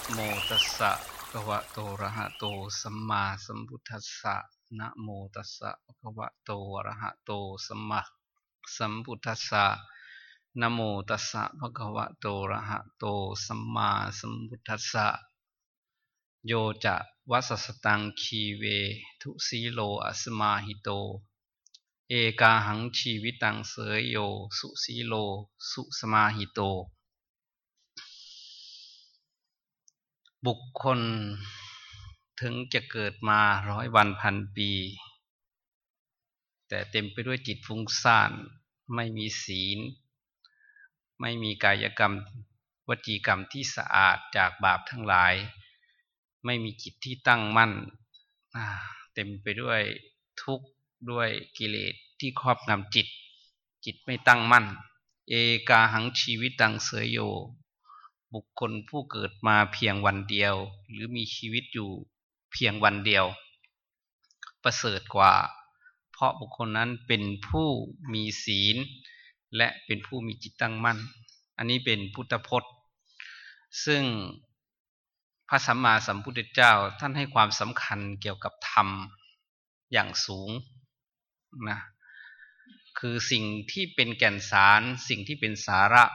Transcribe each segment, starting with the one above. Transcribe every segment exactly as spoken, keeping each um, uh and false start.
โมตัสสะภะคะวะโตอะระหะโตสัมมาสัมพุทธัสสะนะโมตัสสะภะคะวะโตอะระหะโตสัมมาสัมพุทธัสสะนะโมตัสสะภะคะวะโตอะระหะโตสัมมาสัมพุทธัสสะโยจะวัสสตังคีเวทุสีโลอัสมาหิโตเอกาหังชีวิตังเสยโยสุสีโลสุสมาหิโตบุคคลถึงจะเกิดมาร้อยวันพันปีแต่เต็มไปด้วยจิตฟุ้งซ่านไม่มีศีลไม่มีกายกรรมวจีกรรมที่สะอาดจากบาปทั้งหลายไม่มีจิตที่ตั้งมั่นเต็มไปด้วยทุกข์ด้วยกิเลสที่ครอบงำจิตจิตไม่ตั้งมั่นเอกาหังชีวิตังเสยโยบุคคลผู้เกิดมาเพียงวันเดียวหรือมีชีวิตอยู่เพียงวันเดียวประเสริฐกว่าเพราะบุคคลนั้นเป็นผู้มีศีลและเป็นผู้มีจิตตั้งมั่นอันนี้เป็นพุทธพจน์ซึ่งพระสัมมาสัมพุทธเจ้าท่านให้ความสำคัญเกี่ยวกับธรรมอย่างสูงนะคือสิ่งที่เป็นแก่นสารสิ่งที่เป็นสาระ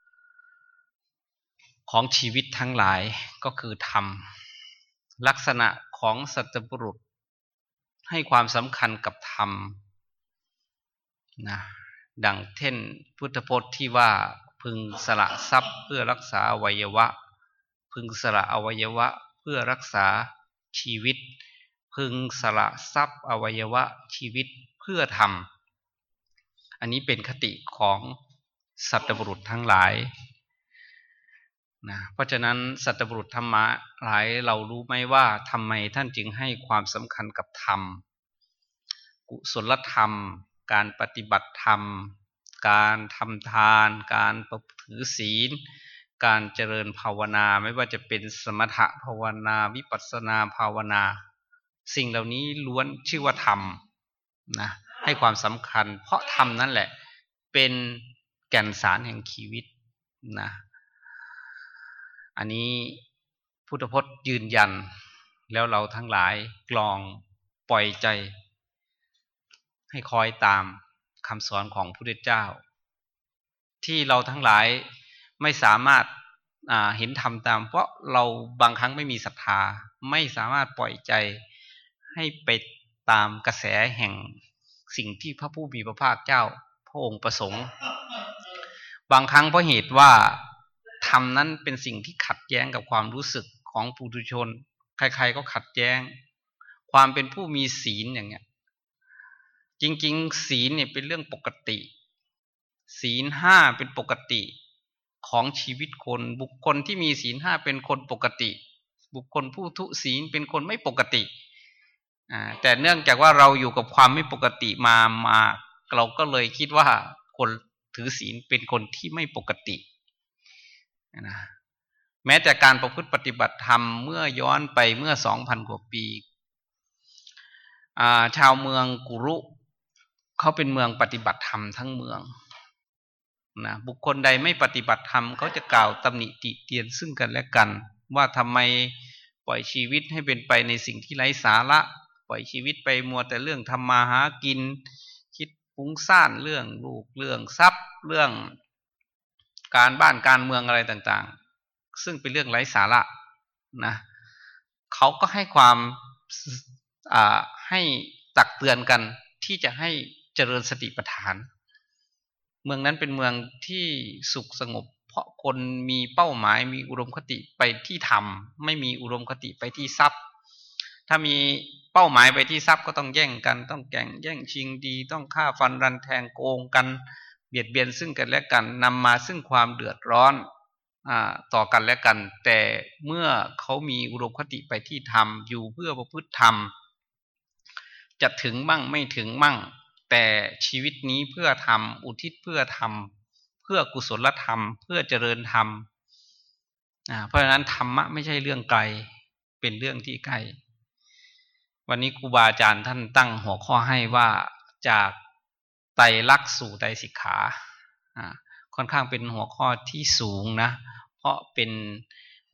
ของชีวิตทั้งหลายก็คือธรรมลักษณะของสัตบุรุษให้ความสำคัญกับธรรมนะดังเช่นพุทธพจน์ที่ว่าพึงสละทรัพย์เพื่อรักษาอวัยวะพึงสละอวัยวะเพื่อรักษาชีวิตพึงสละทรัพย์อวัยวะชีวิตเพื่อธรรมอันนี้เป็นคติของสัตบุรุษทั้งหลายนะเพราะฉะนั้นสัตบุรุษธรรมะหลายเรารู้ไหมว่าทำไมท่านจึงให้ความสำคัญกับธรรมกุศลธรรมการปฏิบัติธรรมการทำทานการประพฤติศีลการเจริญภาวนาไม่ว่าจะเป็นสมถะภาวนาวิปัสสนาภาวนาสิ่งเหล่านี้ล้วนชื่อว่าธรรมนะให้ความสำคัญเพราะธรรมนั่นแหละเป็นแก่นสารแห่งชีวิตนะอันนี้พุทธพจน์ยืนยันแล้วเราทั้งหลายกลองปล่อยใจให้คอยตามคำสอนของพระพุทธเจ้าที่เราทั้งหลายไม่สามารถเห็นธรรมตามเพราะเราบางครั้งไม่มีศรัทธาไม่สามารถปล่อยใจให้ไปตามกระแสแห่งสิ่งที่พระผู้มีพระภาคเจ้าพระองค์ประสงค์บางครั้งเพราะเหตุว่าธรรมนั้นเป็นสิ่งที่ขัดแย้งกับความรู้สึกของปุถุชนใครๆก็ขัดแย้งความเป็นผู้มีศีลอย่างเงี้ยจริงๆศีลเนี่ยเป็นเรื่องปกติศีลห้าเป็นปกติของชีวิตคนบุคคลที่มีศีลห้าเป็นคนปกติบุคคลผู้ทุศีลเป็นคนไม่ปกติอ่าแต่เนื่องจากว่าเราอยู่กับความไม่ปกติมามาเราก็เลยคิดว่าคนถือศีลเป็นคนที่ไม่ปกตินะแม้แต่การประพฤติปฏิบัติธรรมเมื่อย้อนไปเมื่อ สองพัน กว่าปีอ่าชาวเมืองกุรุเขาเป็นเมืองปฏิบัติธรรมทั้งเมืองนะบุคคลใดไม่ปฏิบัติธรรมเขาจะกล่าวตำหนิติเตียนซึ่งกันและกันว่าทำไมปล่อยชีวิตให้เป็นไปในสิ่งที่ไร้สาระปล่อยชีวิตไปมัวแต่เรื่องทำมาหากินคิดฟุ้งซ่านเรื่องลูกเรื่องทรัพย์เรื่องการบ้านการเมืองอะไรต่างๆซึ่งเป็นเรื่องไร้สาระนะเขาก็ให้ความอ่าให้ตักเตือนกันที่จะให้เจริญสติปัฏฐานเมืองนั้นเป็นเมืองที่สุขสงบเพราะคนมีเป้าหมายมีอุดมคติไปที่ธรรมไม่มีอุดมคติไปที่ทรัพย์ถ้ามีเป้าหมายไปที่ทรัพย์ก็ต้องแย่งกันต้องแข่งแย่งชิงดีต้องฆ่าฟันรันแทงโกงกันเบียดเบียนซึ่งกันและกันนำมาซึ่งความเดือดร้อนอ่าต่อกันและกันแต่เมื่อเขามีอุดมคติไปที่ธรรมอยู่เพื่อประพฤติธรรมจะถึงมั่งไม่ถึงมั่งแต่ชีวิตนี้เพื่อทำอุทิศเพื่อทำเพื่อกุศลธรรมเพื่อเจริญธรรมเพราะฉะนั้นธรรมะไม่ใช่เรื่องไกลเป็นเรื่องที่ใกล้วันนี้ครูบาอาจารย์ท่านตั้งหัวข้อให้ว่าจากไตรลักษณ์สู่ไตรสิกขาค่อนข้างเป็นหัวข้อที่สูงนะเพราะเป็น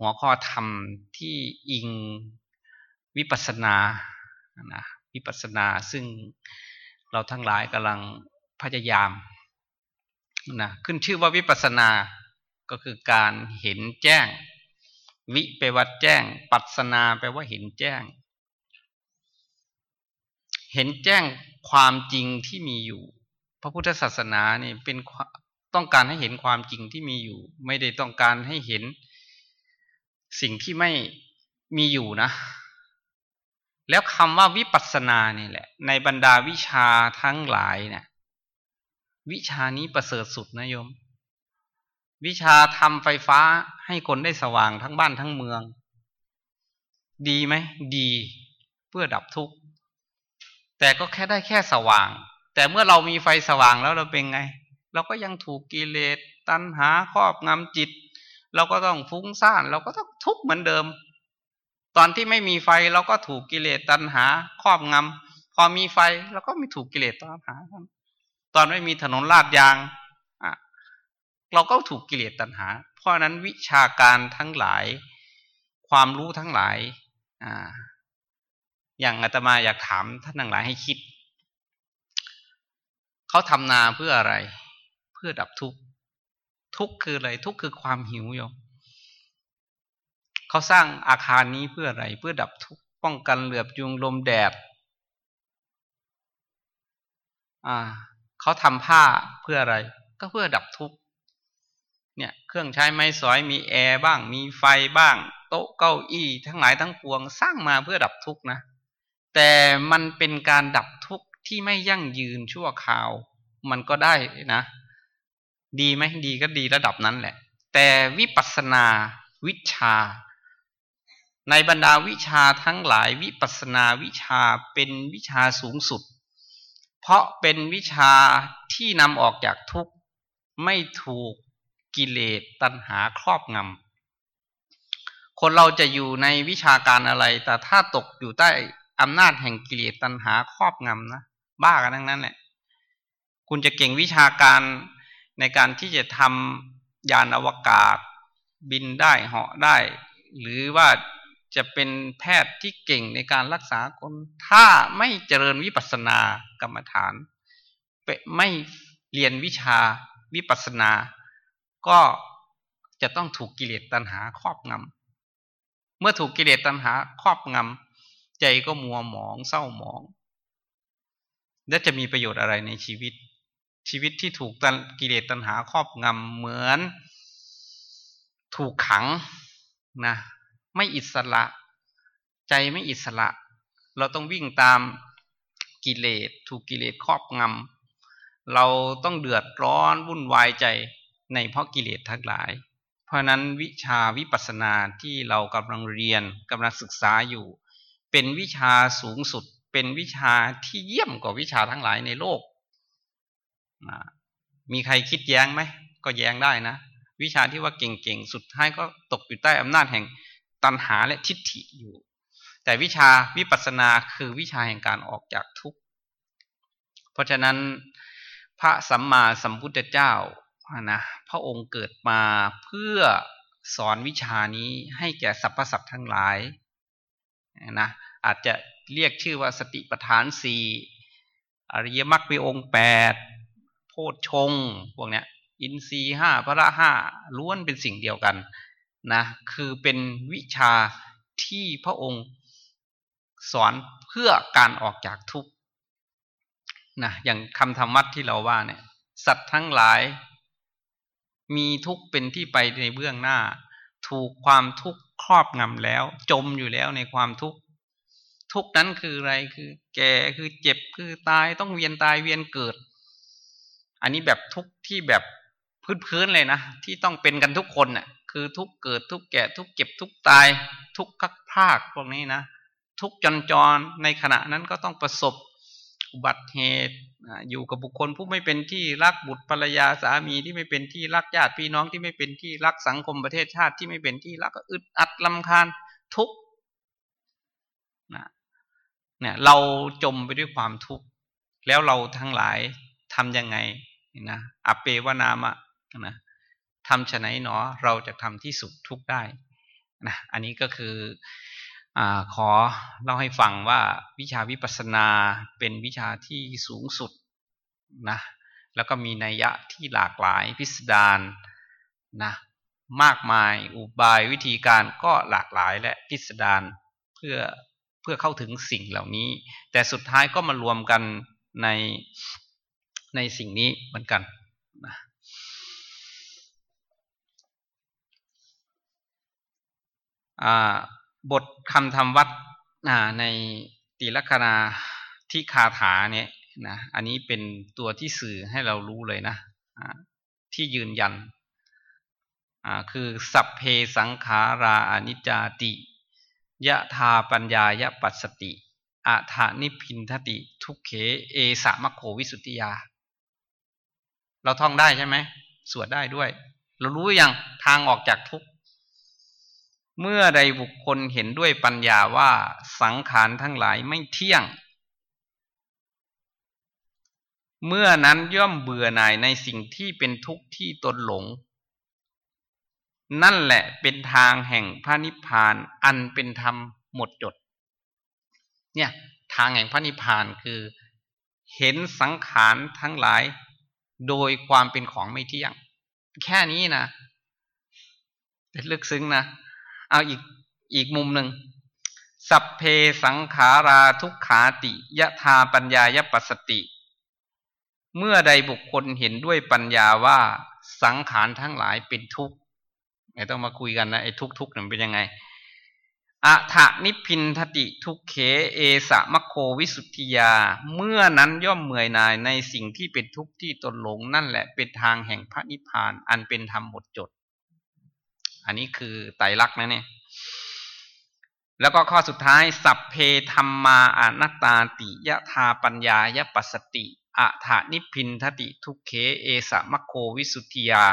หัวข้อธรรมที่อิงวิปัสสนานะวิปัสสนาซึ่งเราทั้งหลายกำลังพยายามนะขึ้นชื่อว่าวิปัสสนาก็คือการเห็นแจ้งวิแปลว่าแจ้งปัสสนาแปลว่าเห็นแจ้งเห็นแจ้งความจริงที่มีอยู่พระพุทธศาสนาเนี่ยเป็นต้องการให้เห็นความจริงที่มีอยู่ไม่ได้ต้องการให้เห็นสิ่งที่ไม่มีอยู่นะแล้วคำว่าวิปัสสนานี่แหละในบรรดาวิชาทั้งหลายเนี่ยวิชานี้ประเสริฐสุดนะโยมวิชาทำไฟฟ้าให้คนได้สว่างทั้งบ้านทั้งเมืองดีไหมดีเพื่อดับทุกข์แต่ก็แค่ได้แค่สว่างแต่เมื่อเรามีไฟสว่างแล้วเราเป็นไงเราก็ยังถูกกิเลสตัณหาครอบงำจิตเราก็ต้องฟุ้งซ่านเราก็ต้องทุกข์เหมือนเดิมตอนที่ไม่มีไฟเราก็ถูกกิเลสตัณหาครอบงำพอมีไฟเราก็ไม่ถูกกิเลสตัณหาตอนไม่มีถนนลาดยางอ่ะเราก็ถูกกิเลสตัณหาเพราะนั้นวิชาการทั้งหลายความรู้ทั้งหลายอ่าอย่างอาตมาอยากถามท่านทั้งหลายให้คิดเขาทำนาเพื่ออะไรเพื่อดับทุกข์ทุกข์คืออะไรทุกข์คือความหิวโยมเขาสร้างอาคารนี้เพื่ออะไรเพื่อดับทุกข์ป้องกันเหลือบยุงลมแดดอ่าเขาทำผ้าเพื่ออะไรก็เพื่อดับทุกข์เนี่ยเครื่องใช้ไม้สอยมีแอร์บ้างมีไฟบ้างโต๊ะเก้าอี้ทั้งหลายทั้งปวงสร้างมาเพื่อดับทุกข์นะแต่มันเป็นการดับทุกข์ที่ไม่ยั่งยืนชั่วคราวมันก็ได้นะดีไหมดีก็ดีระดับนั้นแหละแต่วิปัสสนาวิชาในบรรดาวิชาทั้งหลายวิปัสสนาวิชาเป็นวิชาสูงสุดเพราะเป็นวิชาที่นำออกจากทุกข์ไม่ถูกกิเลสตัณหาครอบงำคนเราจะอยู่ในวิชาการอะไรแต่ถ้าตกอยู่ใต้อำนาจแห่งกิเลสตัณหาครอบงำนะบ้ากันทั้งนั้นแหละคุณจะเก่งวิชาการในการที่จะทำยานอวกาศบินได้เหาะได้หรือว่าจะเป็นแพทย์ที่เก่งในการรักษาคนถ้าไม่เจริญวิปัสสนากรรมฐานไม่เรียนวิชาวิปัสสนาก็จะต้องถูกกิเลสตัณหาครอบงำเมื่อถูกกิเลสตัณหาครอบงำใจก็มัวหมองเศร้าหมองและจะมีประโยชน์อะไรในชีวิตชีวิตที่ถูกกิเลสตัณหาครอบงำเหมือนถูกขังนะไม่อิสระใจไม่อิสระเราต้องวิ่งตามกิเลสถูกกิเลสครอบงำเราต้องเดือดร้อนวุ่นวายใจในเพราะกิเลสทั้งหลายเพราะนั้นวิชาวิปัสสนาที่เรากำลังเรียนกำลังศึกษาอยู่เป็นวิชาสูงสุดเป็นวิชาที่เยี่ยมกว่าวิชาทั้งหลายในโลกมีใครคิดแย้งไหมก็แย้งได้นะวิชาที่ว่าเก่งๆสุดท้ายก็ตกอยู่ใต้อำนาจแห่งตัณหาและทิฏฐิอยู่แต่วิชาวิปัสสนาคือวิชาแห่งการออกจากทุกข์เพราะฉะนั้นพระสัมมาสัมพุทธเจ้านะพระองค์เกิดมาเพื่อสอนวิชานี้ให้แก่สรรพสัตว์ทั้งหลายนะอาจจะเรียกชื่อว่าสติปัฏฐานสี่อริยมรรคมีองค์แปดโพชฌงค์พวกเนี้ยอินทรีย์ห้าพละห้าล้วนเป็นสิ่งเดียวกันนะคือเป็นวิชาที่พระองค์สอนเพื่อการออกจากทุกข์นะอย่างคำธรรมะที่เราว่าเนี่ยสัตว์ทั้งหลายมีทุกข์เป็นที่ไปในเบื้องหน้าถูกความทุกข์ครอบงำแล้วจมอยู่แล้วในความทุกข์ทุกข์นั้นคืออะไรคือแก่คือเจ็บคือตายต้องเวียนตายเวียนเกิดอันนี้แบบทุกข์ที่แบบพื้นๆเลยนะที่ต้องเป็นกันทุกคนน่ะคือทุกเกิดทุกแก่ทุกเจ็บทุกตายทุกคักพากพวกนี้นะทุกจรจรในขณะนั้นก็ต้องประสบอุบัติเหตุอยู่กับบุคคลผู้ไม่เป็นที่รักบุตรภรรยาสามีที่ไม่เป็นที่รักญาติพี่น้องที่ไม่เป็นที่รักสังคมประเทศชาติที่ไม่เป็นที่รักก็อึดอัดรำคาญทุกข์นะเนี่ยเราจมไปด้วยความทุกข์แล้วเราทั้งหลายทำยังไงนะอเปวานามะนะทำฉะไหนหนอเราจะทำที่สุขทุกข์ได้นะอันนี้ก็คืออ่าขอเล่าให้ฟังว่าวิชาวิปัสสนาเป็นวิชาที่สูงสุดนะแล้วก็มีนัยยะที่หลากหลายพิสดารนะมากมายอุบายวิธีการก็หลากหลายและพิสดารเพื่อเพื่อเข้าถึงสิ่งเหล่านี้แต่สุดท้ายก็มารวมกันในในสิ่งนี้เหมือนกันนะบทคำธรรมวัดในติลักขณาที่คาถาเนี่ยนะอันนี้เป็นตัวที่สื่อให้เรารู้เลยนะที่ยืนยันคือสัพเพสังขาราอนิจจาติยะธาปัญญายะปัสสติอะถานิพินทติทุกเขเอสะมะโควิสุทธิยาเราท่องได้ใช่ไหมสวดได้ด้วยเรารู้ยังทางออกจากทุกข์เมื่อใดบุคคลเห็นด้วยปัญญาว่าสังขารทั้งหลายไม่เที่ยงเมื่อนั้นย่อมเบื่อหน่ายในสิ่งที่เป็นทุกข์ที่ตนหลงนั่นแหละเป็นทางแห่งพระนิพพานอันเป็นธรรมหมดจดเนี่ยทางแห่งพระนิพพานคือเห็นสังขารทั้งหลายโดยความเป็นของไม่เที่ยงแค่นี้นะแต่ลึกซึ้งนะเอาอีกอีกมุมหนึ่งสัพเพสังขาราทุกขาติยะธาปัญญายปัสสติเมื่อใดบุคคลเห็นด้วยปัญญาว่าสังขารทั้งหลายเป็นทุกข์ไม่ต้องมาคุยกันนะไอ้ทุกทุกนั้นเป็นยังไงอะถะนิพินทติทุกเขเอสะมะโควิสุทธิยาเมื่อนั้นย่อมเมื่อยหน่ายในสิ่งที่เป็นทุกข์ที่ตนหลงนั่นแหละเป็นทางแห่งพระนิพพานอันเป็นธรรมหมดจดอันนี้คือไตรลักษณ์นะเนี่ยแล้วก็ข้อสุดท้ายสัพเพธัมมาอนัตตาติยะธาปัญญายปัสสติอะถานิพินทติทุกเขเอสะมะโควิสุทธิยา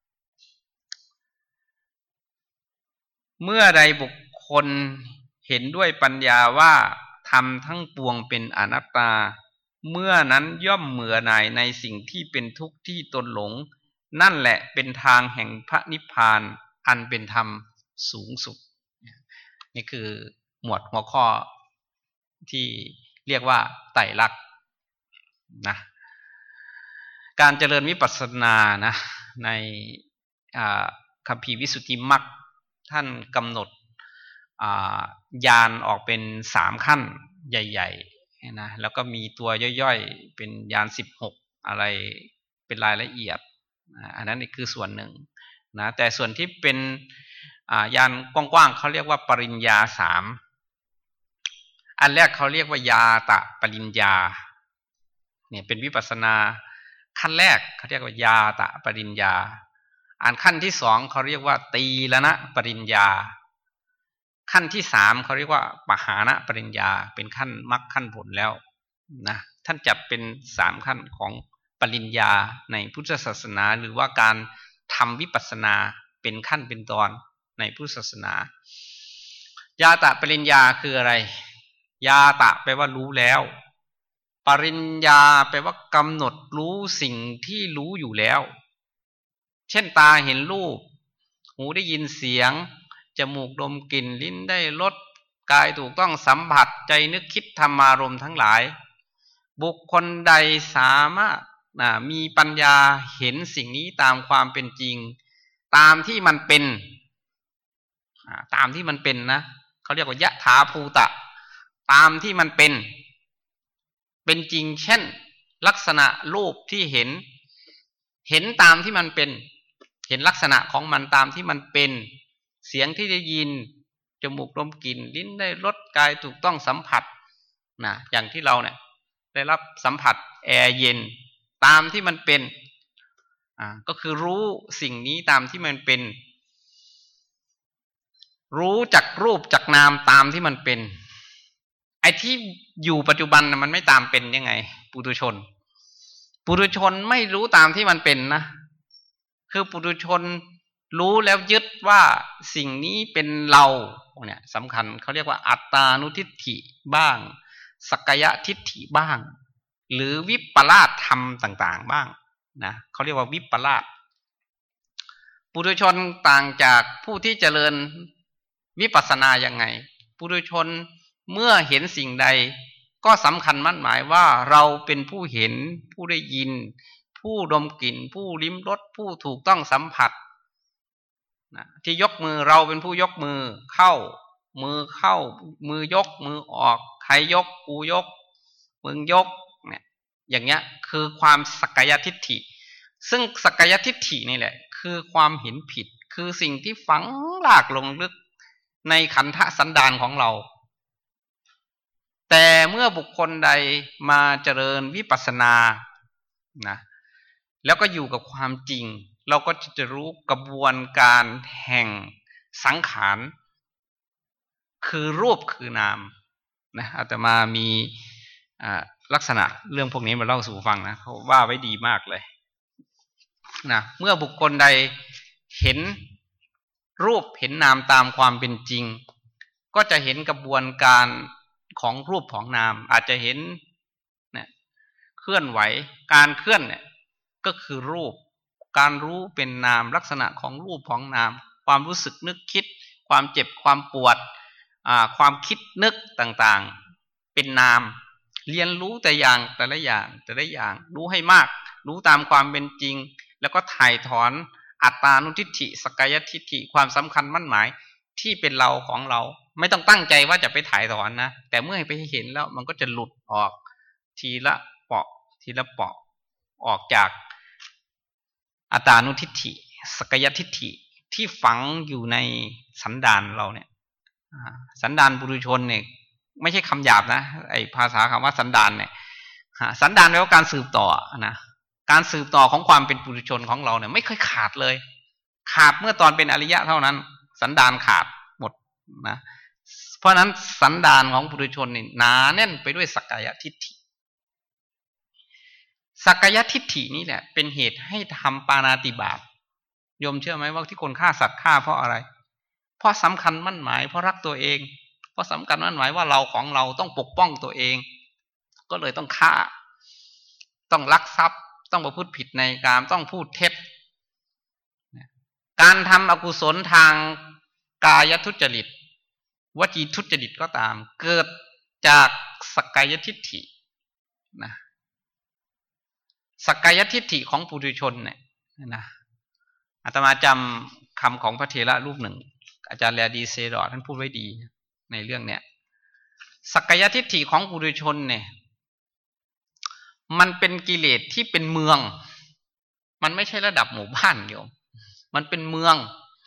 เมื่อใดบุคคลเห็นด้วยปัญญาว่าธรรมทั้งปวงเป็นอนัตตาเมื่อนั้นย่อมเบื่อหน่ายในสิ่งที่เป็นทุกข์ที่ตนหลงนั่นแหละเป็นทางแห่งพระนิพพานอันเป็นธรรมสูงสุดนี่คือหมวดหัวข้อที่เรียกว่าไตรลักษณ์นะการเจริญวิปัสสนานะในคัมภีร์วิสุทธิมรรคท่านกำหนดญาณออกเป็นสามขั้นใหญ่ๆนะแล้วก็มีตัวย่อยๆเป็นญาณสิบหกอะไรเป็นรายละเอียดอันนั้นคือส่วนหนึ่งนะแต่ส่วนที่เป็นญาณกว้างๆเขาเรียกว่าปริญญาสามอันแรกเขาเรียกว่ายาตะปริญญาเนี่ยเป็นวิปัสสนาขั้นแรกเขาเรียกว่ายาตะปริญญาอันขั้นที่สองเขาเรียกว่าตีลนะปริญญาขั้นที่สามเขาเรียกว่าปหานะปริญญาเป็นขั้นมรรคขั้นผลแล้วนะท่านจับเป็นสามขั้นของปริญญาในพุทธศาสนาหรือว่าการทำวิปัสสนาเป็นขั้นเป็นตอนในพุทธศาสนายาตะปริญญาคืออะไรยาตะแปลว่ารู้แล้วปริญญาแปลว่ากำหนดรู้สิ่งที่รู้อยู่แล้วเช่นตาเห็นรูปหูได้ยินเสียงจมูกดมกลิ่นลิ้นได้รสกายถูกต้องสัมผัสใจนึกคิดธรรมารมณ์ทั้งหลายบุคคลใดสามารถมีปัญญาเห็นสิ่งนี้ตามความเป็นจริงตามที่มันเป็นตามที่มันเป็นนะเขาเรียกว่ายะถาภูตะตามที่มันเป็นเป็นจริงเช่นลักษณะรูปที่เห็นเห็นตามที่มันเป็นเห็นลักษณะของมันตามที่มันเป็นเสียงที่ได้ยินจมูกดมกลิ่นลิ้นได้รสกายถูกต้องสัมผัสนะอย่างที่เราเนี่ยได้รับสัมผัสแอร์เย็นตามที่มันเป็นอ่าก็คือรู้สิ่งนี้ตามที่มันเป็นรู้จักรูปจักนามตามที่มันเป็นไอ้ที่อยู่ปัจจุบันนะมันไม่ตามเป็นยังไงปุถุชนปุถุชนไม่รู้ตามที่มันเป็นนะคือปุถุชนรู้แล้วยึดว่าสิ่งนี้เป็นเราเนี่ยสำคัญเขาเรียกว่าอัตตานุทิฏฐิบ้างสักกายทิฏฐิบ้างหรือวิปลาสธรรมต่างๆบ้างนะเขาเรียกว่าวิปลาสปุถุชนต่างจากผู้ที่เจริญวิปัสสนายังไงปุถุชนเมื่อเห็นสิ่งใดก็สำคัญมั่นหมายว่าเราเป็นผู้เห็นผู้ได้ยินผู้ดมกลิ่นผู้ลิ้มรสผู้ถูกต้องสัมผัสนะที่ยกมือเราเป็นผู้ยกมือเข้ามือเข้ามือยกมือออกใครยกกูยกมึงยกเนี่ยอย่างเงี้ยคือความสักกายทิฏฐิซึ่งสักกายทิฏฐินี่แหละคือความเห็นผิดคือสิ่งที่ฝังลากลงลึกในขันธสันดานของเราแต่เมื่อบุคคลใดมาเจริญวิปัสสนานะแล้วก็อยู่กับความจริงเราก็จะรู้กระบวนการแห่งสังขารคือรูปคือนามนะอาตมามีลักษณะเรื่องพวกนี้มาเล่าสู่ฟังนะเขาว่าไว้ดีมากเลยนะเมื่อบุคคลใดเห็นรูปเห็นนามตามความเป็นจริงก็จะเห็นกระบวนการของรูปของนามอาจจะเห็นเนี่ยเคลื่อนไหวการเคลื่อนเนี่ยก็คือรูปการรู้เป็นนามลักษณะของรูปของนามความรู้สึกนึกคิดความเจ็บความปวดความคิดนึกต่างๆเป็นนามเรียนรู้แต่อย่างแต่ละอย่างแต่ละอย่างรู้ให้มากรู้ตามความเป็นจริงแล้วก็ถ่ายถอนอัตตานุทิฏฐิสักกายทิฏฐิความสำคัญมั่นหมายที่เป็นเราของเราไม่ต้องตั้งใจว่าจะไปถ่ายถอนนะแต่เมื่อไปเห็นแล้วมันก็จะหลุดออกทีละเปาะทีละเปาะออกจากอัตตานุทิฏฐิสักกายทิฏฐิที่ฝังอยู่ในสันดานเราเนี่ยสันดานปุถุชนเนี่ยไม่ใช่คำหยาบนะไอภาษาคำว่าสันดานเนี่ยสันดานแปลว่าการสืบต่อนะการสืบต่อของความเป็นปุถุชนของเราเนี่ยไม่เคยขาดเลยขาดเมื่อตอนเป็นอริยะเท่านั้นสันดานขาดหมดนะเพราะนั้นสันดานของปุถุชนนี่หนาแน่นไปด้วยสักกายทิฏฐิสักกายทิฏฐินี่แหละเป็นเหตุให้ทำปาณาติบาตโยมเชื่อไหมว่าที่คนฆ่าสัตว์ฆ่าเพราะอะไรเพราะสำคัญมั่นหมายเพราะรักตัวเองเพราะสำคัญมั่นหมายว่าเราของเราต้องปกป้องตัวเองก็เลยต้องฆ่าต้องลักทรัพย์ต้องประพฤติผิดในกามต้องพูดเท็จการทำอกุศลทางกายทุจริตวจีทุจริตก็ตามเกิดจากสักกายทิฏฐินะสักกายทิฏฐิของปุถุชนเนี่ยนะอาตมาจำคำของพระเถระรูปหนึ่งอาจารย์แลดีเซดอท่านพูดไว้ดีในเรื่องเนี้ยสักกายทิฏฐิของปุถุชนเนี่ยมันเป็นกิเลสที่เป็นเมืองมันไม่ใช่ระดับหมู่บ้านโยมมันเป็นเมือง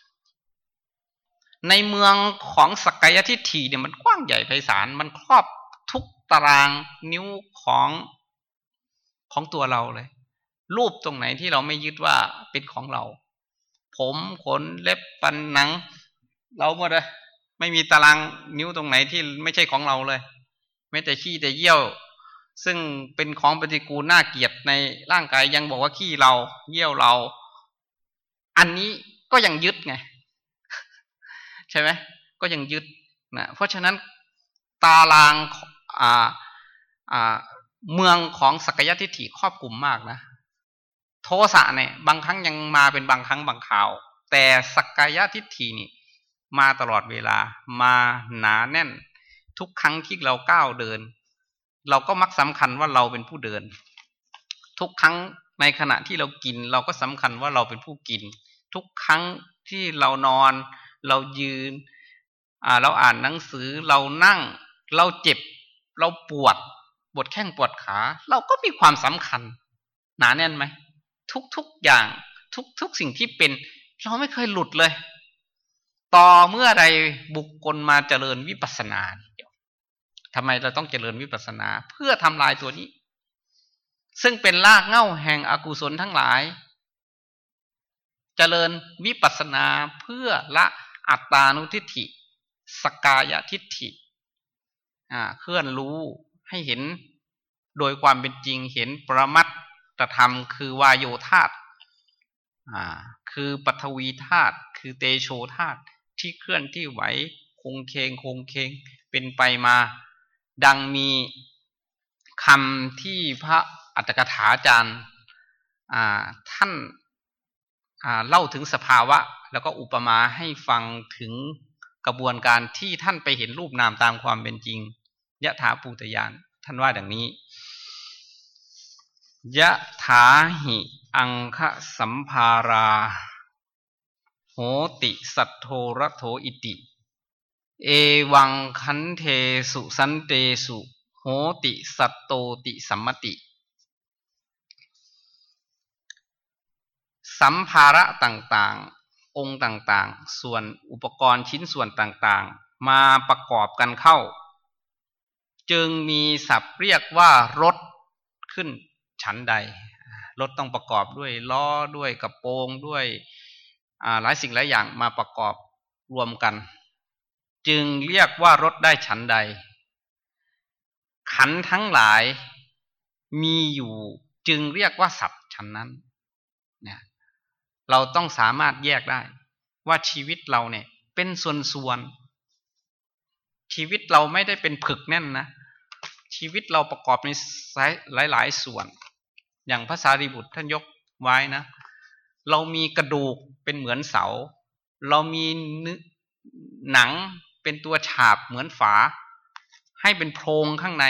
ในเมืองของสักกายทิฏฐิเนี่ยมันกว้างใหญ่ไพศาลมันครอบทุกตารางนิ้วของของตัวเราเลยรูปตรงไหนที่เราไม่ยึดว่าเป็นของเราผมขนเล็บฟันหนังเราหมดเลยไม่มีตารางนิ้วตรงไหนที่ไม่ใช่ของเราเลยแม้แต่ขี้แต่เยี่ยวซึ่งเป็นของปฏิกูลน่าเกลียดในร่างกายยังบอกว่าขี้เราเยี่ยวเราอันนี้ก็ยังยึดไงใช่ไหมก็ยังยึดนะเพราะฉะนั้นตารางอ่าอ่าเมืองของสักกายทิฏฐิครอบคลุมมากนะโทสะเนี่ยบางครั้งยังมาเป็นบางครั้งบางคราวแต่สักกายทิฏฐินี่มาตลอดเวลามาหนาแน่นทุกครั้งที่เราก้าวเดินเราก็มักสำคัญว่าเราเป็นผู้เดินทุกครั้งในขณะที่เรากินเราก็สำคัญว่าเราเป็นผู้กินทุกครั้งที่เรานอนเรายืนอ่าเราอ่านหนังสือเรานั่งเราเจ็บเราปวดปวดแข้งปวดขาเราก็มีความสำคัญหนาแน่นไหมทุกๆอย่างทุกๆสิ่งที่เป็นเราไม่เคยหลุดเลยต่อเมื่อใดบุคคลมาเจริญวิปัสสนาทำไมเราต้องเจริญวิปัสสนาเพื่อทำลายตัวนี้ซึ่งเป็นรากเหง้าแห่งอกุศลทั้งหลายเจริญวิปัสสนาเพื่อละอัตตานุทิฏฐิสักกายทิฏฐิอ่าเคลื่อนรู้ให้เห็นโดยความเป็นจริงเห็นปรมัตถธรรมคือวายโยธาตุอ่าคือปฐวีธาตุคือเตโชธาตุที่เคลื่อนที่ไหวคงเคงคงเคงเป็นไปมาดังมีคำที่พระอัตถกถาจารย์อ่าท่านอ่าเล่าถึงสภาวะแล้วก็อุปมาให้ฟังถึงกระบวนการที่ท่านไปเห็นรูปนามตามความเป็นจริงยะถาภูตญาณท่านว่าดังนี้ยะถาหิอังคะสัมภาราโหติสัทโทระโถอิติเอวังคันเทสุสันเตสุโหติสัตโตติสัมมติสัมภาระต่างๆองค์ต่างๆส่วนอุปกรณ์ชิ้นส่วนต่างๆมาประกอบกันเข้าจึงมีศัพท์เรียกว่ารถขึ้นฉันใดรถต้องประกอบด้วยล้อด้วยกระโปรงด้วยหลายสิ่งหลายอย่างมาประกอบรวมกันจึงเรียกว่ารถได้ฉันใดขันธ์ทั้งหลายมีอยู่จึงเรียกว่าสัตว์ฉันนั้นเนี่ยเราต้องสามารถแยกได้ว่าชีวิตเราเนี่ยเป็นส่วนๆชีวิตเราไม่ได้เป็นผึกแน่นนะชีวิตเราประกอบในหลายๆส่วนอย่างพระสารีบุตรท่านยกไว้นะเรามีกระดูกเป็นเหมือนเสาเรามีหนังเป็นตัวฉาบเหมือนฝาให้เป็นโพรงข้างใน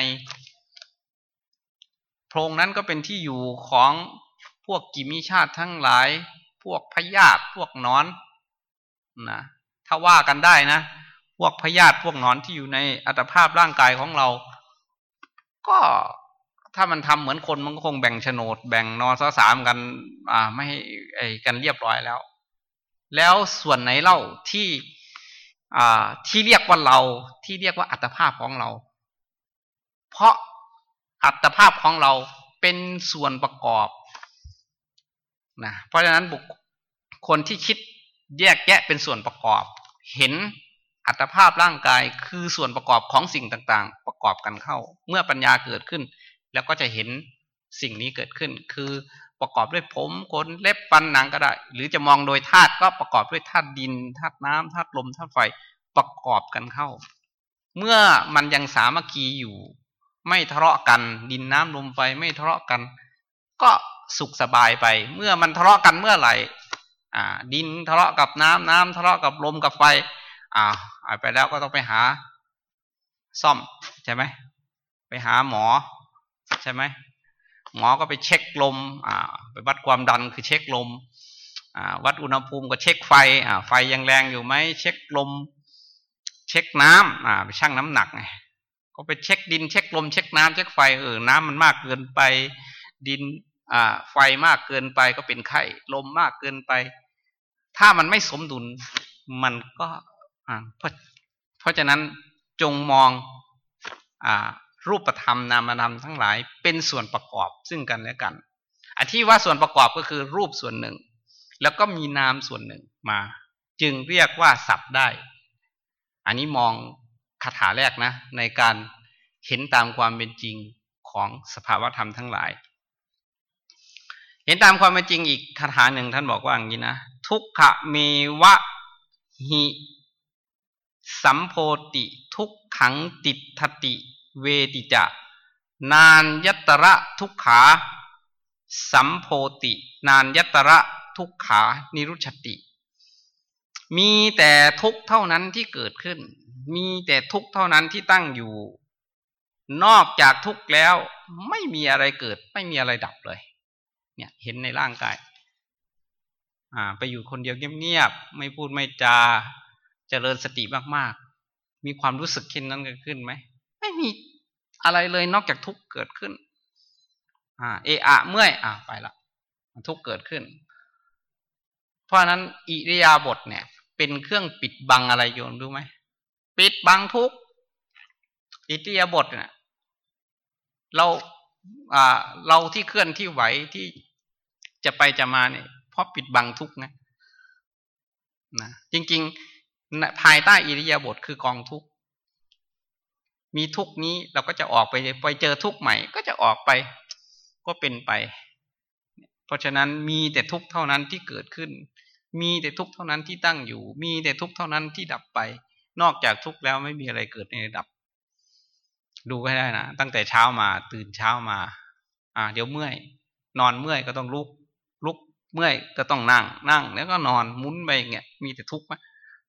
โพรงนั้นก็เป็นที่อยู่ของพวกกิมิชาติทั้งหลายพวกพยาธิพวกหนอนนะถ้าว่ากันได้นะพวกพยาธิพวกหนอนที่อยู่ในอัตภาพร่างกายของเราก็ถ้ามันทำเหมือนคนมันก็คงแบ่งโฉนดแบ่งนอซสามกันอ่าไม่ให้ไอ้กันเรียบร้อยแล้วแล้วส่วนไหนเล่าที่อ่าที่เรียกว่าเราที่เรียกว่าอัตภาพของเราเพราะอัตภาพของเราเป็นส่วนประกอบนะเพราะฉะนั้นบุคคลที่คิดแยกแยะเป็นส่วนประกอบเห็นอัตภาพร่างกายคือส่วนประกอบของสิ่งต่างๆประกอบกันเข้าเมื่อปัญญาเกิดขึ้นแล้วก็จะเห็นสิ่งนี้เกิดขึ้นคือประกอบด้วยผมขนเล็บฟันหนังก็ได้หรือจะมองโดยธาตุก็ประกอบด้วยธาตุดินธาตุน้ำธาตุลมธาตุไฟประกอบกันเข้าเมื่อมันยังสามัคคีอยู่ไม่ทะเลาะกันดินน้ำลมไฟไม่ทะเลาะกันก็สุขสบายไปเมื่อมันทะเลาะกันเมื่อไหร่อ่าดินทะเลาะกับน้ำน้ำทะเลาะกับลมกับไฟอ่าเอาไปแล้วก็ต้องไปหาซ่อมใช่ไหมไปหาหมอใช่ไหมหมอก็ไปเช็คลมอ่าไปวัดความดันคือเช็คลมอ่าวัดอุณหภูมิก็เช็คไฟอ่าไฟยังแรงอยู่ไหมเช็คลมเช็คน้ำอ่าไปชั่งน้ำหนักไงก็ไปเช็คดินเช็คลมเช็คน้ำเช็คไฟเออน้ำมันมากเกินไปดินอ่าไฟมากเกินไปก็เป็นไข้ลมมากเกินไปถ้ามันไม่สมดุลมันก็อ่าเพราะเพราะฉะนั้นจงมองอ่ารูปธรรมนามธรรมทั้งหลายเป็นส่วนประกอบซึ่งกันและกันอันที่ว่าส่วนประกอบก็คือรูปส่วนหนึ่งแล้วก็มีนามส่วนหนึ่งมาจึงเรียกว่าสัตว์ได้อันนี้มองคาถาแรกนะในการเห็นตามความเป็นจริงของสภาวธรรมทั้งหลายเห็นตามความเป็นจริงอีกคาถาหนึ่งท่านบอกว่าอย่างนี้นะทุกขเมวะหิสัมโพติทุกขังติทติเวติจะนานยัตระทุกขาสัมโพตินานยัตระทุกขานิรุชติมีแต่ทุกเท่านั้นที่เกิดขึ้นมีแต่ทุกเท่านั้นที่ตั้งอยู่นอกจากทุกแล้วไม่มีอะไรเกิดไม่มีอะไรดับเลยเนี่ยเห็นในร่างกายอ่าไปอยู่คนเดียวเงียบๆไม่พูดไม่จาเจริญสติมากๆมีความรู้สึกเช่นนั้นเกิดขึ้นไหมไม่มีอะไรเลยนอกจากทุกข์เกิดขึ้นอ่าเอะอะเมื่อยอ่าไปละทุกข์เกิดขึ้นเพราะนั้นอิริยาบถเนี่ยเป็นเครื่องปิดบังอะไรโยมรู้ไหมปิดบังทุกข์อิริยาบถเนี่ยเราอ่าเราที่เคลื่อนที่ไหวที่จะไปจะมาเนี่ยเพราะปิดบังทุกข์นะนะจริงๆภายใต้อิริยาบถคือกองทุกข์มีทุกข์นี้เราก็จะออกไปไปเจอทุกข์ใหม่ก็จะออกไปก็เป็นไปเพราะฉะนั้นมีแต่ทุกข์เท่านั้นที่เกิดขึ้นมีแต่ทุกข์เท่านั้นที่ตั้งอยู่มีแต่ทุกข์เท่านั้นที่ดับไปนอกจากทุกข์แล้วไม่มีอะไรเกิดในดับดูให้ได้นะตั้งแต่เช้ามาตื่นเช้ามาอ่าเดี๋ยวเมื่อยนอนเมื่อยก็ต้องลุกลุกเมื่อยก็ต้องนั่งนั่งแล้วก็นอนมุนไปอย่างเงี้ยมีแต่ทุกข์ไหม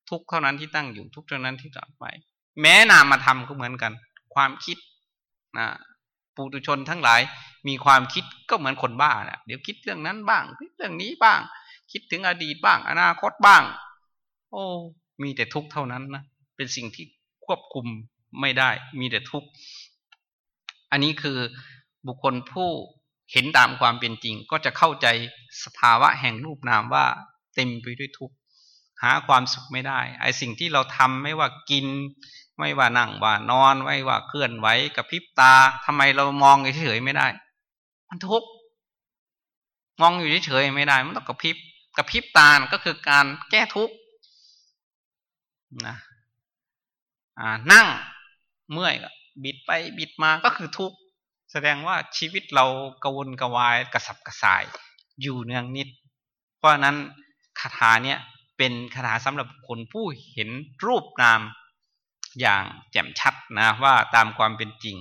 ทุกข์เท่านั้นที่ตั้งอยู่ทุกข์เท่านั้นที่ดับไปแม้นามธรรมก็เหมือนกันความคิดนะปุถุชนทั้งหลายมีความคิดก็เหมือนคนบ้าแหละเดี๋ยวคิดเรื่องนั้นบ้างคิดเรื่องนี้บ้างคิดถึงอดีตบ้างอนาคตบ้างโอ้มีแต่ทุกข์เท่านั้นนะเป็นสิ่งที่ควบคุมไม่ได้มีแต่ทุกข์อันนี้คือบุคคลผู้เห็นตามความเป็นจริงก็จะเข้าใจสภาวะแห่งรูปนามว่าเต็มไปด้วยทุกข์หาความสุขไม่ได้ไอ้สิ่งที่เราทำไม่ว่ากินไม่ว่านั่งว่านอนไม่ว่าเคลื่อนไหวกระพริบตาทำไมเรามองเฉยๆไม่ได้มันทุกข์มองอยู่เฉยๆไม่ได้มันต้องกระพริบกระพริบตาก็คือการแก้ทุกข์นะอ่านั่งเมื่อยบิดไปบิดมาก็คือทุกข์แสดงว่าชีวิตเรากระวนกระวายกระสับกระส่ายอยู่เนืองนิดเพราะนั้นคาถาเนี้ยเป็นคาถาสำหรับคนผู้เห็นรูปนามอย่างแจ่มชัดนะว่าตามความเป็นจริง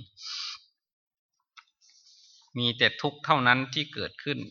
มีแต่ทุกข์เท่านั้นที่เกิดขึ้น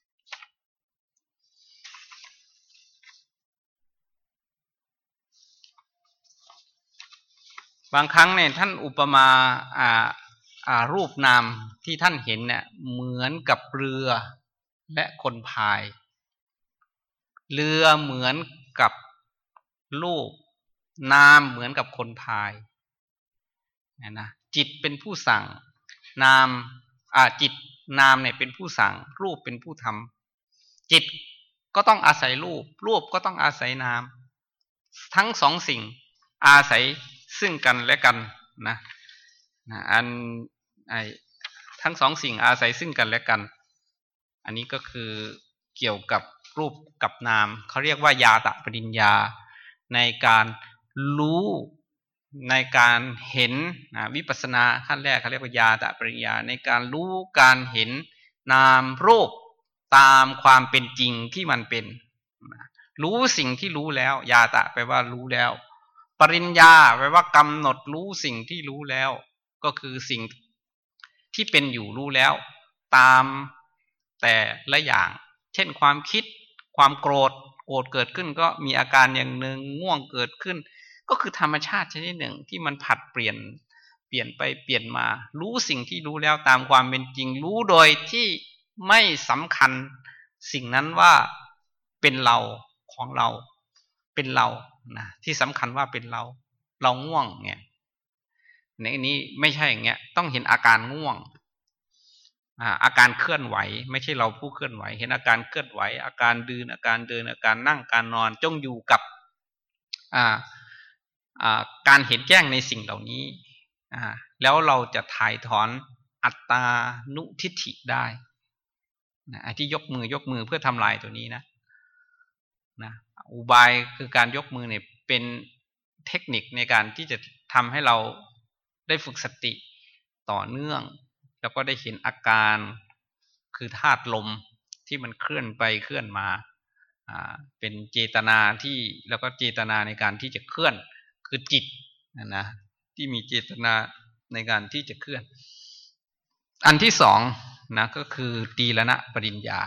บางครั้งเนี่ยท่านอุปมาอ่าอ่ารูปนามที่ท่านเห็นเนี่ยเหมือนกับเรือและคนพายเรือเหมือนกับลูกนามเหมือนกับคนพายนะนะจิตเป็นผู้สั่งนามอ่าจิตนามเนี่ยเป็นผู้สั่งรูปเป็นผู้ทำจิตก็ต้องอาศัยรูปรูปก็ต้องอาศัยนามทั้งสองสิ่งอาศัยซึ่งกันและกันนะนะอันไอทั้งสองสิ่งอาศัยซึ่งกันและกันอันนี้ก็คือเกี่ยวกับรูปกับนามเขาเรียกว่ายาตะปริญญาในการรู้ในการเห็นนะวิปัสสนาขั้นแรกเขาเรียกว่ายาตะปริญญาในการรู้การเห็นนามรูปตามความเป็นจริงที่มันเป็นรู้สิ่งที่รู้แล้วยาตะแปลว่ารู้แล้วปริญญาแปลว่ากำหนดรู้สิ่งที่รู้แล้วก็คือสิ่งที่เป็นอยู่รู้แล้วตามแต่ละอย่างเช่นความคิดความโกรธโกรธเกิดขึ้นก็มีอาการอย่างหนึ่งง่วงเกิดขึ้นก็คือธรรมชาติชนิดหนึ่งที่มันผัดเปลี่ยนเปลี่ยนไปเปลี่ยนมารู้สิ่งที่รู้แล้วตามความเป็นจริงรู้โดยที่ไม่สำคัญสิ่งนั้นว่าเป็นเราของเราเป็นเรานะที่สำคัญว่าเป็นเราเราง่วงเนี่ยในนี้ไม่ใช่อย่างเงี้ยต้องเห็นอาการง่วงอ่าอาการเคลื่อนไหวไม่ใช่เราผู้เคลื่อนไหวเห็นอาการเคลื่อนไหวอาการเดินอาการเดินอาการนั่งการนอนจงอยู่กับอ่าอ่าการเห็นแจ้งในสิ่งเหล่านี้อ่าแล้วเราจะถ่ายถอนอัตตานุทิฏฐิได้นะที่ยกมือยกมือเพื่อทำลายตัวนี้นะนะอุบายคือการยกมือเนี่ยเป็นเทคนิคในการที่จะทำให้เราได้ฝึกสติต่อเนื่องแล้วก็ได้เห็นอาการคือธาตุลมที่มันเคลื่อนไปเคลื่อนมาอ่าเป็นเจตนาที่แล้วก็เจตนาในการที่จะเคลื่อนคือจิตนะนะที่มีเจตนาในการที่จะเคลื่อนอันที่สองนะก็คือตีรณปริญญา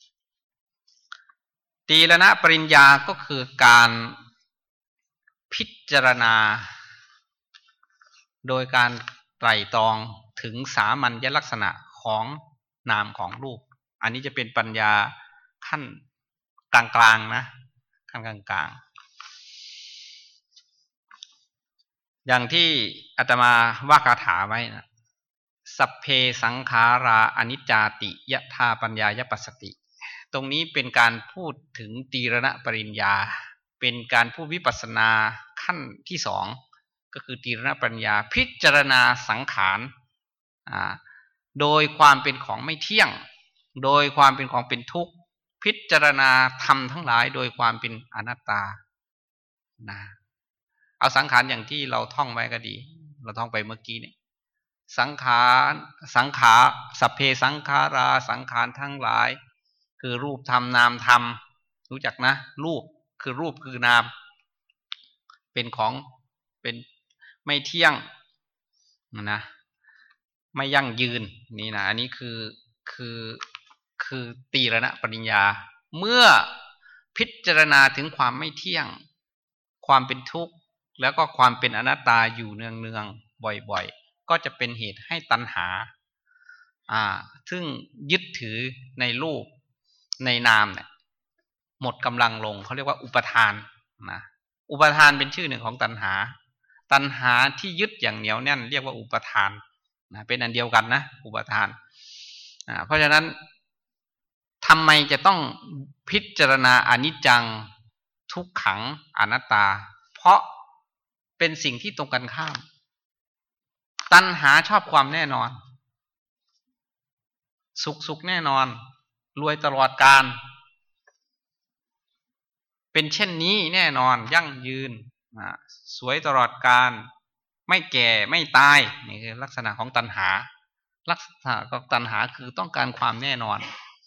ตีรณปริญญาก็คือการพิจารณาโดยการไตร่ตรองถึงสามัญลักษณะของนามของรูปอันนี้จะเป็นปัญญาขั้นกลางๆนะขั้นกลางๆอย่างที่อาตมาว่าคาถาไว้นะสัพเพสังขาราอนิจจาติยถาปัญญายปัสสติตรงนี้เป็นการพูดถึงตีรณปริญญาเป็นการพูดวิปัสสนาขั้นที่สองก็คือตีรณปัญญาพิจารณาสังขารโดยความเป็นของไม่เที่ยงโดยความเป็นของเป็นทุกข์พิจารณาธรรมทั้งหลายโดยความเป็นอนัตตานะเอาสังขารอย่างที่เราท่องไว้ก็ดีเราท่องไปเมื่อกี้เนี่ยสังขารสังขารสัพเพสังขาราสังขารทั้งหลายคือรูปธรรมนามธรรมรู้จักนะรูปคือรูปคือนามเป็นของเป็นไม่เที่ยงนะไม่ยั่งยืนนี่นะอันนี้คือคือคือตีรณปริญญาเมื่อพิจารณาถึงความไม่เที่ยงความเป็นทุกข์แล้วก็ความเป็นอนัตตาอยู่เนืองๆบ่อยๆก็จะเป็นเหตุให้ตัณหาอ่าซึ่งยึดถือในรูปในนามเนี่ยหมดกำลังลงเขาเรียกว่าอุปทานนะอุปทานเป็นชื่อหนึ่งของตัณหาตัณหาที่ยึดอย่างเหนียวแน่นเรียกว่าอุปทานนะเป็นอันเดียวกันนะอุปทานอ่าเพราะฉะนั้นทำไมจะต้องพิจารณาอนิจจังทุกขังอนัตตาเพราะเป็นสิ่งที่ตรงกันข้ามตัณหาชอบความแน่นอนสุขสุขแน่นอนรวยตลอดกาลเป็นเช่นนี้แน่นอนยั่งยืนสวยตลอดกาลไม่แก่ไม่ตายนี่คือลักษณะของตัณหาลักษณะของตัณหาคือต้องการความแน่นอน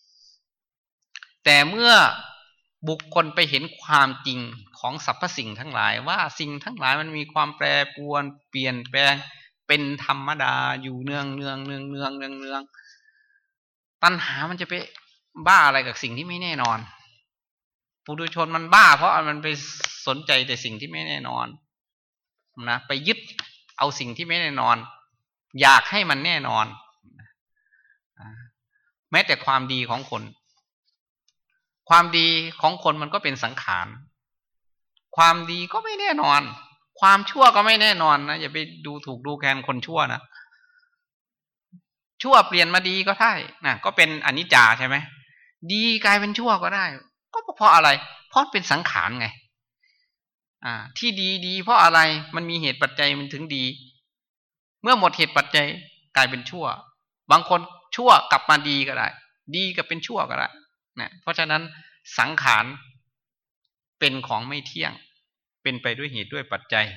แต่เมื่อบุคคลไปเห็นความจริงของสรรพสิ่งทั้งหลายว่าสิ่งทั้งหลายมันมีความแปรปรวนเปลี่ยนแปลงเป็นธรรมดาอยู่เนืองเนืองเนืองเนืองเนืองเนืองตัณหามันจะไปบ้าอะไรกับสิ่งที่ไม่แน่นอนปุถุชนมันบ้าเพราะมันไปสนใจแต่สิ่งที่ไม่แน่นอนนะไปยึดเอาสิ่งที่ไม่แน่นอนอยากให้มันแน่นอนแม้แต่ความดีของคนความดีของคนมันก็เป็นสังขารความดีก็ไม่แน่นอนความชั่วก็ไม่แน่นอนนะอย่าไปดูถูกดูแคลนคนชั่วนะชั่วเปลี่ยนมาดีก็ได้นะก็เป็นอนิจจาใช่ไหมดีกลายเป็นชั่วก็ได้ก็เพราะอะไรเพราะเป็นสังขารไงอ่าที่ดีดีเพราะอะไรมันมีเหตุปัจจัยมันถึงดีเมื่อหมดเหตุปัจจัยกลายเป็นชั่วบางคนชั่วกลับมาดีก็ได้ดีกับเป็นชั่วก็ได้นะเพราะฉะนั้นสังขารเป็นของไม่เที่ยงเป็นไปด้วยเหตุด้วยปัจจัย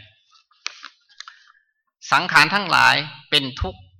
สังขารทั้งหลายเป็นทุกข์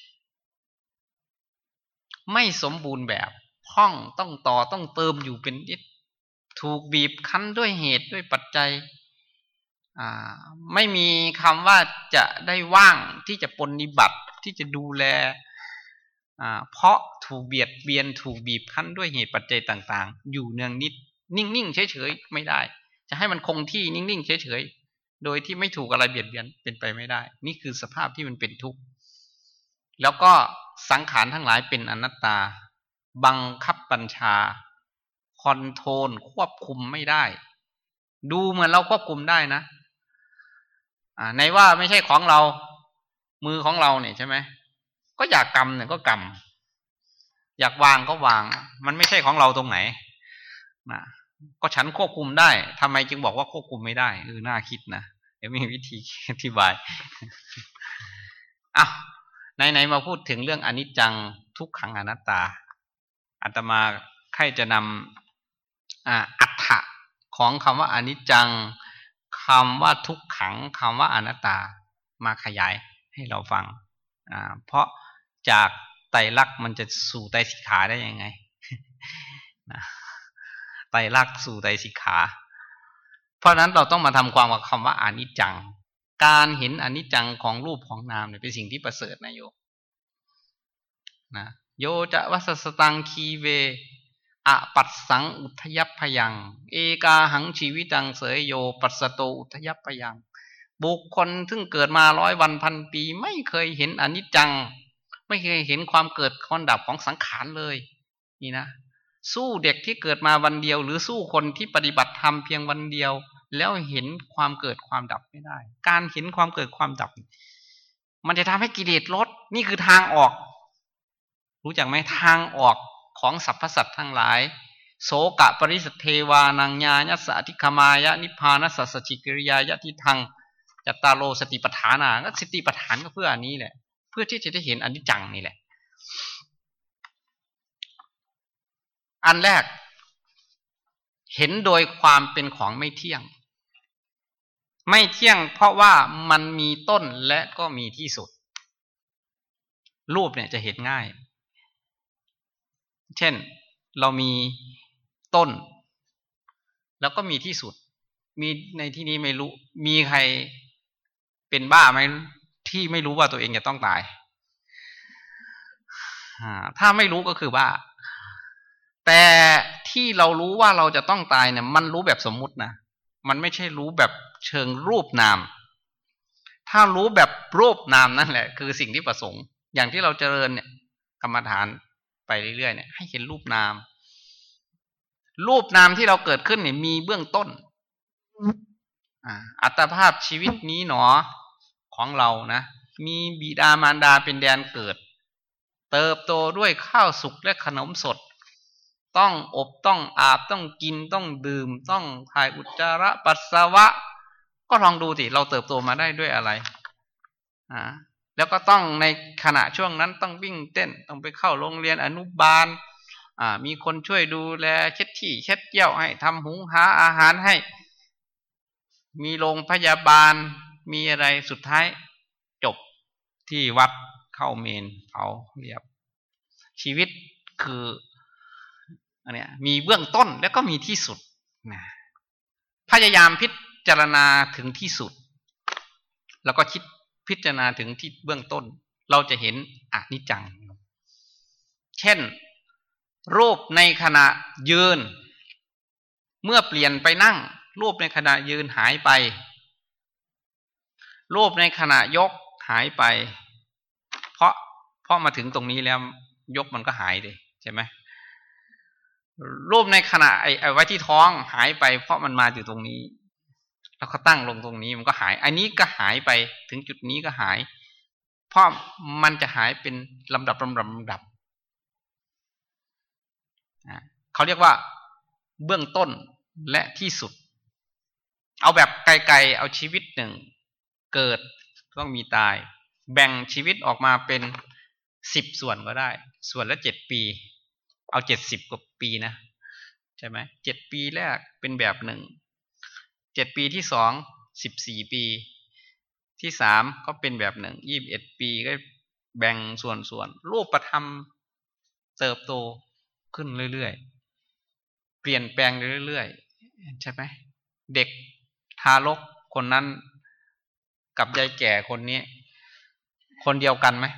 ไม่สมบูรณ์แบบพ้องต้องต่อต้องเติมอยู่เป็นนิดถูกบีบคั้นด้วยเหตุด้วยปัจจัยอ่าไม่มีคำว่าจะได้ว่างที่จะปฏิบัติที่จะดูแลอ่าเพราะถูกเบียดเบียนถูกบีบคั้นด้วยเหตุปัจจัยต่างๆอยู่เนืองนิดนิ่งๆเฉยๆไม่ได้จะให้มันคงที่นิ่งๆเฉยๆโดยที่ไม่ถูกอะไรเบียดเบียนเป็นไปไม่ได้นี่คือสภาพที่มันเป็นทุกข์แล้วก็สังขารทั้งหลายเป็นอนัตตาบังคับบัญชาคอนโทรลควบคุมไม่ได้ดูเหมือนเราควบคุมได้นะอ่าในว่าไม่ใช่ของเรามือของเราเนี่ยใช่ไหมก็อยากกำเนี่ยก็กำอยากวางก็วางมันไม่ใช่ของเราตรงไหนนะก็ฉันควบคุมได้ทำไมจึงบอกว่าควบคุมไม่ได้เออน่าคิดนะเดี๋ยวมีวิธีอธิบายอ้าวไหนๆมาพูดถึงเรื่องอนิจจังทุกขังอนัตตาอาตมาใครจะนำอ่าอัฏฐะของคำว่าอนิจจังคำว่าทุกขังคำว่าอนัตตามาขยายให้เราฟังอ่าเพราะจากไตรลักษณ์มันจะสู่ไตรสิกขาได้ยังไงนะไตรลักษณ์สู่ไตรสิกขาเพราะนั้นเราต้องมาทำความกับคำว่าอนิจจังการเห็นอนิจจังของรูปของนามเนี่ยเป็นสิ่งที่ประเสริฐนะโยนะโยจะวัสสตังคีเวอปัสสังอุทยัพพยังเอกาหังชีวิตังเสยโยปัสสโตอุทยัพพยังบุคคลซึ่งเกิดมาร้อยวันพันปีไม่เคยเห็นอนิจจังไม่เคยเห็นความเกิดความดับของสังขารเลยนี่นะสู้เด็กที่เกิดมาวันเดียวหรือสู้คนที่ปฏิบัติธรรมเพียงวันเดียวแล้วเห็นความเกิดความดับไม่ได้การเห็นความเกิดความดับมันจะทำให้กิเลสลดนี่คือทางออกรู้จักไหมทางออกของสรรพสัตว์ทั้งหลายโสกะปริสเทวานังญาญัสสะทิคมายะนิพพานัสสจิกิริยายะทิทังจัตตาโลสติปัฏฐานาก็สติปัฏฐานก็เพื่ออันนี้แหละเพื่อที่จะได้เห็นอนิจจังนี่แหละอันแรกเห็นโดยความเป็นของไม่เที่ยงไม่เที่ยงเพราะว่ามันมีต้นและก็มีที่สุดรูปเนี่ยจะเห็นง่ายเช่นเรามีต้นแล้วก็มีที่สุดมีในที่นี้ไม่รู้มีใครเป็นบ้าไหมที่ไม่รู้ว่าตัวเองจะต้องตายถ้าไม่รู้ก็คือบ้าแต่ที่เรารู้ว่าเราจะต้องตายเนี่ยมันรู้แบบสมมุตินะมันไม่ใช่รู้แบบเชิงรูปนามถ้ารู้แบบรูปนามนั่นแหละคือสิ่งที่ประสงค์อย่างที่เราเจริญเนี่ยกรรมฐานไปเรื่อยๆเนี่ยให้เห็นรูปนามรูปนามที่เราเกิดขึ้นเนี่ยมีเบื้องต้นอัตภาพชีวิตนี้หนอของเรานะมีบิดามารดาเป็นแดนเกิดเติบโตด้วยข้าวสุกและขนมสดต้องอบต้องอาบต้องกินต้องดื่มต้องถ่ายอุจจาระปัสสาวะก็ลองดูสิเราเติบโตมาได้ด้วยอะไรอ่าแล้วก็ต้องในขณะช่วงนั้นต้องวิ่งเต้นต้องไปเข้าโรงเรียนอนุบาลอ่ามีคนช่วยดูแลเช็ดที่เช็ดเยี่ยวให้ทำหุงหาอาหารให้มีโรงพยาบาลมีอะไรสุดท้ายจบที่วัดเข้าเมนเผาเรียบชีวิตคืออันเนี้ยมีเบื้องต้นแล้วก็มีที่สุดนะพยายามพิจารณาถึงที่สุดแล้วก็คิดพิจารณาถึงที่เบื้องต้นเราจะเห็นอนิจจังเช่นรูปในขณะยืนเมื่อเปลี่ยนไปนั่งรูปในขณะยืนหายไปรูปในขณะยกหายไปเพราะเพราะมาถึงตรงนี้แล้วยกมันก็หายเลยใช่ไหมรูปในขณะไอ้ไอ้ไว้ที่ท้องหายไปเพราะมันมาอยู่ตรงนี้แล้วก็ตั้งลงตรงนี้มันก็หายอันนี้ก็หายไปถึงจุดนี้ก็หายเพราะมันจะหายเป็นลำดับลำดับลำดับเขาเรียกว่าเบื้องต้นและที่สุดเอาแบบไกลๆเอาชีวิตหนึ่งเกิดต้องมีตายแบ่งชีวิตออกมาเป็นสิบส่วนก็ได้ส่วนละเจ็ดปีเอาเจ็ดสิบกว่าปีนะใช่ไหมเจ็ดปีแรกเป็นแบบหนึ่งเจ็ดปีที่สองสิบสี่ปีที่สามก็เป็นแบบหนึ่งยี่สิบเอ็ดปีก็แบ่งส่วนส่วนรูปธรรมเติบโตขึ้นเรื่อยๆเปลี่ยนแปลงเรื่อยๆใช่ไหมเด็กทารกคนนั้นกับยายแก่คนนี้คนเดียวกันไหม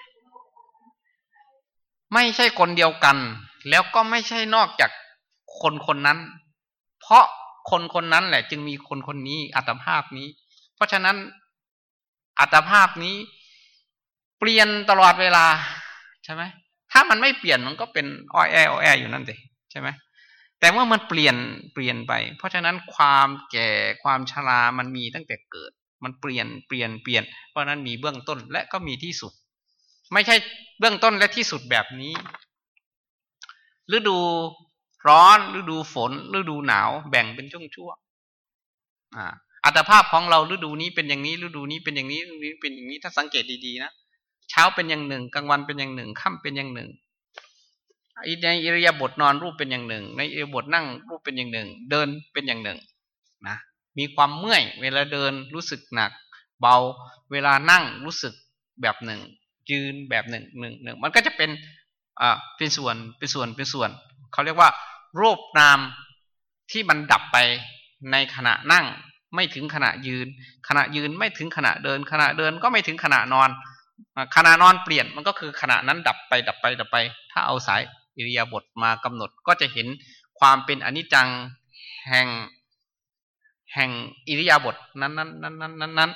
ไม่ใช่คนเดียวกันแล้วก็ไม่ใช่นอกจากคนคนนั้นเพราะคนคนนั้นแหละจึงมีคนคนนี้อัตภาพนี้เพราะฉะนั้นอัตภาพนี้เปลี่ยนตลอดเวลาใช่ไหมถ้ามันไม่เปลี่ยนมันก็เป็นอ้อแออ้อแออยู่นั่นสิใช่ไหมแต่เมื่อมันเปลี่ยนเปลี่ยนไปเพราะฉะนั้นความแก่ความชรามันมีตั้งแต่เกิดมันเปลี่ยนเปลี่ยนเปลี่ยนเพราะนั้นมีเบื้องต้นและก็มีที่สุดไม่ใช่เบื้องต้นและที่สุดแบบนี้ฤดูร้อนฤดูฝนฤดูหนาวแบ่งเป็นช่วงๆอ่าอัตภาพของเราฤดูนี้เป็นอย่างนี้ฤดูนี้เป็นอย่างนี้ฤดูนี้เป็นอย่างนี้ถ้าสังเกตดีๆนะเช้าเป็นอย่างหนึ่งกลางวันเป็นอย่างหนึ่งค่ำเป็นอย่างหนึ่งในอิริยาบถนอนรูปเป็นอย่างหนึ่งในอิริยาบถนั่งรูปเป็นอย่างหนึ่งเดินเป็นอย่างหนึ่งนะมีความเมื่อยเวลาเดินรู้สึกหนักเบาเวลานั่งรู้สึกแบบหนึ่งยืนแบบหนึ่งหนึ่งหนึ่งมันก็จะเป็นอ่าเป็นส่วนเป็นส่วนเป็นส่วนเขาเรียกว่ารูปนามที่มันดับไปในขณะนั่งไม่ถึงขณะยืนขณะยืนไม่ถึงขณะเดินขณะเดินก็ไม่ถึงขณะนอนขณะนอนเปลี่ยนมันก็คือขณะนั้นดับไปดับไปดับไปถ้าเอาสายอิริยาบถมากำหนดก็จะเห็นความเป็นอนิจจังแห่งแห่งอิริยาบถนั้นนั้นนั้นนั้นนั้นนั้น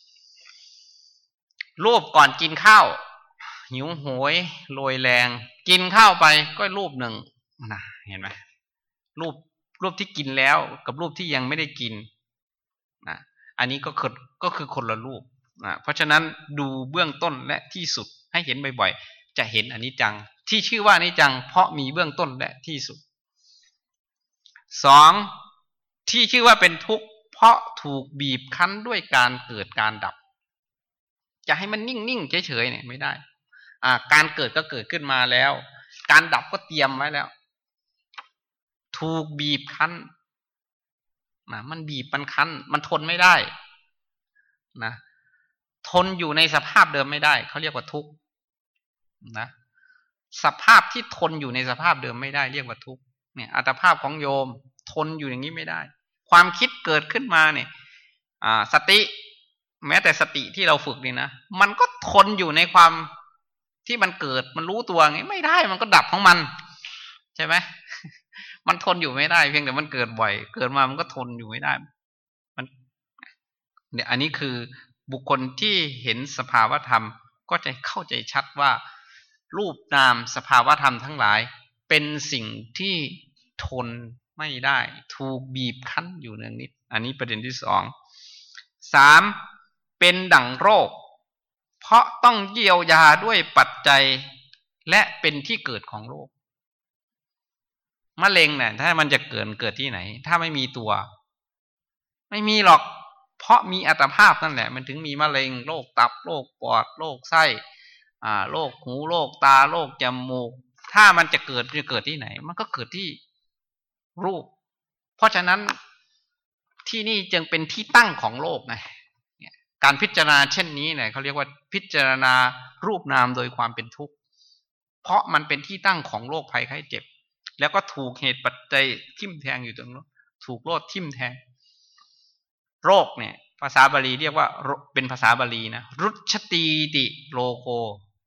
รูปก่อนกินข้าวหิวโหยโรยแรงกินข้าวไปก็รูปหนึ่งนะเห็นไหมรูปรูปที่กินแล้วกับรูปที่ยังไม่ได้กินนะอันนี้ก็คือก็คือคนละรูปนะเพราะฉะนั้นดูเบื้องต้นและที่สุดให้เห็นบ่อยๆจะเห็นอนิจจังที่ชื่อว่าอนิจจังเพราะมีเบื้องต้นและที่สุดสองที่ชื่อว่าเป็นทุกข์เพราะถูกบีบคั้นด้วยการเกิดการดับจะให้มันนิ่งๆเฉยๆเนี่ยไม่ได้อ่าการเกิดก็เกิดขึ้นมาแล้วการดับก็เตรียมไว้แล้วถูกบีบคั้นนะมันบีบมันคั้นมันทนไม่ได้นะทนอยู่ในสภาพเดิมไม่ได้เขาเรียกว่าทุกข์นะสภาพที่ทนอยู่ในสภาพเดิมไม่ได้เรียกว่าทุกข์เนี่ยอัตภาพของโยมทนอยู่อย่างนี้ไม่ได้ความคิดเกิดขึ้นมาเนี่ยอ่าสติแม้แต่สติที่เราฝึกนี่นะมันก็ทนอยู่ในความที่มันเกิดมันรู้ตัวไงไม่ได้มันก็ดับของมันใช่ไหมมันทนอยู่ไม่ได้เพียงแต่มันเกิดบ่อยเกิดมามันก็ทนอยู่ไม่ได้เนี่ยอันนี้คือบุคคลที่เห็นสภาวธรรมก็จะเข้าใจชัดว่ารูปนามสภาวธรรมทั้งหลายเป็นสิ่งที่ทนไม่ได้ถูกบีบคั้นอยู่เนืองนิดอันนี้ประเด็นที่สองสามเป็นดั่งโรคเพราะต้องเยียวยาด้วยปัจจัยและเป็นที่เกิดของโรคมะเร็งเนี่ยถ้ามันจะเกิดเกิดที่ไหนถ้าไม่มีตัวไม่มีหรอกเพราะมีอัตภาพนั่นแหละมันถึงมีมะเร็งโรคตับโรคปอดโรคไส้อ่าโรคหูโรคตาโรคจมูกถ้ามันจะเกิดจะเกิดที่ไหนมันก็เกิดที่รูปเพราะฉะนั้นที่นี่จึงเป็นที่ตั้งของโลกไงการพิจารณาเช่นนี้เนี่ยเขาเรียกว่าพิจารณารูปนามโดยความเป็นทุกข์เพราะมันเป็นที่ตั้งของโรคภัยไข้เจ็บแล้วก็ถูกเหตุปัจจัยทิ่มแทงอยู่ตรงนั้นถูกโรคทิ่มแทงโรคเนี่ยภาษาบาลีเรียกว่าเป็นภาษาบาลีนะรุชตีติโลโค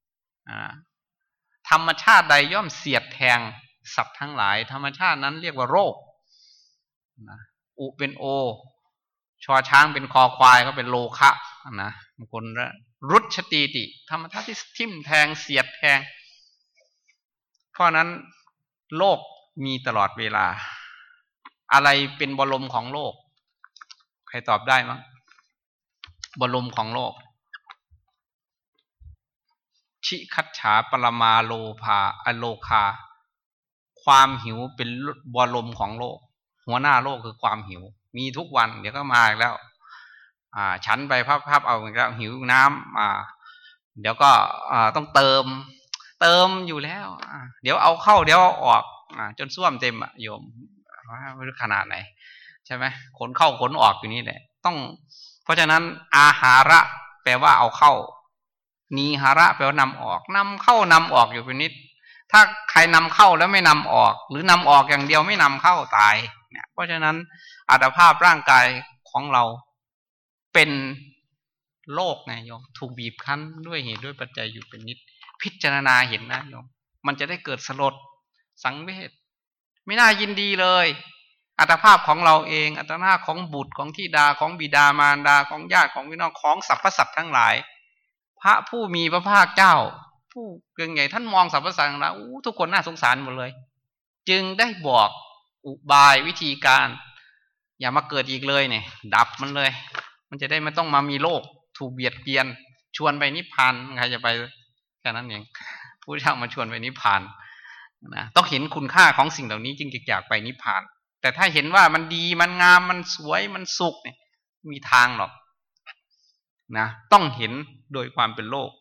ธรรมชาติใดย่อมเสียดแทงสัตว์ทั้งหลายธรรมชาตินั้นเรียกว่าโรคอุเป็นโอชอช้างเป็นคอควายก็เป็นโลคะนะบางคนรุชตีติธรรมชาติที่ทิ่มแทงเสียดแทงเพราะนั้นโลกมีตลอดเวลาอะไรเป็นบรมของโลกใครตอบได้มั้งบรมของโลกชิคัจฉาปรมาโลภาอโลคาความหิวเป็นบรมของโลกหัวหน้าโลกคือความหิวมีทุกวันเดี๋ยวก็มาอีกแล้วอ่าฉันไปพับๆเอาอีกแล้วหิวน้ำอ่าเดี๋ยวก็อ่าต้องเติมเติมอยู่แล้วอ่าเดี๋ยวเอาเข้าเดี๋ยวเอาออกอ่าจนส้วมเต็มอ่ะโยมไม่รู้ขนาดไหนใช่ไหมขนเข้าขนออกอยู่นี่แหละต้องเพราะฉะนั้นอาหาระแปลว่าเอาเข้านีหาระแปลว่านำออกนำเข้านำออกอยู่เป็นนิดถ้าใครนำเข้าแล้วไม่นำออกหรือนำออกอย่างเดียวไม่นำเข้าตายเนี่ยเพราะฉะนั้นอัตภาพร่างกายของเราเป็นโรคไงโยมถูกบีบคั้นด้วยเหตุด้วยปัจจัยอยู่เป็นนิดพิจารณาเห็นนะโยมมันจะได้เกิดสลดสังเวชไม่น่ายินดีเลยอัตภาพของเราเองอัตภาพของบุตรของธิดาของบิดามารดาของญาติของพี่น้องของสรรพสัตว์ทั้งหลายพระผู้มีพระภาคเจ้าผู้เก่งใหญ่ท่านมองสรรพสัตว์แล้วทุกคนน่าสงสารหมดเลยจึงได้บอกอุบายวิธีการอย่ามาเกิดอีกเลยเนี่ยดับมันเลยมันจะได้ไม่ต้องมามีโรคถูกเบียดเบียนชวนไปนิพพานใครจะไปแค่นั้นเองผู้เจ้ามาชวนไปนิพพานนะต้องเห็นคุณค่าของสิ่งเหล่านี้จึงจะอยากไปนิพพานแต่ถ้าเห็นว่ามันดีมันงามมันสวยมันสุขเนี่ยมีทางหรอกนะต้องเห็นโดยความเป็นโลก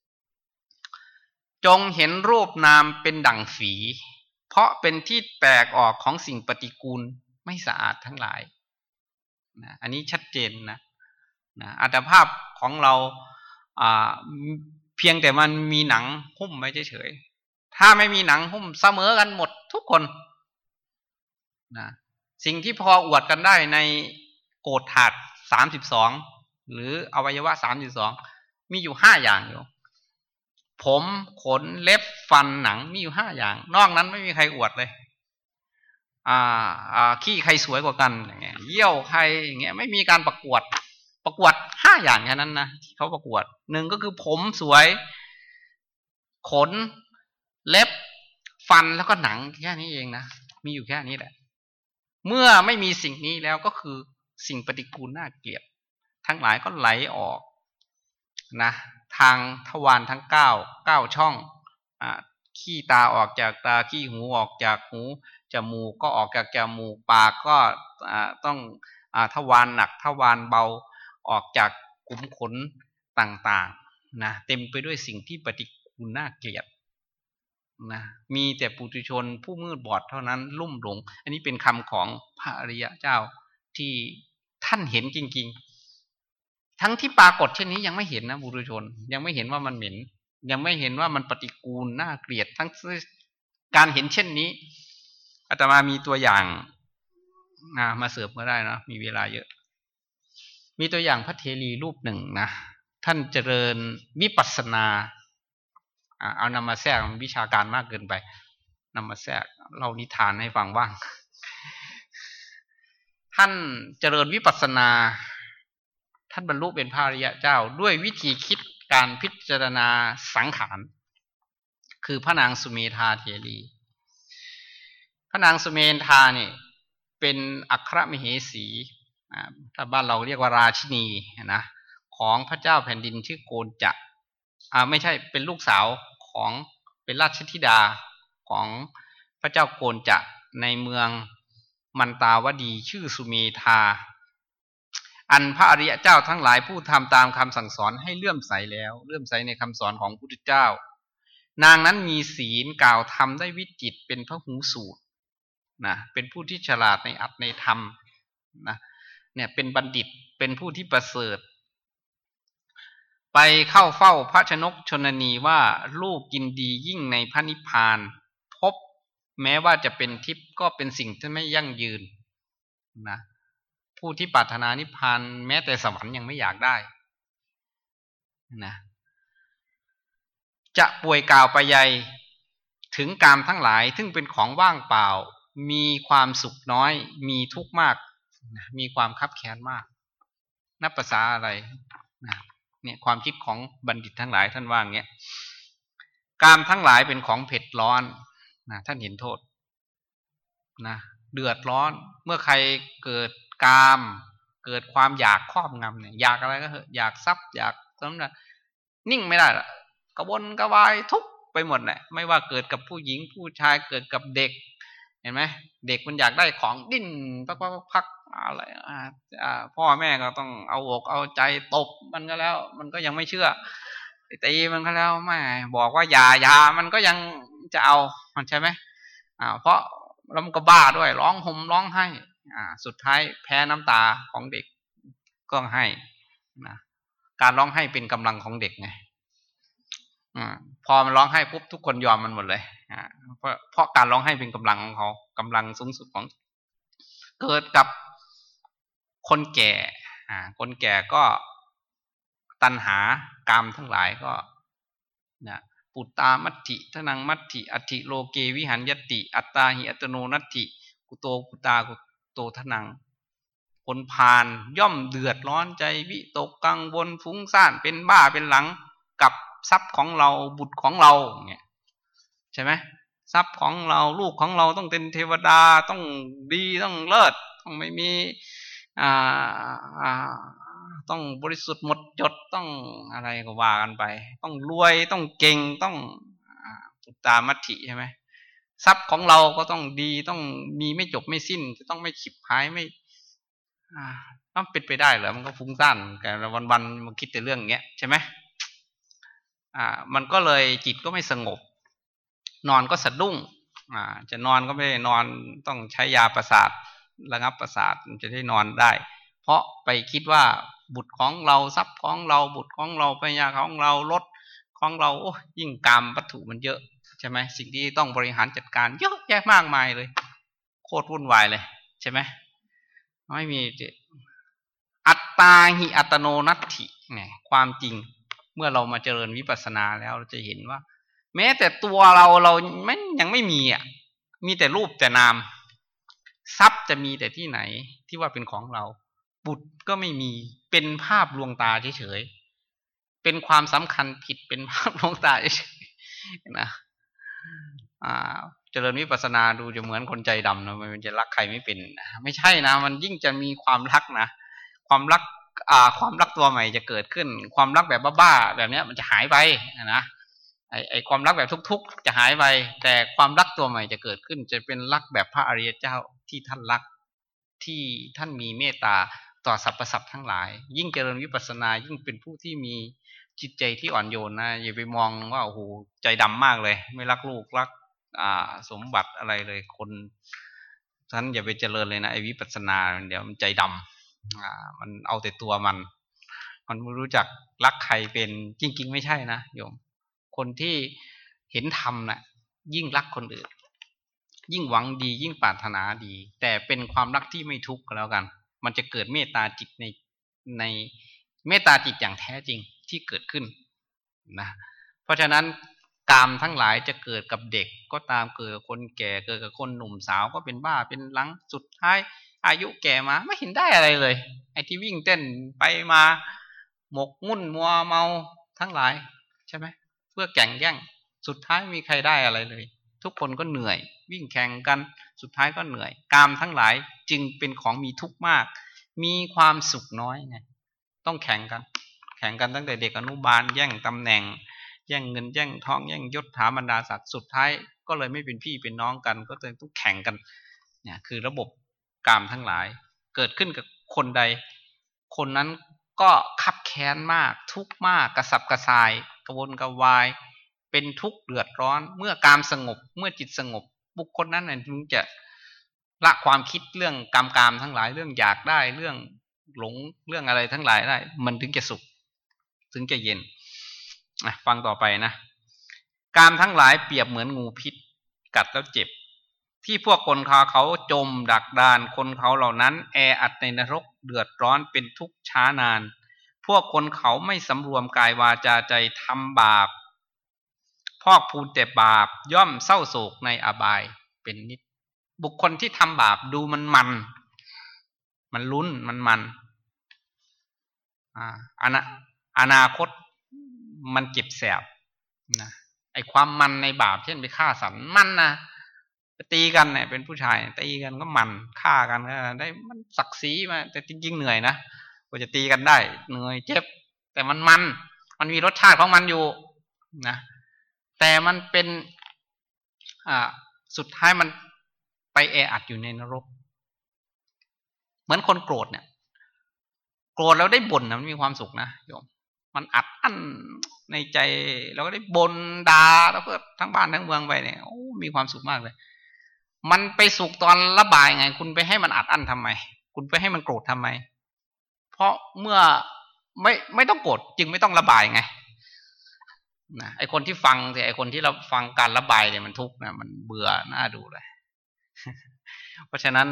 จงเห็นรูปนามเป็นดั่งฝีเพราะเป็นที่แตกออกของสิ่งปฏิกูลไม่สะอาดทั้งหลายนะอันนี้ชัดเจนนะนะอัตภาพของเราอ่าเพียงแต่มันมีหนังหุ้มไว้เฉยๆถ้าไม่มีหนังหุ้มเสมอกันหมดทุกคนนะสิ่งที่พออวดกันได้ในโกฏฐาตุสามสิบสองหรืออวัยวะสามสิบสองมีอยู่ห้าอย่างอยู่ผมขนเล็บฟันหนังมีอยู่ห้าอย่างนอกนั้นไม่มีใครอวดเลยอ่าอ่าขี้ใครสวยกว่ากันอย่างเงี้ยเยี่ยวใครอย่างเงี้ยไม่มีการประกวดประกวดห้าอย่างแค่นั้นนะที่เขาประกวดหนึ่งก็คือผมสวยขนเล็บฟันแล้วก็หนังแค่นี้เองนะมีอยู่แค่นี้แหละเมื่อไม่มีสิ่งนี้แล้วก็คือสิ่งปฏิกูลน่าเกลียดทั้งหลายก็ไหลออกนะทางทวารทั้งเก้าเก้าช่องอ่าขี้ตาออกจากตาขี้หูออกจากหูจมูกก็ออกจากจมูกปากก็อ่าต้องอ่าทวารหนักทวารเบาออกจากขุมขนต่างๆนะเต็มไปด้วยสิ่งที่ปฏิกูลน่าเกลียดนะมีแต่ปุถุชนผู้มืดบอดเท่านั้นลุ่มหลงอันนี้เป็นคำของพระอริยเจ้าที่ท่านเห็นจริงๆทั้งที่ปรากฏเช่นนี้ยังไม่เห็นนะปุถุชนยังไม่เห็นว่ามันเหม็นยังไม่เห็นว่ามันปฏิกูลน่าเกลียดทั้งการเห็นเช่นนี้อาตมามีตัวอย่างมาเสิร์ฟก็ได้นะมีเวลาเยอะมีตัวอย่างพระเถรีรูปหนึ่งนะท่านเจริญวิปัสสนาเอานำมาแทรกวิชาการมากเกินไปนำมาแทรกเล่านิทานให้ฟังบ้างท่านเจริญวิปัสสนาท่านบรรลุเป็นพระอริยเจ้าด้วยวิธีคิดการพิจารณาสังขารคือพระนางสุเมธาเถรีพระนางสุเมธาเนี่ยเป็นอัครมเหสีถ้าบ้านเราเรียกว่าราชินีนะของพระเจ้าแผ่นดินชื่อโกณจะอ่าไม่ใช่เป็นลูกสาวของเป็นราชธิดาของพระเจ้าโกณจะในเมืองมันตาวดีชื่อสุเมธาอันพระอริยเจ้าทั้งหลายผู้ทำตามคำสั่งสอนให้เลื่อมใสแล้วเลื่อมใสในคำสอนของพระพุทธเจ้านางนั้นมีศีลกล่าวธรรมได้วิจิตรเป็นพหูสูตรนะเป็นผู้ที่ฉลาดในอัตในธรรมนะเนี่ยเป็นบัณฑิตเป็นผู้ที่ประเสริฐไปเข้าเฝ้าพระชนกชนนีว่าลูกยินดียิ่งในพระนิพพานพบแม้ว่าจะเป็นทิพย์ก็เป็นสิ่งที่ไม่ยั่งยืนนะผู้ที่ปรารถนานิพพานแม้แต่สวรรค์ยังไม่อยากได้นะจะป่วยกล่าวไปใหญ่ถึงกามทั้งหลายซึ่งเป็นของว่างเปล่ามีความสุขน้อยมีทุกข์มากมีความคับแค้นมากนับภาษาอะไรนะเนี่ยความคิดของบัณฑิตทั้งหลายท่านว่าอย่างเงี้ยกามทั้งหลายเป็นของเผ็ดร้อนนะท่านเห็นโทษนะเดือดร้อนเมื่อใครเกิดกามเกิดความอยากครอบงำเนี่ยอยากอะไรก็เถอะอยากทรัพย์อยากสมนะนิ่งไม่ได้ละกระวนกระวายทุกไปหมดแหละไม่ว่าเกิดกับผู้หญิงผู้ชายเกิดกับเด็กเห็นไหมเด็กมันอยากได้ของดิ้นพักพักอะไรอ่าพ่อแม่ก็ต้องเอาอกเอาใจตบมันก็แล้วมันก็ยังไม่เชื่อตีมันก็แล้วไม่บอกว่าอย่าอย่ามันก็ยังจะเอามันใช่ไหมอ่าเพราะแล้วมันก็บ้าด้วยร้องห่มร้องไห้อ่าสุดท้ายแพ้น้ำตาของเด็กก็ให้นะการร้องไห้เป็นกำลังของเด็กไงอ่าพอมันร้องไห้ปุ๊บทุกคนยอมมันหมดเลยอ่าเพราะเพราะการร้องไห้เป็นกำลังของเขากำลังสูงสุดของเกิดกับคนแก่อ่าคนแก่ก็ตัณหากามทั้งหลายก็นะปุตตามัตถิทนังมัตถิอัตถิโลเกวิหันยติอัตตาหิอัตโนนัตถิกุโตกุตากุโตทนังคนพาลย่อมเดือดร้อนใจวิตกกังวลฟุ้งซ่านเป็นบ้าเป็นหลังกับทรัพย์ของเราบุตรของเราเนี่ยใช่ไหมทรัพย์ของเราลูกของเราต้องเป็นเทวดาต้องดีต้องเลิศต้องไม่มีอ่าอ่าต้องบริสุทธิ์หมดจดต้องอะไรก็ว่ากันไปต้องรวยต้องเก่งต้องปุตตามัตถิใช่ไหมทรัพย์ของเราก็ต้องดีต้องมีไม่จบไม่สิ้นจะต้องไม่ฉิบหายไม่อ่าต้องเป็นไปได้เหรอมันก็ฟุ้งซ่านแต่วันๆมันคิดแต่เรื่องเงี้ยใช่ไหมอ่ามันก็เลยจิตก็ไม่สงบนอนก็สะดุ้งอ่าจะนอนก็ไม่ได้นอนต้องใช้ยาประสาทระงับประสาทมันจะได้นอนได้เพราะไปคิดว่าบุตรของเราทรัพย์ของเราบุตรของเราภรรยาของเรารถของเราโอ้ยิ่งกามวัตถุมันเยอะใช่ไหมสิ่งที่ต้องบริหารจัดการเยอะแยะมากมายเลยโคตรวุ่นวายเลยใช่ไหมไม่มีอัตตาหิอัตโนนัตถิเนี่ยความจริงเมื่อเรามาเจริญวิปัสสนาแล้วเราจะเห็นว่าแม้แต่ตัวเราเราไม่ยังไม่มีอ่ะมีแต่รูปแต่นามทรัพย์จะมีแต่ที่ไหนที่ว่าเป็นของเราบุตรก็ไม่มีเป็นภาพลวงตาเฉยๆเป็นความสำคัญผิดเป็นภาพลวงตาเฉยๆนะอ่าเจริญวิปัสสนาดูจะเหมือนคนใจดำนะมันจะรักใครไม่เป็นไม่ใช่นะมันยิ่งจะมีความรักนะความรักอ่าความรักตัวใหม่จะเกิดขึ้นความรักแบบบ้าๆแบบนี้มันจะหายไปนะไอไอความรักแบบทุกๆจะหายไปแต่ความรักตัวใหม่จะเกิดขึ้นจะเป็นรักแบบพระอริยเจ้าที่ท่านรักที่ท่านมีเมตตาต่อสรรพสัตว์ทั้งหลายยิ่งเจริญวิปัสสนายิ่งเป็นผู้ที่มีจิตใจที่อ่อนโยนนะอย่าไปมองว่าโอ้โหใจดำมากเลยไม่รักลูกรักอ่าสมบัติอะไรเลยคนฉะนั้นอย่าไปเจริญเลยนะไอ้วิปัสสนาเดี๋ยวมันใจดำอ่ามันเอาแต่ตัวมันมันไม่รู้จักรักใครเป็นจริงๆไม่ใช่นะโยมคนที่เห็นธรรมนะยิ่งรักคนอื่นยิ่งหวังดียิ่งปรารถนาดีแต่เป็นความรักที่ไม่ทุกข์ก็แล้วกันมันจะเกิดเมตตาจิตในในเมตตาจิตอย่างแท้จริงที่เกิดขึ้นนะเพราะฉะนั้นกามทั้งหลายจะเกิดกับเด็กก็ตามเกิดกับคนแก่เกิดกับคนหนุ่มสาวก็เป็นบ้าเป็นหลังสุดท้ายอายุแก่มาไม่เห็นได้อะไรเลยไอ้ที่วิ่งเต้นไปมาหมกมุ่นมัวเมาทั้งหลายใช่ไหมเพื่อแข่งแย่งสุดท้ายมีใครได้อะไรเลยทุกคนก็เหนื่อยวิ่งแข่งกันสุดท้ายก็เหนื่อยกามทั้งหลายจึงเป็นของมีทุกข์มากมีความสุขน้อยไงต้องแข่งกันแข่งกันตั้งแต่เด็กอนุบาลแย่งตำแหน่งแย่งเงินแย่งทองแย่งยศถาบรรดาศักดิ์สุดท้ายก็เลยไม่เป็นพี่เป็นน้องกันก็เลยต้องแข่งกันเนี่ยคือระบบกามทั้งหลายเกิดขึ้นกับคนใดคนนั้นก็คับแค้นมากทุกข์มากกระสับกระส่ายกระวนกระวายเป็นทุกข์เดือดร้อนเมื่อกามสงบเมื่อจิตสงบบุคคลนั้นน่ะถึงจะละความคิดเรื่องกามกามทั้งหลายเรื่องอยากได้เรื่องหลงเรื่องอะไรทั้งหลายได้มันถึงจะสุขถึงจะเย็นอ่ะฟังต่อไปนะกามทั้งหลายเปรียบเหมือนงูพิษกัดแล้วเจ็บที่พวกคนเขาเขาจมดักดานคนเขาเหล่านั้นแออัดในนรกเดือดร้อนเป็นทุกข์ช้านานพวกคนเขาไม่สำรวมกายวาจาใจทำบาปพอกพูนแต่บาปย่อมเศร้าโศกในอบายเป็นนิจบุคคลที่ทำบาปดูมันมันมันลุ้นมันมันอ่าอนาอนาคตมันเจ็บแสบนะไอความมันในบาปเช่นไปฆ่าสัตว์มันนะไปตีกันเนี่ยเป็นผู้ชายตีกันก็มันฆ่ากันก็ได้มันศักดิ์ศรีมาแต่จริงๆเหนื่อยนะกว่าจะตีกันได้เหนื่อยเจ็บแต่มันมันมันมีรสชาติของมันอยู่นะแต่มันเป็นอ่าสุดท้ายมันไปแออัดอยู่ในนรกเหมือนคนโกรธเนี่ยโกรธแล้วได้บ่นนะมันมีความสุขนะโยมมันอัดอั้นในใจเราก็ได้บ่นด่าแล้วเพื่อทั้งบ้านทั้งเมืองไปเนี่ยโอ้มีความสุขมากเลยมันไปสุขตอนระบายไงคุณไปให้มันอัดอั้นทำไมคุณไปให้มันโกรธทำไมเพราะเมื่อไม่ไม่ต้องโกรธจึงไม่ต้องระบายไงนะไอคนที่ฟังแต่ไอคนที่เราฟังการระบายเนี่ยมันทุกข์นะมันเบื่อหน้าดูเลย เพราะฉะนั้น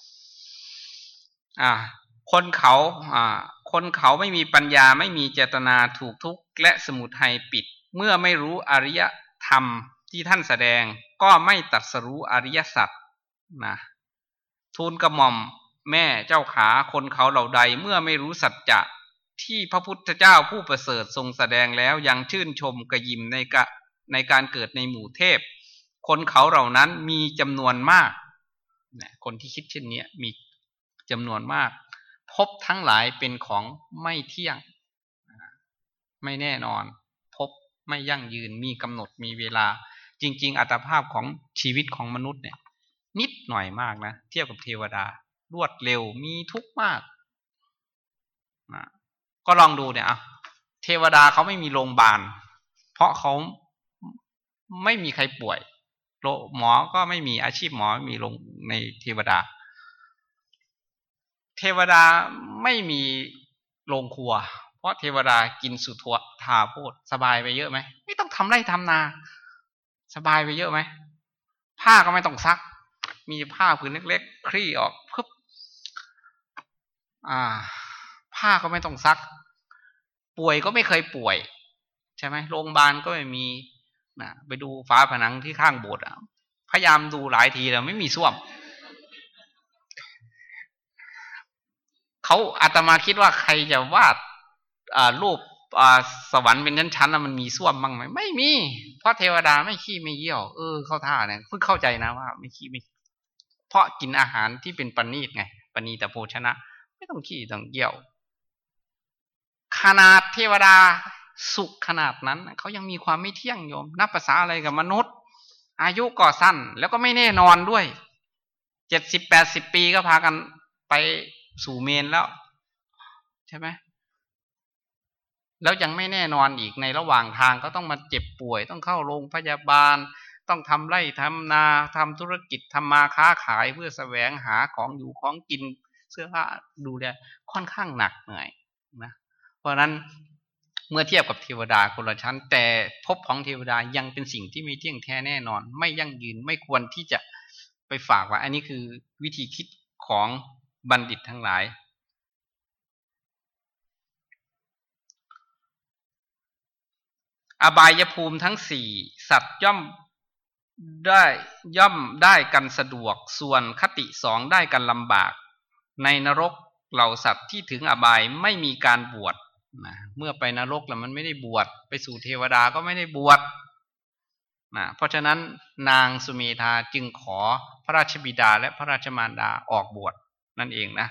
อ่าคนเขาอ่าคนเขาไม่มีปัญญาไม่มีเจตนาถูกทุกข์และสมุทัยปิดเมื่อไม่รู้อริยธรรมที่ท่านแสดงก็ไม่ตรัสรู้อริยสัจนะทูลกระหม่อมแม่เจ้าขาคนเขาเหล่าใดเมื่อไม่รู้สัจจะที่พระพุทธเจ้าผู้ประเสริฐทรงแสดงแล้วยังชื่นชมกระยิมในกะในการเกิดในหมู่เทพคนเขาเหล่านั้นมีจำนวนมากนะคนที่คิดเช่นนี้มีจำนวนมากพบทั้งหลายเป็นของไม่เที่ยงไม่แน่นอนพบไม่ยั่งยืนมีกำหนดมีเวลาจริงๆอัตภาพของชีวิตของมนุษย์เนี่ยนิดหน่อยมากนะเทียบกับเทวดารวดเร็วมีทุกข์มากนะก็ลองดูเนี่ยอ่ะเทวดาเขาไม่มีโรงพยาบาลเพราะเขาไม่มีใครป่วยหมอก็ไม่มีอาชีพหมอไม่มีโรงในเทวดาเทวดาไม่มีโรงครัวเพราะเทวดากินสุทวทาโพธสบายไปเยอะไหมไม่ต้องทำไร่ทำนาสบายไปเยอะไหมผ้าก็ไม่ต้องซักมีผ้าผืนเล็กๆคลี่ออกปึ๊บอ่าผ้าก็ไม่ต้องซักป่วยก็ไม่เคยป่วยใช่ไหมโรงพยาบาลก็ไม่มีนะไปดูฝาผนังที่ข้างโบสถ์พยายามดูหลายทีแล้วไม่มีส้วมเขาอาตมาคิดว่าใครจะวาดรูปสวรรค์เป็นชั้นๆแล้วมันมีส้วมบ้างไหมไม่มีเพราะเทวดาไม่ขี้ไม่เยี่ยวเออเข้าท่าเนี่ยเพิ่งเข้าใจนะว่าไม่ขี้ไม่เพราะกินอาหารที่เป็นปณีตไงปณีตโภชนะไม่ต้องขี้ต้องเยี่ยวขนาดเทวดาสุขขนาดนั้นเขายังมีความไม่เที่ยงโยมนับภาษาอะไรกับมนุษย์อายุก็สั้นแล้วก็ไม่แน่นอนด้วยเจ็ดสิบแปดสิบปีก็พากันไปสู่เมนแล้วใช่ไหมแล้วยังไม่แน่นอนอีกในระหว่างทางก็ต้องมาเจ็บป่วยต้องเข้าโรงพยาบาลต้องทำไร่ทำนาทำธุรกิจทำมาค้าขายเพื่อแสวงหาของอยู่ของกินเสื้อผ้าดูแลค่อนข้างหนักเหนื่อยนะเพราะนั้นเมื่อเทียบกับเทวดาคนละชั้นแต่ภพของเทวดายังเป็นสิ่งที่ไม่เที่ยงแท้แน่นอนไม่ยั่งยืนไม่ควรที่จะไปฝากไว้อันนี้คือวิธีคิดของบัณฑิตทั้งหลายอบายภูมิทั้งสี่สัตว์ย่อมได้ย่อมได้กันสะดวกส่วนคติสองได้กันลำบากในนรกเหล่าสัตว์ที่ถึงอบายไม่มีการบวชนะเมื่อไปนรกแล้วมันไม่ได้บวชไปสู่เทวดาก็ไม่ได้บวชนะเพราะฉะนั้นนางสุเมธาจึงขอพระราชบิดาและพระราชมารดาออกบวชนั่นเองนะ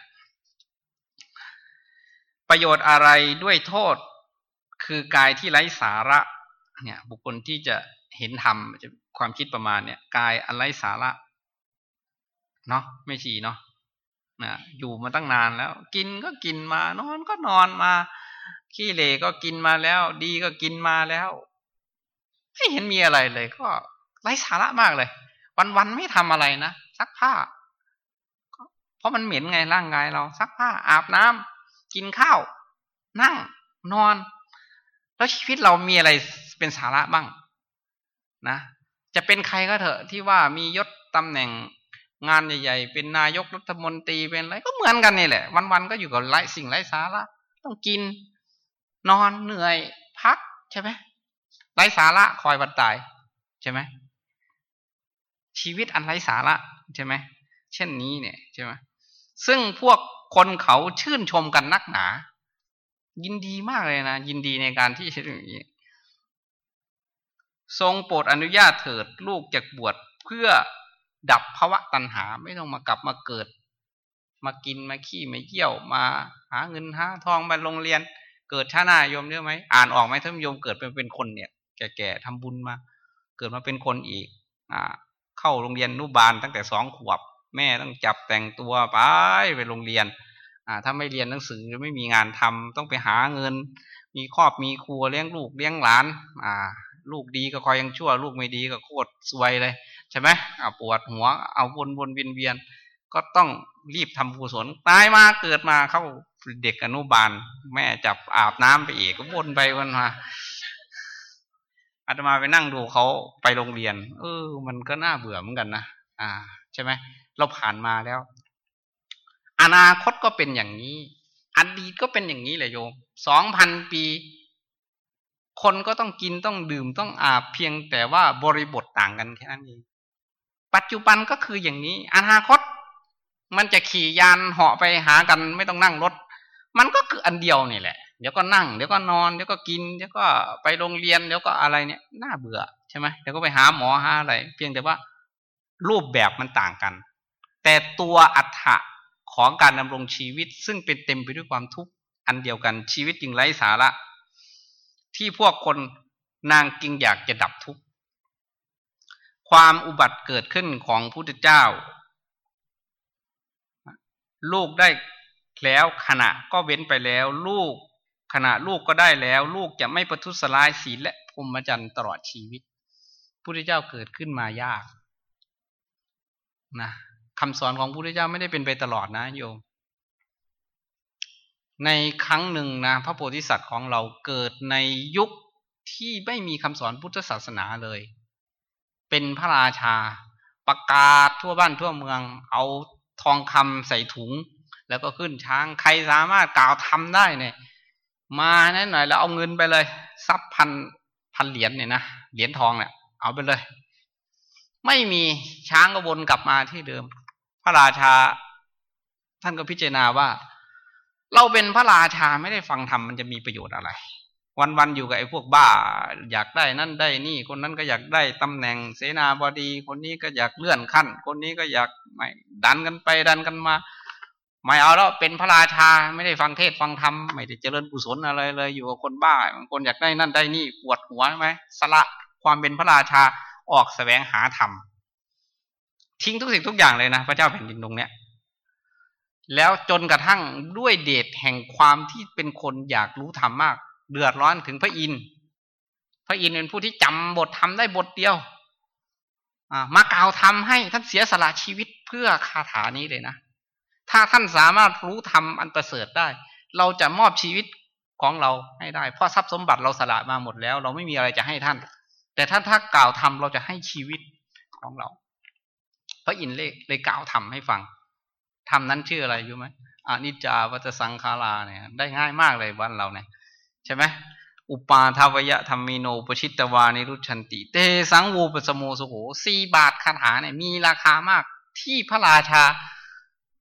ประโยชน์อะไรด้วยโทษคือกายที่ไร้สาระเนี่ยบุคคลที่จะเห็นธรรมจะความคิดประมาณเนี่ยกายอันไร้สาระเนาะไม่ชีเนาะนะอยู่มาตั้งนานแล้วกินก็กินมานอนก็นอนมาขี้เหร่ก็กินมาแล้วดีก็กินมาแล้วไม่เห็นมีอะไรเลยก็ไร้สาระมากเลยวันๆไม่ทำอะไรนะซักผ้าเพราะมันเหม็นไงร่างกายเราซักผ้าอาบน้ำกินข้าวนั่งนอนแล้วชีวิตเรามีอะไรเป็นสาระบ้างนะจะเป็นใครก็เถอะที่ว่ามียศตำแหน่งงานใหญ่ๆเป็นนายกรัฐมนตรีเป็นอะไรก็เหมือนกันนี่แหละวันๆก็อยู่กับไร้สิ่งไร้สาระต้องกินนอนเหนื่อยพักใช่ไหมไร้สาระคอยวันตายใช่ไหมชีวิตอันไร้สาระใช่ไหมเช่นนี้เนี่ยใช่ไหมซึ่งพวกคนเขาชื่นชมกันนักหนายินดีมากเลยนะยินดีในการที่จะอย่างนี้ทรงโปรดอนุญาตเถิดลูกจะบวชเพื่อดับภวะตัณหาไม่ต้องมากลับมาเกิดมากินมาขี้มาเยี่ยวมาหาเงินหาทองมาโรงเรียนเกิดชาติหน้าโยมเยอะไหมอ่านออกไหมถ้าโยมเกิดเป็นเป็นคนเนี่ยแก่ๆทำบุญมาเกิดมาเป็นคนอีกอ่าเข้าโรงเรียนอนุบาลตั้งแต่สองขวบแม่ต้องจับแต่งตัวไปไปโรงเรียนอ่าถ้าไม่เรียนหนังสือไม่มีงานทำต้องไปหาเงินมีครอบมีครัวเลี้ยงลูกเลี้ยงหลานอ่าลูกดีก็คอยยังชั่วลูกไม่ดีก็โคตรซวยเลยใช่ไหมเอาปวดหัวเอาวนวนเวียนเวียนก็ต้องรีบทำกุศลตายมาเกิดมาเข้าเด็กอนุบาลแม่จับอาบน้ำไปอีกก็วนไปวนมาอาตมาไปนั่งดูเขาไปโรงเรียนเออมันก็น่าเบื่อเหมือนกันนะอ่าใช่ไหมเราผ่านมาแล้วอนาคตก็เป็นอย่างนี้อดีตก็เป็นอย่างนี้แหละโยมสองพันปีคนก็ต้องกินต้องดื่มต้องอาบเพียงแต่ว่าบริบทต่างกันแค่นั้นเองปัจจุบันก็คืออย่างนี้อนาคตมันจะขี่ยานเหาะไปหากันไม่ต้องนั่งรถมันก็คืออันเดียวนี่แหละเดี๋ยวก็นั่งเดี๋ยวก็นอนเดี๋ยวก็กินเดี๋ยวก็ไปโรงเรียนเดี๋ยวก็อะไรเนี่ยน่าเบื่อใช่ไหมเดี๋ยวก็ไปหาหมอหาอะไรเพียงแต่ว่ารูปแบบมันต่างกันแต่ตัวอัตถะของการดำรงชีวิตซึ่งเป็นเต็มไปด้วยความทุกข์อันเดียวกันชีวิตจึงไร้สาระที่พวกคนนางจึงอยากจะดับทุกข์ความอุบัติเกิดขึ้นของพุทธเจ้าลูกได้แล้วขณะก็เว้นไปแล้วลูกขณะลูกก็ได้แล้วลูกจะไม่ประทุษร้ายศีลและพรหมจรรย์ตลอดชีวิตพุทธเจ้าเกิดขึ้นมายากนะคำสอนของพุทธเจ้าไม่ได้เป็นไปตลอดนะโยมในครั้งหนึ่งนะพระโพธิสัตว์ของเราเกิดในยุคที่ไม่มีคำสอนพุทธศาสนาเลยเป็นพระราชาประกาศทั่วบ้านทั่วเมืองเอาทองคำใส่ถุงแล้วก็ขึ้นช้างใครสามารถกล่าวทำได้เนี่ยมาหน่อยหน่อยแล้วเอาเงินไปเลยทรัพย์พันพันเหรียญเนี่ยนะเหรียญทองเนี่ยเอาไปเลยไม่มีช้างก็วนกลับมาที่เดิมพระราชาท่านก็พิจารณาว่าเราเป็นพระราชาไม่ได้ฟังธรรมมันจะมีประโยชน์อะไรวันๆอยู่กับไอ้พวกบ้าอยากได้นั่นได้นี่คนนั้นก็อยากได้ตำแหน่งเสนาบดีคนนี้ก็อยากเลื่อนขั้นคนนี้ก็อยากไม่ดันกันไปดันกันมาไม่เอาแล้วเป็นพระราชาไม่ได้ฟังเทศฟังธรรมไม่ได้เจริญกุศลอะไรเลยอยู่กับคนบ้าบางคนอยากได้นั่นได้นี่ปวดหัวใช่ไหมสละความเป็นพระราชาออกแสวงหาธรรมทิ้งทุกสิ่งทุกอย่างเลยนะพระเจ้าแผ่นดินตรงเนี้ยแล้วจนกระทั่งด้วยเดชแห่งความที่เป็นคนอยากรู้ธรรมมากเดือดร้อนถึงพระอินทร์พระอินทร์เป็นผู้ที่จำบทธรรมได้บทเดียวมากล่าวธรรมให้ท่านเสียสละชีวิตเพื่อคาถานี้เลยนะถ้าท่านสามารถรู้ธรรมอันประเสริฐได้เราจะมอบชีวิตของเราให้ได้เพราะทรัพย์สมบัติเราสละมาหมดแล้วเราไม่มีอะไรจะให้ท่านแต่ท่านถ้ากล่าวธรรมเราจะให้ชีวิตของเราพระอินทร์เลยเลยกล่าวธรรมให้ฟังธรรมนั้นชื่ออะไรรู้ไหมอนิจจาวัฏสังขาราเนี่ยได้ง่ายมากเลยบ้านเราเนี่ยใช่ไหมอุปาทวยะธรรมิโนปชิตวานิรุชันติเตสังวูปสโมสุโขสี่บาทคาถาเนี่ยมีราคามากที่พระราชา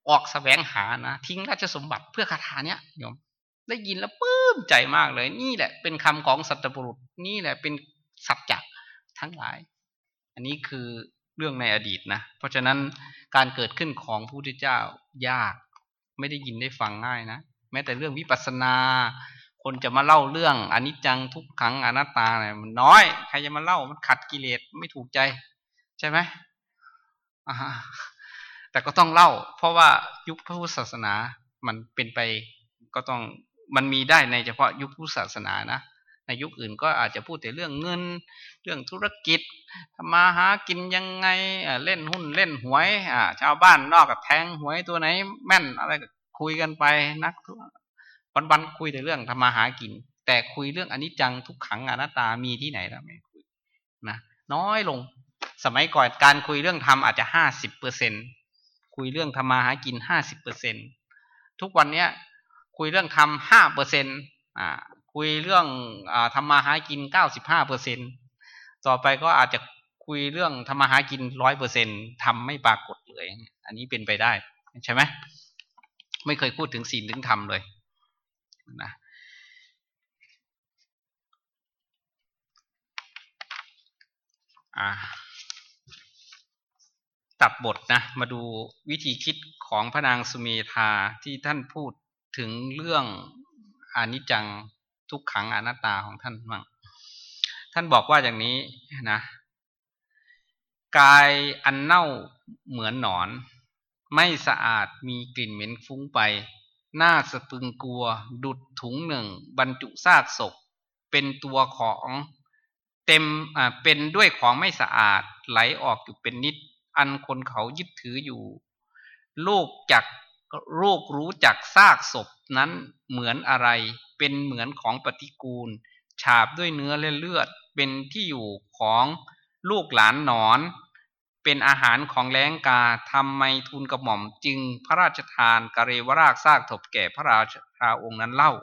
ออกแสวงหานะทิ้งราชสมบัติเพื่อคาถาเนี้ยโยมได้ยินแล้วปลื้มใจมากเลยนี่แหละเป็นคำของสัตบุรุษนี่แหละเป็นสัจจะทั้งหลายอันนี้คือเรื่องในอดีตนะเพราะฉะนั้นการเกิดขึ้นของพระพุทธเจ้ายากไม่ได้ยินได้ฟังง่ายนะแม้แต่เรื่องวิปัสสนาคนจะมาเล่าเรื่องอนิจจังทุกขังอนัตตาเนี่ยมันน้อยใครจะมาเล่ามันขัดกิเลสไม่ถูกใจใช่ไหมอ่าแต่ก็ต้องเล่าเพราะว่ายุคพระพุทธศาสนามันเป็นไปก็ต้องมันมีได้ในเฉพาะยุคพุทธศาสนานะในยุคอื่นก็อาจจะพูดแต่เรื่องเงินเรื่องธุรกิจทำมาหากินยังไงเล่นหุ้นเล่นหวยอ่าชาวบ้านนอกกับแทงหวยตัวไหนแม่นอะไรก็คุยกันไปนักวันๆคุยแต่เรื่องทำมาหากินแต่คุยเรื่องอนิจจังทุกขังอนัตตามีที่ไหนแล้วไม่คุยนะน้อยลงสมัยก่อนการคุยเรื่องธรรมอาจจะห้าสิบเปอร์เซ็นต์คุยเรื่องทำมาหากินห้าสิบเปอร์เซ็นต์ทุกวันเนี้ยคุยเรื่องธรรมห้าเปอร์เซ็นต์อ่าคุยเรื่องอ่าทำมาหากินเก้าสิบห้าเปอร์เซ็นต์ต่อไปก็อาจจะคุยเรื่องทำมาหากินร้อยเปอร์เซ็นต์ทำไม่ปรากฏเลยอันนี้เป็นไปได้ใช่ไหมไม่เคยพูดถึงศีลถึงธรรมเลยนะอ่าตัดบทนะมาดูวิธีคิดของพระนางสุเมธาที่ท่านพูดถึงเรื่องอนิจจังทุกขังอนัตตาของท่านบ้างท่านบอกว่าอย่างนี้นะกายอันเน่าเหมือนหนอนไม่สะอาดมีกลิ่นเหม็นฟุ้งไปน่าสะพรึงกลัวดุจถุงหนึ่งบรรจุซากศพเป็นตัวของเต็มอ่าเป็นด้วยของไม่สะอาดไหลออกอยู่เป็นนิดอันคนเขายึดถืออยู่ลูกจักลูกรู้จักซากศพนั้นเหมือนอะไรเป็นเหมือนของปฏิกูลฉาบด้วยเนื้อและเลือดเป็นที่อยู่ของลูกหลานหนอนเป็นอาหารของแล้งกาทำไมทูลกระหม่อมจึงพระราชทานกเรวราชซากศพแก่พระราชาองค์นั้นเล่า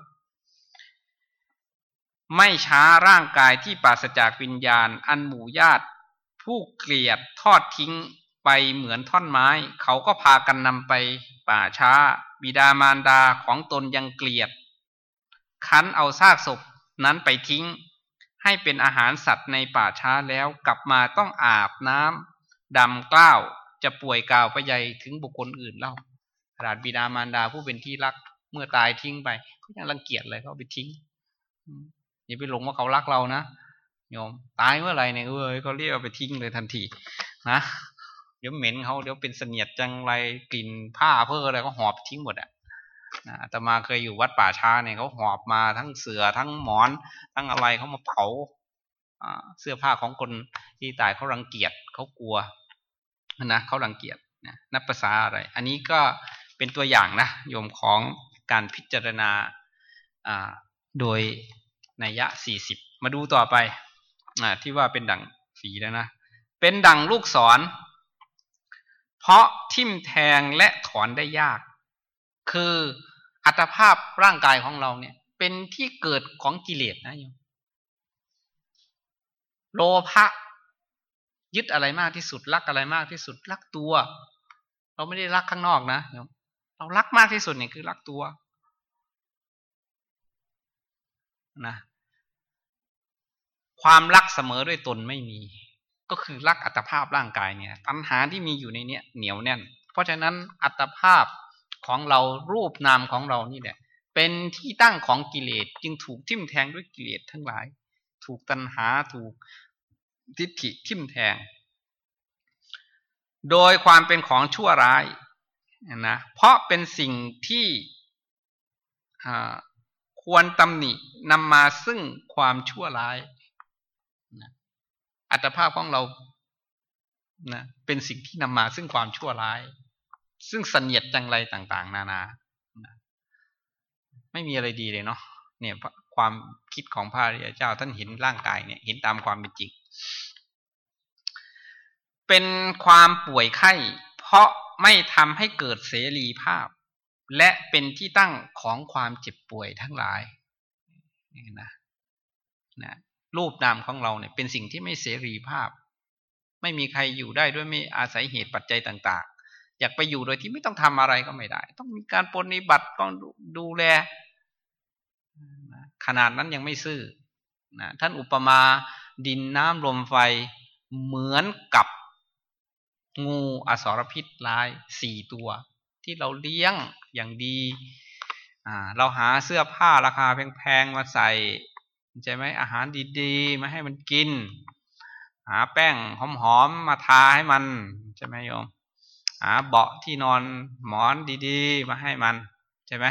ไม่ช้าร่างกายที่ปราศจากวิญญาณอันหมู่ญาติผู้เกลียดทอดทิ้งไปเหมือนท่อนไม้เขาก็พากันนำไปป่าช้าบิดามารดาของตนยังเกลียดคั้นเอาซากศพนั้นไปทิ้งให้เป็นอาหารสัตว์ในป่าช้าแล้วกลับมาต้องอาบน้ำดำกล้าวจะป่วยกล่าวไปใหญ่ถึงบุคคลอื่นเล่าขนาดบิดามารดาผู้เป็นที่รักเมื่อตายทิ้งไปเขายังรังเกียจเลยเขาไปทิ้งอย่าไปหลงว่าเขารักเรานะโยมตายเมื่อไหร่เนี่ยเอ้ยเขาเรียกเอาไปทิ้งเลยทันทีนะเดี๋ยวเหม็นเขาเดี๋ยวเป็นเสนียดจังไรกลิ่นผ้าเพื่ออะไรก็หอบทิ้งหมดอ่ะนะอาตมาเคยอยู่วัดป่าช้าเนี่ยเขาหอบมาทั้งเสือทั้งหมอนทั้งอะไรเขามาเผาเสื้อผ้าของคนที่ตายเขารังเกียจเขากลัวนะเขารังเกียจนะนับภาษาอะไรอันนี้ก็เป็นตัวอย่างนะโยมของการพิจารณาโดยนัยยะสี่สิบมาดูต่อไปที่ว่าเป็นดั่งฝีแล้วนะเป็นดั่งลูกศรเพราะทิ่มแทงและถอนได้ยากคืออัตภาพร่างกายของเราเนี่ยเป็นที่เกิดของกิเลสนะโยมโลภะยึดอะไรมากที่สุดรักอะไรมากที่สุดรักตัวเราไม่ได้รักข้างนอกนะโยมเรารักมากที่สุดเนี่ยคือรักตัวนะความรักเสมอด้วยตนไม่มีก็คือรักอัตภาพร่างกายเนี่ยตัณหาที่มีอยู่ในเนี้ยเหนียวแน่นเพราะฉะนั้นอัตภาพของเรารูปนามของเรานี่แหละเป็นที่ตั้งของกิเลสจึงถูกทิ่มแทงด้วยกิเลสทั้งหลายถูกตัณหาถูกทิฏฐิทิ่มแทงโดยความเป็นของชั่วร้ายนะเพราะเป็นสิ่งที่ควรตำหนินำมาซึ่งความชั่วร้ายนะอัตภาพของเรานะเป็นสิ่งที่นำมาซึ่งความชั่วร้ายซึ่งเสนียดจังไรต่างๆนานานะไม่มีอะไรดีเลยเนาะเนี่ยความคิดของพระอริยเจ้าท่านเห็นร่างกายเนี่ยเห็นตามความเป็นจริงเป็นความป่วยไข้เพราะไม่ทำให้เกิดเสรีภาพและเป็นที่ตั้งของความเจ็บป่วยทั้งหลายนะนะรูปนามของเราเนี่ยเป็นสิ่งที่ไม่เสรีภาพไม่มีใครอยู่ได้ด้วยไม่อาศัยเหตุปัจจัยต่างอยากไปอยู่โดยที่ไม่ต้องทำอะไรก็ไม่ได้ต้องมีการปฏิบัติต้องดูแลขนาดนั้นยังไม่ซื่อนะท่านอุปมาดินน้ำลมไฟเหมือนกับงูอสรพิษร้ายสี่ตัวที่เราเลี้ยงอย่างดีอ่าเราหาเสื้อผ้าราคาแพงๆมาใส่ใช่ไหมอาหารดีๆมาให้มันกินหาแป้งหอมๆมาทาให้มันใช่ไหมโยมหาเบาะที่นอนหมอนดีๆมาให้มันใช่ไหม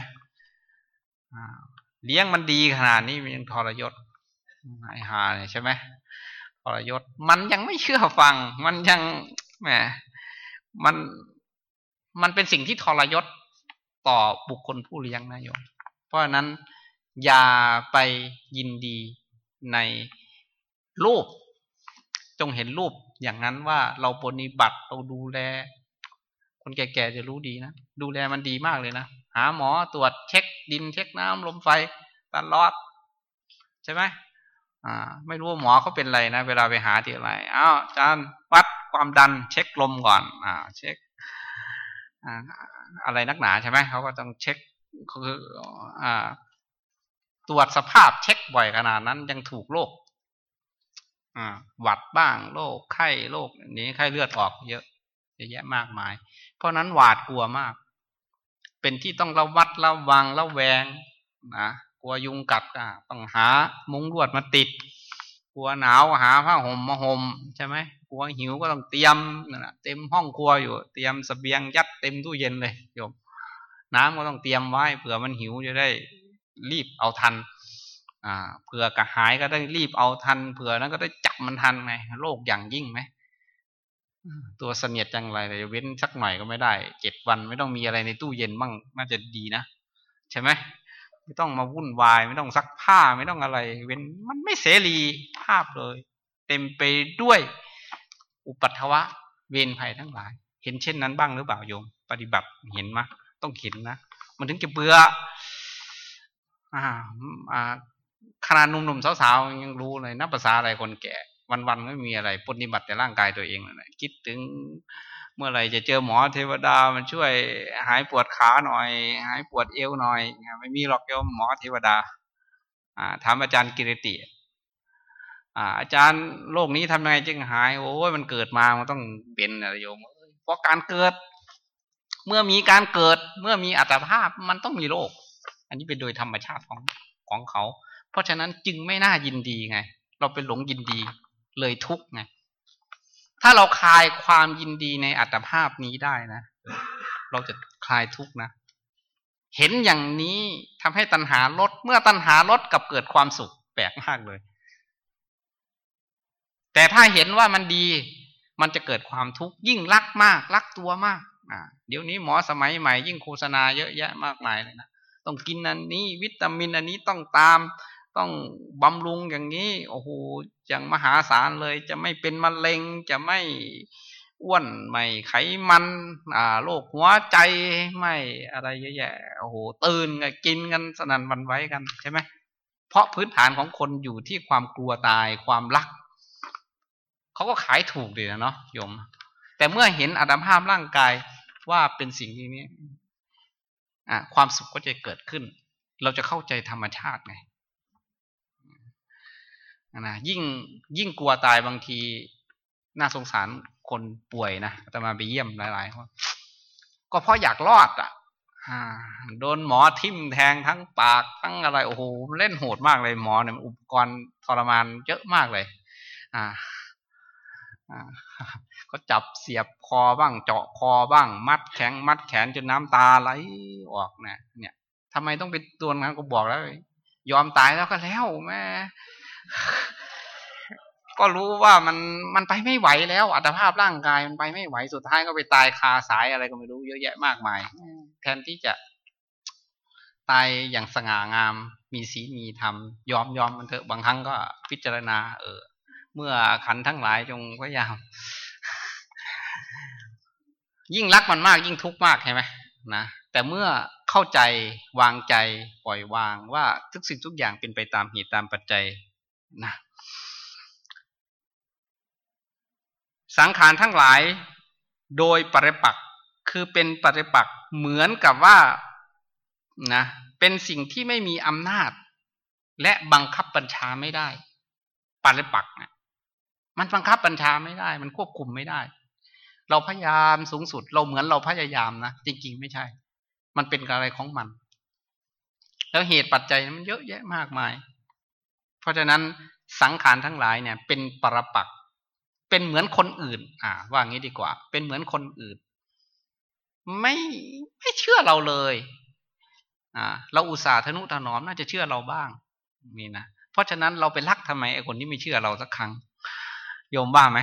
เลี้ยงมันดีขนาดนี้มันยังทรยศไอ้หาเนี่ยใช่ไหมทรยศมันยังไม่เชื่อฟังมันยังแหมมันมันเป็นสิ่งที่ทรยศต่อบุคคลผู้เลี้ยงนะโยมเพราะฉะนั้นอย่าไปยินดีในรูปจงเห็นรูปอย่างนั้นว่าเราปฏิบัติเราดูแลคนแก่ๆจะรู้ดีนะดูแลมันดีมากเลยนะหาหมอตรวจเช็คดินเช็คน้ำลมไฟตลอดใช่ไหมอ่าไม่รู้ว่าหมอเขาเป็นอะไรนะเวลาไปหาที่อะไรอ้าวอาจารย์วัดความดันเช็คลมก่อนอ่าเช็คอ่าอะไรนักหนาใช่ไหมเขาก็ต้องเช็คคืออ่าตรวจสภาพเช็คบ่อยขนาดนั้นยังถูกโรคอ่าหวัดบ้างโรคไข้โรคนี้ไข้เลือดออกเยอะเยอะแยะมากมายเพราะนั้นหวาดกลัวมากเป็นที่ต้องระวัดระวังระแวงนะกลัวยุงกัดอ่ะต้องหามุ้งลวดมาติดกลัวหนาวหาผ้าห่มมาห่มใช่ไหมกลัวหิวก็ต้องเตรียมนั่นแหละเต็มห้องครัวอยู่เตรียมเสบียงยัดเต็มตู้เย็นเลยโยมน้ำก็ต้องเตรียมไว้เผื่อมันหิวจะได้รีบเอาทันอ่าเผื่อกระหายก็ได้รีบเอาทันเผื่อนั้นก็ได้จับมันทันไงโรคอย่างยิ่งไหมตัวเสนียดจังไรเลยเว้นสักหน่อยก็ไม่ได้เจ็ดวันไม่ต้องมีอะไรในตู้เย็นบ้างน่าจะดีนะใช่ไหมไม่ต้องมาวุ่นวายไม่ต้องซักผ้าไม่ต้องอะไรเว้นมันไม่เสรีภาพเลยเต็มไปด้วยอุปัฏฐวะเวรภัยทั้งหลายเห็นเช่นนั้นบ้างหรือเปล่าโยมปฏิบัติเห็นไหมต้องเห็นนะมันถึงจะเบื่ออ่าอ่าขนาดหนุ่มๆสาวๆยังรู้เลยนับภาษาอะไรคนแก่วันๆไม่มีอะไรปฏิบัติแต่ร่างกายตัวเองเลยคิดถึงเมื่อไหร่จะเจอหมอเทวดามันช่วยหายปวดขาหน่อยหายปวดเอวหน่อยไม่มีหรอกโยมหมอเทวดาอ่าถามอาจารย์กิรติอ่าอาจารย์โรคนี้ทำยังไงจึงหายโอ้ยมันเกิดมามันต้องเป็นอะไรโยมเพราะการเกิดเมื่อมีการเกิดเมื่อมีอัตภาพมันต้องมีโรคอันนี้เป็นโดยธรรมชาติของของเขาเพราะฉะนั้นจึงไม่น่ายินดีไงเราเป็นหลงยินดีเลยทุกข์ไงถ้าเราคลายความยินดีในอัตภาพนี้ได้นะเราจะคลายทุกข์นะเห็นอย่างนี้ทำให้ตัณหาลดเมื่อตัณหาลดกับเกิดความสุขแปลกมากเลยแต่ถ้าเห็นว่ามันดีมันจะเกิดความทุกข์ยิ่งรักมากรักตัวมากอ่าเดี๋ยวนี้หมอสมัยใหม่ยิ่งโฆษณาเยอะแยะมากมายเลยนะต้องกินอันนี้วิตามินอันนี้ต้องตามต้องบำรุงอย่างนี้โอ้โหอย่างมหาศาลเลยจะไม่เป็นมะเร็งจะไม่อ้วนไม่ไขมันอ่าโรคหัวใจไม่อะไรเยอะแยะโอ้โหตื่นกันกินกันสนั่นหวั่นไหวกันใช่ไหมเพราะพื้นฐานของคนอยู่ที่ความกลัวตายความรักเขาก็ขายถูกดีนะเนาะโยมแต่เมื่อเห็นอัตภาพร่างกายว่าเป็นสิ่งนี้อ่าความสุขก็จะเกิดขึ้นเราจะเข้าใจธรรมชาติไงนะยิ่งยิ่งกลัวตายบางทีน่าสงสารคนป่วยนะแต่มาไปเยี่ยมหลายๆคนก็เพราะอยากรอดอ่ะโดนหมอทิ่มแทงทั้งปากทั้งอะไรโอ้โหเล่นโหดมากเลยหมอเนี่ยอุปกรณ์ทรมานเยอะมากเลยอ่าเขาจับเสียบคอบ้างเจาะคอบ้างมัดแข็งมัดแขนจนน้ำตาไหลออกนะเนี่ยทำไมต้องเป็นตัวนั้นก็บอกแล้วยอมตายแล้วก็แล้วแม่ก็รู้ว่ามันมันไปไม่ไหวแล้วอัตภาพร่างกายมันไปไม่ไหวสุดท้ายก็ไปตายคาสายอะไรก็ไม่รู้เยอะแยะมากมายแทนที่จะตายอย่างสง่างามมีศีลมีธรรมยอมยอมมันเถอะบางครั้งก็พิจารณาเออเมื่อขันทั้งหลายจงพยายามยิ่งรักมันมากยิ่งทุกข์มากใช่ไหมนะแต่เมื่อเข้าใจวางใจปล่อยวางว่าทุกสิ่งทุกอย่างเป็นไปตามเหตุตามปัจจัยนะสังขารทั้งหลายโดยปริปักษ์คือเป็นปฏิปักษ์เหมือนกับว่านะเป็นสิ่งที่ไม่มีอำนาจและบังคับบัญชาไม่ได้ปฏิปักษ์เนี่ยมันบังคับบัญชาไม่ได้มันควบคุมไม่ได้เราพยายามสูงสุดเราเหมือนเราพยายามนะจริงๆไม่ใช่มันเป็นอะไรของมันแล้วเหตุปัจจัยมันเยอะแยะมากมายเพราะฉะนั้นสังขารทั้งหลายเนี่ยเป็นปรปักษ์เป็นเหมือนคนอื่นอ่าว่างี้ดีกว่าเป็นเหมือนคนอื่นไม่ไม่เชื่อเราเลยอ่าเราอุตส่าห์ทนุถนอมน่าจะเชื่อเราบ้างนี่นะเพราะฉะนั้นเราไปรักทำไมไอ้คนที่ไม่เชื่อเราสักครั้งโยมว่าไหม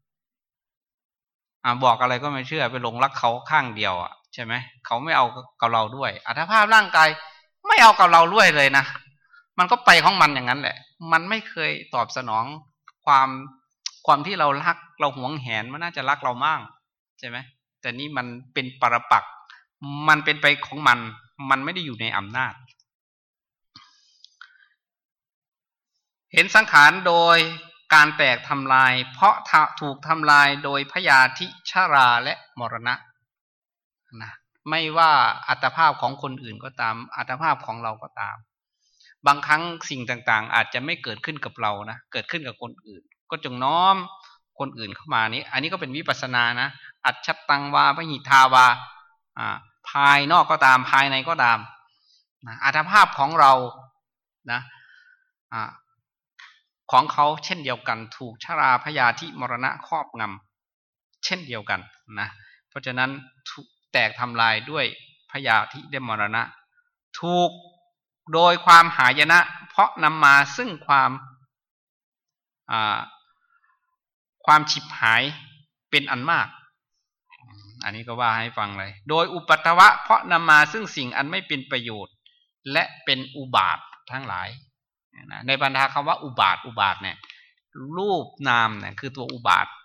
อ่าบอกอะไรก็ไม่เชื่อไปหลงรักเขาข้างเดียวอ่ะใช่ไหมเขาไม่เอากับเราด้วยอัตภาพร่างกายไม่เอากับเราด้วยเลยนะมันก็ไปของมันอย่างนั้นแหละมันไม่เคยตอบสนองความความที่เรารักเราหวงแหนมันน่าจะรักเรามากใช่ไหมแต่นี่มันเป็นปรปักษ์มันเป็นไปของมันมันไม่ได้อยู่ในอำนาจเห็นสังขารโดยการแตกทำลายเพราะถูกทำลายโดยพยาธิชราและมรณะนะไม่ว่าอัตภาพของคนอื่นก็ตามอัตภาพของเราก็ตามบางครั้งสิ่งต่างๆอาจจะไม่เกิดขึ้นกับเรานะเกิดขึ้นกับคนอื่นก็จงน้อมคนอื่นเข้ามานี้อันนี้ก็เป็นวิปัสสนานะอัจฉตังวาพหิทาวาอ่าภายนอกก็ตามภายในก็ตามนะอัตภาพของเรานะอ่าของเขาเช่นเดียวกันถูกชราพยาธิมรณะครอบงำเช่นเดียวกันนะเพราะฉะนั้นแตกทำลายด้วยพยาธิและมรณะถูกโดยความหายนะเพราะนำมาซึ่งความความฉิบหายเป็นอันมากอันนี้ก็ว่าให้ฟังเลยโดยอุปัตถวะเพราะนำมาซึ่งสิ่งอันไม่เป็นประโยชน์และเป็นอุบาททั้งหลายในบรรดาคำว่าอุบาทอุบาทเนี่ยรูปนามเนี่ยคือตัวอุบาท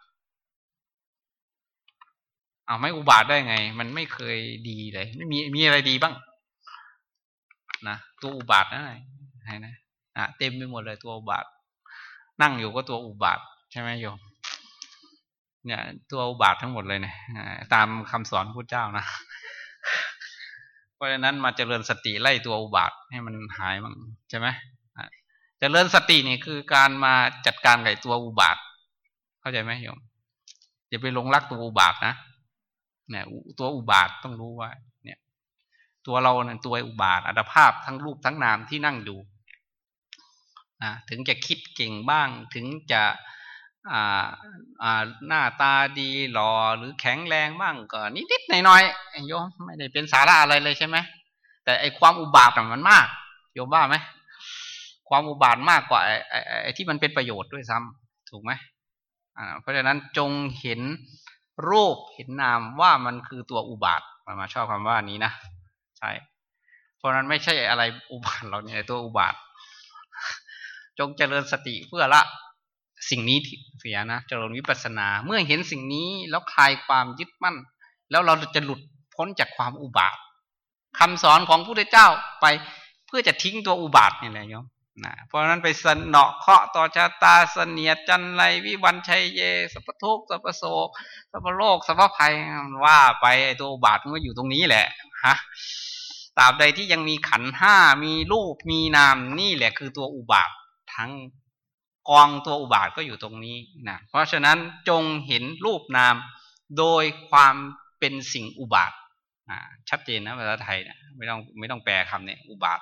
เอาไม่อุบาทได้ไงมันไม่เคยดีเลยไม่มีมีอะไรดีบ้างนะตัวอุบาทนะไงนะอ่ะเต็มไปหมดเลยตัวอุบาทนั่งอยู่ก็ตัวอุบาทใช่ไหมโยมเนี่ยตัวอุบาททั้งหมดเลยเนี่ยตามคำสอนพุทธเจ้านะเพราะฉะนั้นมาเจริญสติไล่ตัวอุบาทให้มันหายบ้างใช่ไหมเจริญสตินี่คือการมาจัดการกับตัวอุบาทเข้าใจไหมโยมอย่าไปหลงรักตัวอุบาทนะเนี่ยตัวอุบาทต้องรู้ว่าเนี่ยตัวเราเนี่ยตัวอุบาทอัตภาพทั้งรูปทั้งนามที่นั่งอยู่นะถึงจะคิดเก่งบ้างถึงจะอ่าอ่าหน้าตาดีหล่อหรือแข็งแรงบ้างก็นิดๆหน่อยๆโยมไม่ได้เป็นสาระอะไรเลยใช่ไหมแต่ไอความอุบาทมันมากโยมว่าไหมความอุบาทมากกว่าไอไอไอที่มันเป็นประโยชน์ด้วยซ้ำถูกไหมอ่าเพราะฉะนั้นจงเห็นรูปเห็นนามว่ามันคือตัวอุบาทมาชอบคำว่านี้นะใช่เพราะนั้นไม่ใช่อะไรอุบาทเราเนี่ยตัวอุบาทจงเจริญสติเพื่อละสิ่งนี้เสียนะเจริญวิปัสสนาเมื่อเห็นสิ่งนี้แล้วคลายความยึดมั่นแล้วเราจะหลุดพ้นจากความอุบาทคำสอนของพระพุทธเจ้าไปเพื่อจะทิ้งตัวอุบาทนี่แหละโยมนะเพราะนั้นไปสนอเคาะต่อชะตาเสนียดจันไรวิวันชัยเยสัพพทุกข์สัพพโศกสัพพโลกสัพพภัยว่าไปตัวอุบาทมันก็อยู่ตรงนี้แหละฮะตราบใดที่ยังมีขันธ์ห้ามีรูปมีนามนี่แหละคือตัวอุบาททั้งกองตัวอุบาทก็อยู่ตรงนี้นะเพราะฉะนั้นจงเห็นรูปนามโดยความเป็นสิ่งอุบาทชัดเจนนะภาษาไทยนะไม่ต้องไม่ต้องแปลคำนี้อุบาท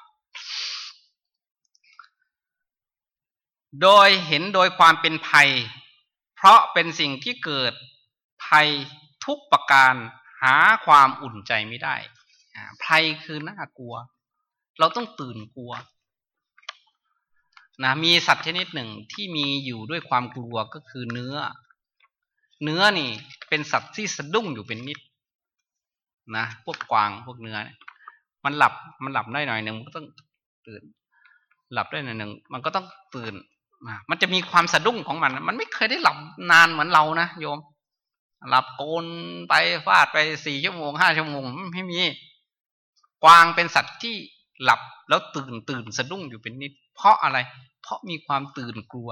โดยเห็นโดยความเป็นภัยเพราะเป็นสิ่งที่เกิดภัยทุกประการหาความอุ่นใจไม่ได้ภัยคือน่ากลัวเราต้องตื่นกลัวนะมีสัตว์ชนิดหนึ่งที่มีอยู่ด้วยความกลัวก็คือเนื้อเนื้อนี่เป็นสัตว์ที่สะดุ้งอยู่เป็นนิดนะพวกกวางพวกเนื้อมันหลับมันหลับได้หน่อยหนึ่งมันก็ต้องตื่นหลับได้หน่อยหนึ่งมันก็ต้องตื่นมันจะมีความสะดุ้งของมันมันไม่เคยได้หลับนานเหมือนเรานะโยมหลับโกนไปฟาดไปสี่ชั่วโมงห้าชั่วโมงไม่มีกวางเป็นสัตว์ที่หลับแล้วตื่นตื่นสะดุ้งอยู่เป็นนิดเพราะอะไรเพราะมีความตื่นกลัว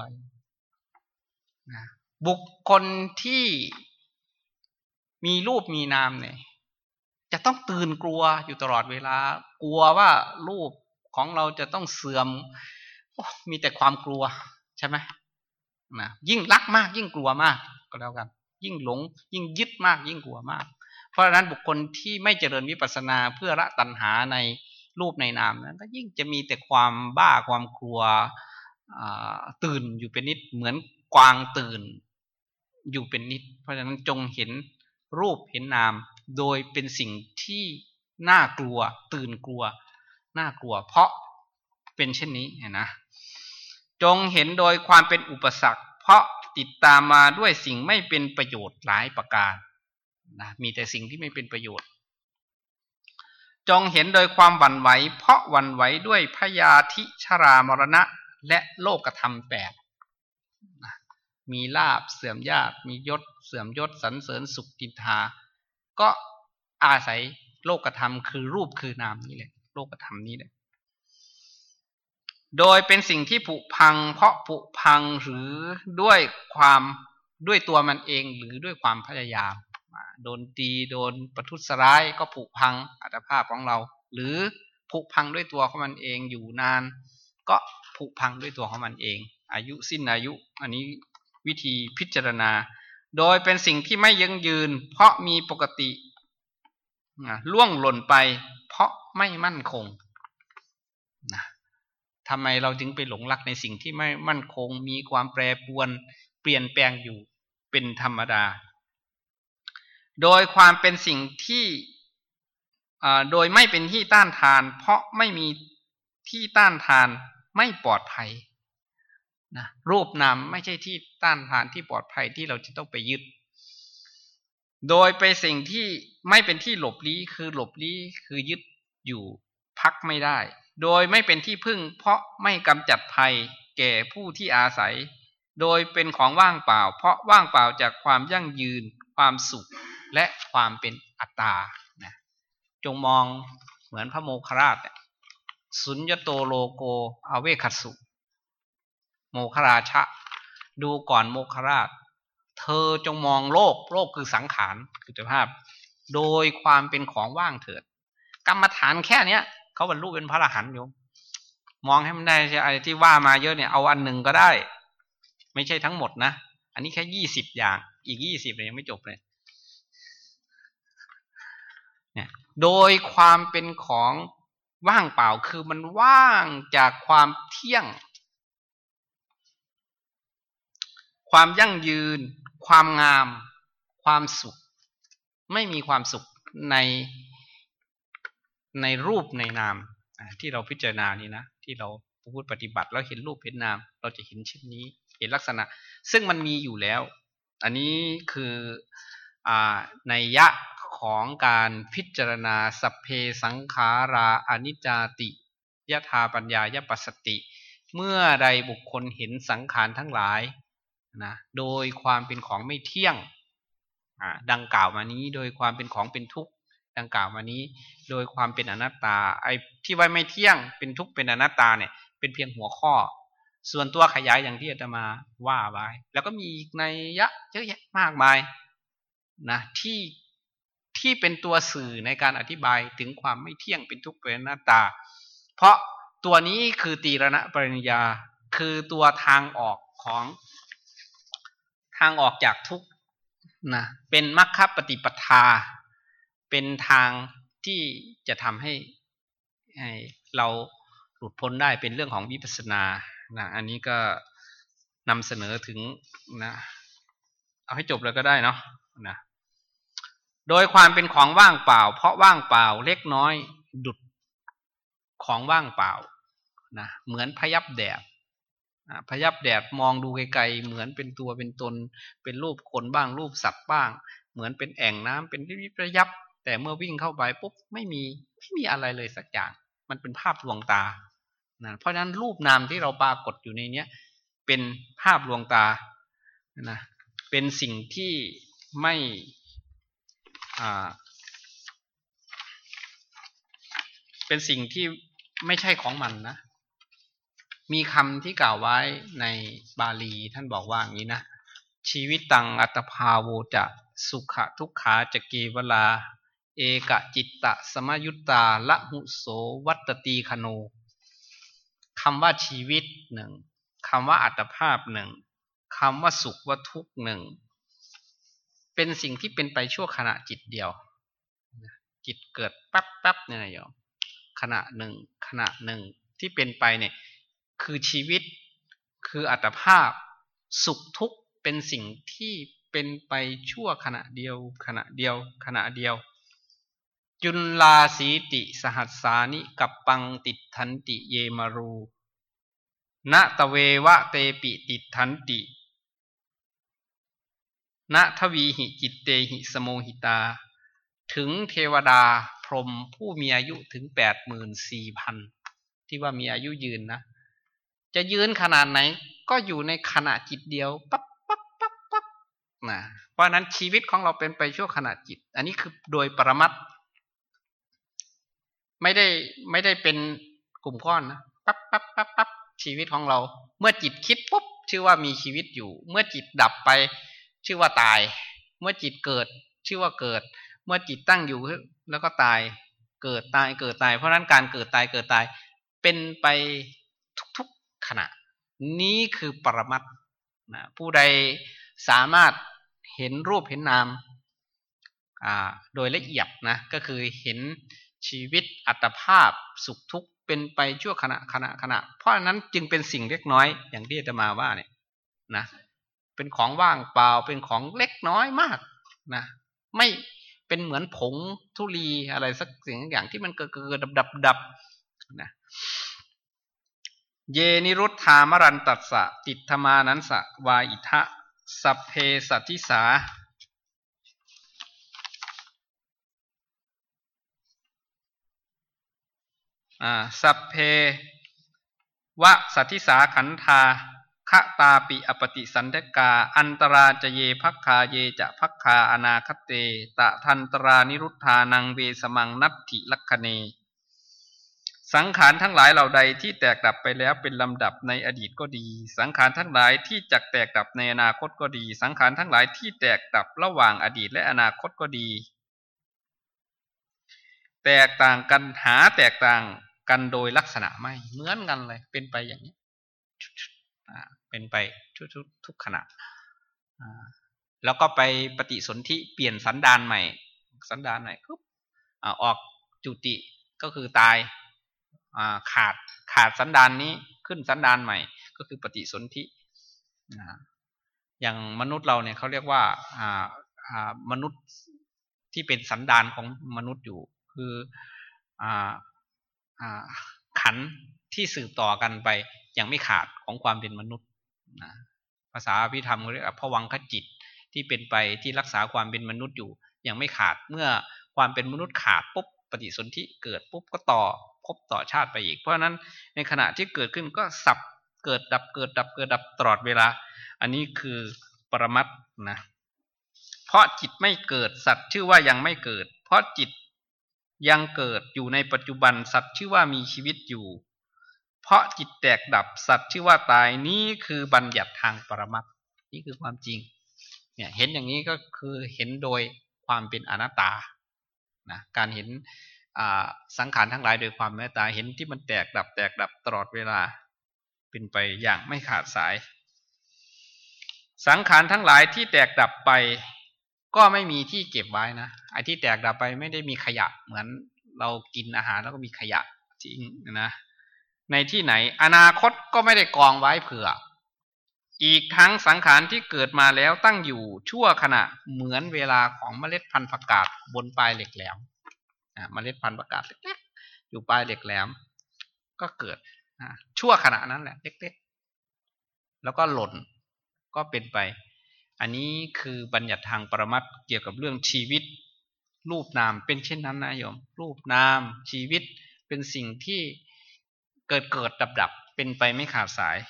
บุคคลที่มีรูปมีนามเนี่ยจะต้องตื่นกลัวอยู่ตลอดเวลากลัวว่ารูปของเราจะต้องเสื่อมมีแต่ความกลัวใช่ไหมนะยิ่งรักมากยิ่งกลัวมากก็แล้วกันยิ่งหลงยิ่งยึดมากยิ่งกลัวมากเพราะฉะนั้นบุคคลที่ไม่เจริญวิปัสสนาเพื่อละตัณหาในรูปในนามนั้นก็ยิ่งจะมีแต่ความบ้าความกลัวตื่นอยู่เป็นนิดเหมือนกวางตื่นอยู่เป็นนิดเพราะฉะนั้นจงเห็นรูปเห็นนามโดยเป็นสิ่งที่น่ากลัวตื่นกลัวน่ากลัวเพราะเป็นเช่นนี้นะจงเห็นโดยความเป็นอุปสรรคเพราะติดตามมาด้วยสิ่งไม่เป็นประโยชน์หลายประการนะมีแต่สิ่งที่ไม่เป็นประโยชน์จงเห็นโดยความหวั่นไหวเพราะหวั่นไหวด้วยพยาธิชรามรณะและโลกธรรมแปดนะมีลาภเสื่อมญาติมียศเสื่อมยศสรรเสริญสุขกินทาก็อาศัยโลกธรรมคือรูปคือนามนี่แหละโลกธรรมนี้แหละโดยเป็นสิ่งที่ผุพังเพราะผุพังหรือด้วยความด้วยตัวมันเองหรือด้วยความพยายามโดนตีโดนประทุษร้ายก็ผุพังอัตภาพของเราหรือผุพังด้วยตัวของมันเองอยู่นานก็ผุพังด้วยตัวของมันเองอายุสิ้นอายุอันนี้วิธีพิจารณาโดยเป็นสิ่งที่ไม่ยั่งยืนเพราะมีปกติล่วงหล่นไปเพราะไม่มั่นคงนะทำไมเราจึงไปหลงรักในสิ่งที่ไม่มั่นคงมีความแปรปรวนเปลี่ยนแปลงอยู่เป็นธรรมดาโดยความเป็นสิ่งที่โดยไม่เป็นที่ต้านทานเพราะไม่มีที่ต้านทานไม่ปลอดภัยนะรูปนามไม่ใช่ที่ต้านทานที่ปลอดภัยที่เราจะต้องไปยึดโดยไปสิ่งที่ไม่เป็นที่หลบลี้คือหลบลี้คือยึดอยู่พักไม่ได้โดยไม่เป็นที่พึ่งเพราะไม่กำจัดภัยแก่ผู้ที่อาศัยโดยเป็นของว่างเปล่าเพราะว่างเปล่าจากความยั่งยืนความสุขและความเป็นอัตตานะจงมองเหมือนพระโมคคัลลานะสุญญโตโลโกอเวคัสสุโมคราชะดูก่อนโมคคัลลานะเธอจงมองโลกโลกคือสังขารคือสภาพโดยความเป็นของว่างเถิดกรรมฐานแค่เนี้ยเขาบรรลุเป็นพระอรหันต์โยมมองให้มันได้ใช่ไอ้ที่ว่ามาเยอะเนี่ยเอาอันหนึ่งก็ได้ไม่ใช่ทั้งหมดนะอันนี้แค่ยี่สิบอย่างอีกยี่สิบเนี่ยยังไม่จบเลยเนี่ยโดยความเป็นของว่างเปล่าคือมันว่างจากความเที่ยงความยั่งยืนความงามความสุขไม่มีความสุขในในรูปในนามที่เราพิจารณานี้นะที่เราพูดปฏิบัติแล้วเห็นรูปเห็นนามเราจะเห็นเช่นนี้เห็นลักษณะซึ่งมันมีอยู่แล้วอันนี้คือในยะของการพิจารณาสัพเพสังขาราอนิจจาติยถาปัญญายปัสสติเมื่อใดบุคคลเห็นสังขารทั้งหลายนะโดยความเป็นของไม่เที่ยงดังกล่าวมานี้โดยความเป็นของเป็นทุกข์ดังกล่าวมานี้โดยความเป็นอนัตตาไอ้ที่ว่าไม่เที่ยงเป็นทุกข์เป็นอนัตตาเนี่ยเป็นเพียงหัวข้อส่วนตัวขยายอย่างที่อาตมาว่าไว้แล้วก็มีอีกในยะเยอะแยะมากมายนะที่ที่เป็นตัวสื่อในการอธิบายถึงความไม่เที่ยงเป็นทุกข์เป็นอนัตตาเพราะตัวนี้คือตีรณปริญญาคือตัวทางออกของทางออกจากทุกข์นะเป็นมรรคปฏิปทาเป็นทางที่จะทำให้ให้เราหลุดพ้นได้เป็นเรื่องของวิปัสสนานะอันนี้ก็นำเสนอถึงนะเอาให้จบเลยก็ได้เนาะนะโดยความเป็นของว่างเปล่าเพราะว่างเปล่าเล็กน้อยดุจของว่างเปล่านะเหมือนพยับแดดพยับแดดมองดูไกลๆเหมือนเป็นตัวเป็นตนเป็นรูปคนบ้างรูปสัตว์บ้างเหมือนเป็นแอ่งน้ำเป็นริบระยับแต่เมื่อวิ่งเข้าไปปุ๊บไม่มีไม่มีอะไรเลยสักอย่างมันเป็นภาพลวงตานะเพราะฉะนั้นรูปนามที่เราปรากฏอยู่ในเนี้ยเป็นภาพลวงตานะเป็นสิ่งที่ไม่อ่าเป็นสิ่งที่ไม่ใช่ของมันนะมีคำที่กล่าวไว้ในบาลีท่านบอกว่าอย่างนี้นะชีวิตตังอัตภาโวจะสุขทุกขาจะเกวลาเอกจิตตสมยุตตาละหุโสวัตตีคโนคำว่าชีวิตหนึ่งคำว่าอัตภาพหนึ่งคำว่าสุขว่าทุกข์หนึ่งเป็นสิ่งที่เป็นไปชั่วขณะจิตเดียวจิตเกิดปั๊บปั๊บเนี่ยนะโยมขณะหนึ่งขณะหนึ่งที่เป็นไปเนี่ยคือชีวิตคืออัตภาพสุขทุกข์เป็นสิ่งที่เป็นไปชั่วขณะเดียวขณะเดียวขณะเดียวจุลลาสีติสหัสสานิกัปปังติทันติเยมารูณตเววะเตปิติทันติณทวีหิจิตเตหิสโมหิตาถึงเทวดาพรหมผู้มีอายุถึงแปดหมื่นสี่พันที่ว่ามีอายุยืนนะจะยืนขนาดไหนก็อยู่ในขณะจิตเดียวปั๊บปั๊บปั๊บปั๊บนะเพราะนั้นชีวิตของเราเป็นไปชั่วขณะจิตอันนี้คือโดยปรมัตถ์ไม่ได้ไม่ได้เป็นกลุ่มก้อนนะปั๊บปั๊บปั๊บปั๊บชีวิตของเราเมื่อจิตคิดปุ๊บชื่อว่ามีชีวิตอยู่เมื่อจิตดับไปชื่อว่าตายเมื่อจิตเกิดชื่อว่าเกิดเมื่อจิตตั้งอยู่แล้วก็ตายเกิดตายเกิดตายเพราะนั้นการเกิดตายเกิดตายเป็นไปทุกๆขณะนี้คือปรมัตถ์นะผู้ใดสามารถเห็นรูปเห็นนามอ่าโดยละเอียดนะก็คือเห็นชีวิตอัตภาพสุขทุกข์เป็นไปชั่วขณะขณะขณะเพราะฉะนั้นจึงเป็นสิ่งเล็กน้อยอย่างที่อาตมาว่าเนี่ยนะเป็นของว่างเปล่าเป็นของเล็กน้อยมากนะไม่เป็นเหมือนผงธุลีอะไรสักสิ่งอย่างที่มันเกิดเกิดดับดับดับนะเยนิรุทธามรันตัสสะติทมานันสะวาอิทะสัพเพสัตถิสาอ่าสัพเพวะสัตถิสาขันธาคะตาปิอปติสันทกาอันตราจะเยภัคคาเยจะภัคคาอนาคเตตะทันตรานิรุทธานังเวสมังนัตถิลักขเนสังขารทั้งหลายเหล่าใดที่แตกดับไปแล้วเป็นลำดับในอดีตก็ดีสังขารทั้งหลายที่จักแตกดับในอนาคตก็ดีสังขารทั้งหลายที่แตกดับระหว่างอดีตและอนาคตก็ดีแตกต่างกันหาแตกต่างกันโดยลักษณะไม่เหมือนกันเลยเป็นไปอย่างนี้เป็นไปทุกทุกทุกขณะแล้วก็ไปปฏิสนธิเปลี่ยนสันดานใหม่สันดานใหม่ปุ๊บออกจุติก็คือตายขาดขาดสันดานนี้ขึ้นสันดานใหม่ก็คือปฏิสนธิอย่างมนุษย์เราเนี่ยเขาเรียกว่ามนุษย์ที่เป็นสันดานของมนุษย์อยู่คือขันธ์ที่สืบต่อกันไปยังไม่ขาดของความเป็นมนุษย์ภาษาอภิธรรมเขาเรียกภวังคจิตที่เป็นไปที่รักษาความเป็นมนุษย์อยู่ยังไม่ขาดเมื่อความเป็นมนุษย์ขาดปุ๊บปฏิสนธิเกิดปุ๊บก็ต่อพบต่อชาติไปอีกเพราะฉะนั้นในขณะที่เกิดขึ้นก็สับเกิดดับเกิดดับเกิดดับตลอดเวลาอันนี้คือปรมัตถ์นะเพราะจิตไม่เกิดสัตว์ชื่อว่ายังไม่เกิดเพราะจิตยังเกิดอยู่ในปัจจุบันสัตว์ชื่อว่ามีชีวิตอยู่เพราะจิตแตกดับสัตว์ชื่อว่าตายนี้คือบัญญัติทางปรมัตถ์นี่คือความจริงเนี่ยเห็นอย่างนี้ก็คือเห็นโดยความเป็นอนัตตานะการเห็นสังขารทั้งหลายโดยความอนัตตาเห็นที่มันแตกดับแตกดับตลอดเวลาเป็นไปอย่างไม่ขาดสายสังขารทั้งหลายที่แตกดับไปก็ไม่มีที่เก็บไว้นะไอ้ที่แตกดับไปไม่ได้มีขยะเหมือนเรากินอาหารแล้วก็มีขยะจริงนะในที่ไหนอนาคตก็ไม่ได้กองไว้เผื่ออีกทั้งสังขารที่เกิดมาแล้วตั้งอยู่ชั่วขณะเหมือนเวลาของเมล็ดพันธุ์ผักกาดบนปลายเหล็กแหลมเมล็ดพันธุ์ผักกาดเล็กๆอยู่ปลายเหล็กแหลมก็เกิดชั่วขณะนั้นแหละเล็กๆแล้วก็หล่นก็เป็นไปอันนี้คือบัญญัติทางปรมัตถ์เกี่ยวกับเรื่องชีวิตรูปนามเป็นเช่นนั้นนะโยมรูปนามชีวิตเป็นสิ่งที่เกิดเกิดดับดับเป็นไปไม่ขาดสาย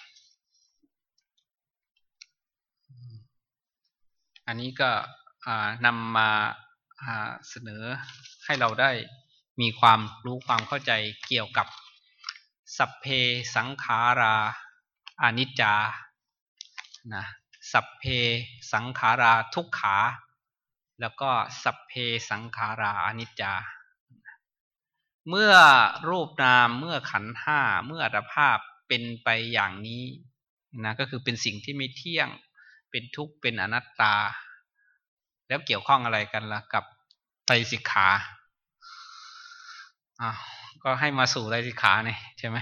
อันนี้ก็นำมาเสนอให้เราได้มีความรู้ความเข้าใจเกี่ยวกับสัพเพสังขาราอนิจจานะสัพเพสังขาราทุกขาแล้วก็สัพเพสังขาราอนิจจาเมื่อรูปนามเมื่อขันธ์ห้าเมื่ออัตภาพเป็นไปอย่างนี้นะก็คือเป็นสิ่งที่ไม่เที่ยงเป็นทุกข์เป็นอนัตตาแล้วเกี่ยวข้องอะไรกันล่ะกับไตรสิกขาอ้าวก็ให้มาสู่ไตรสิกขาเนี่ยใช่ไหม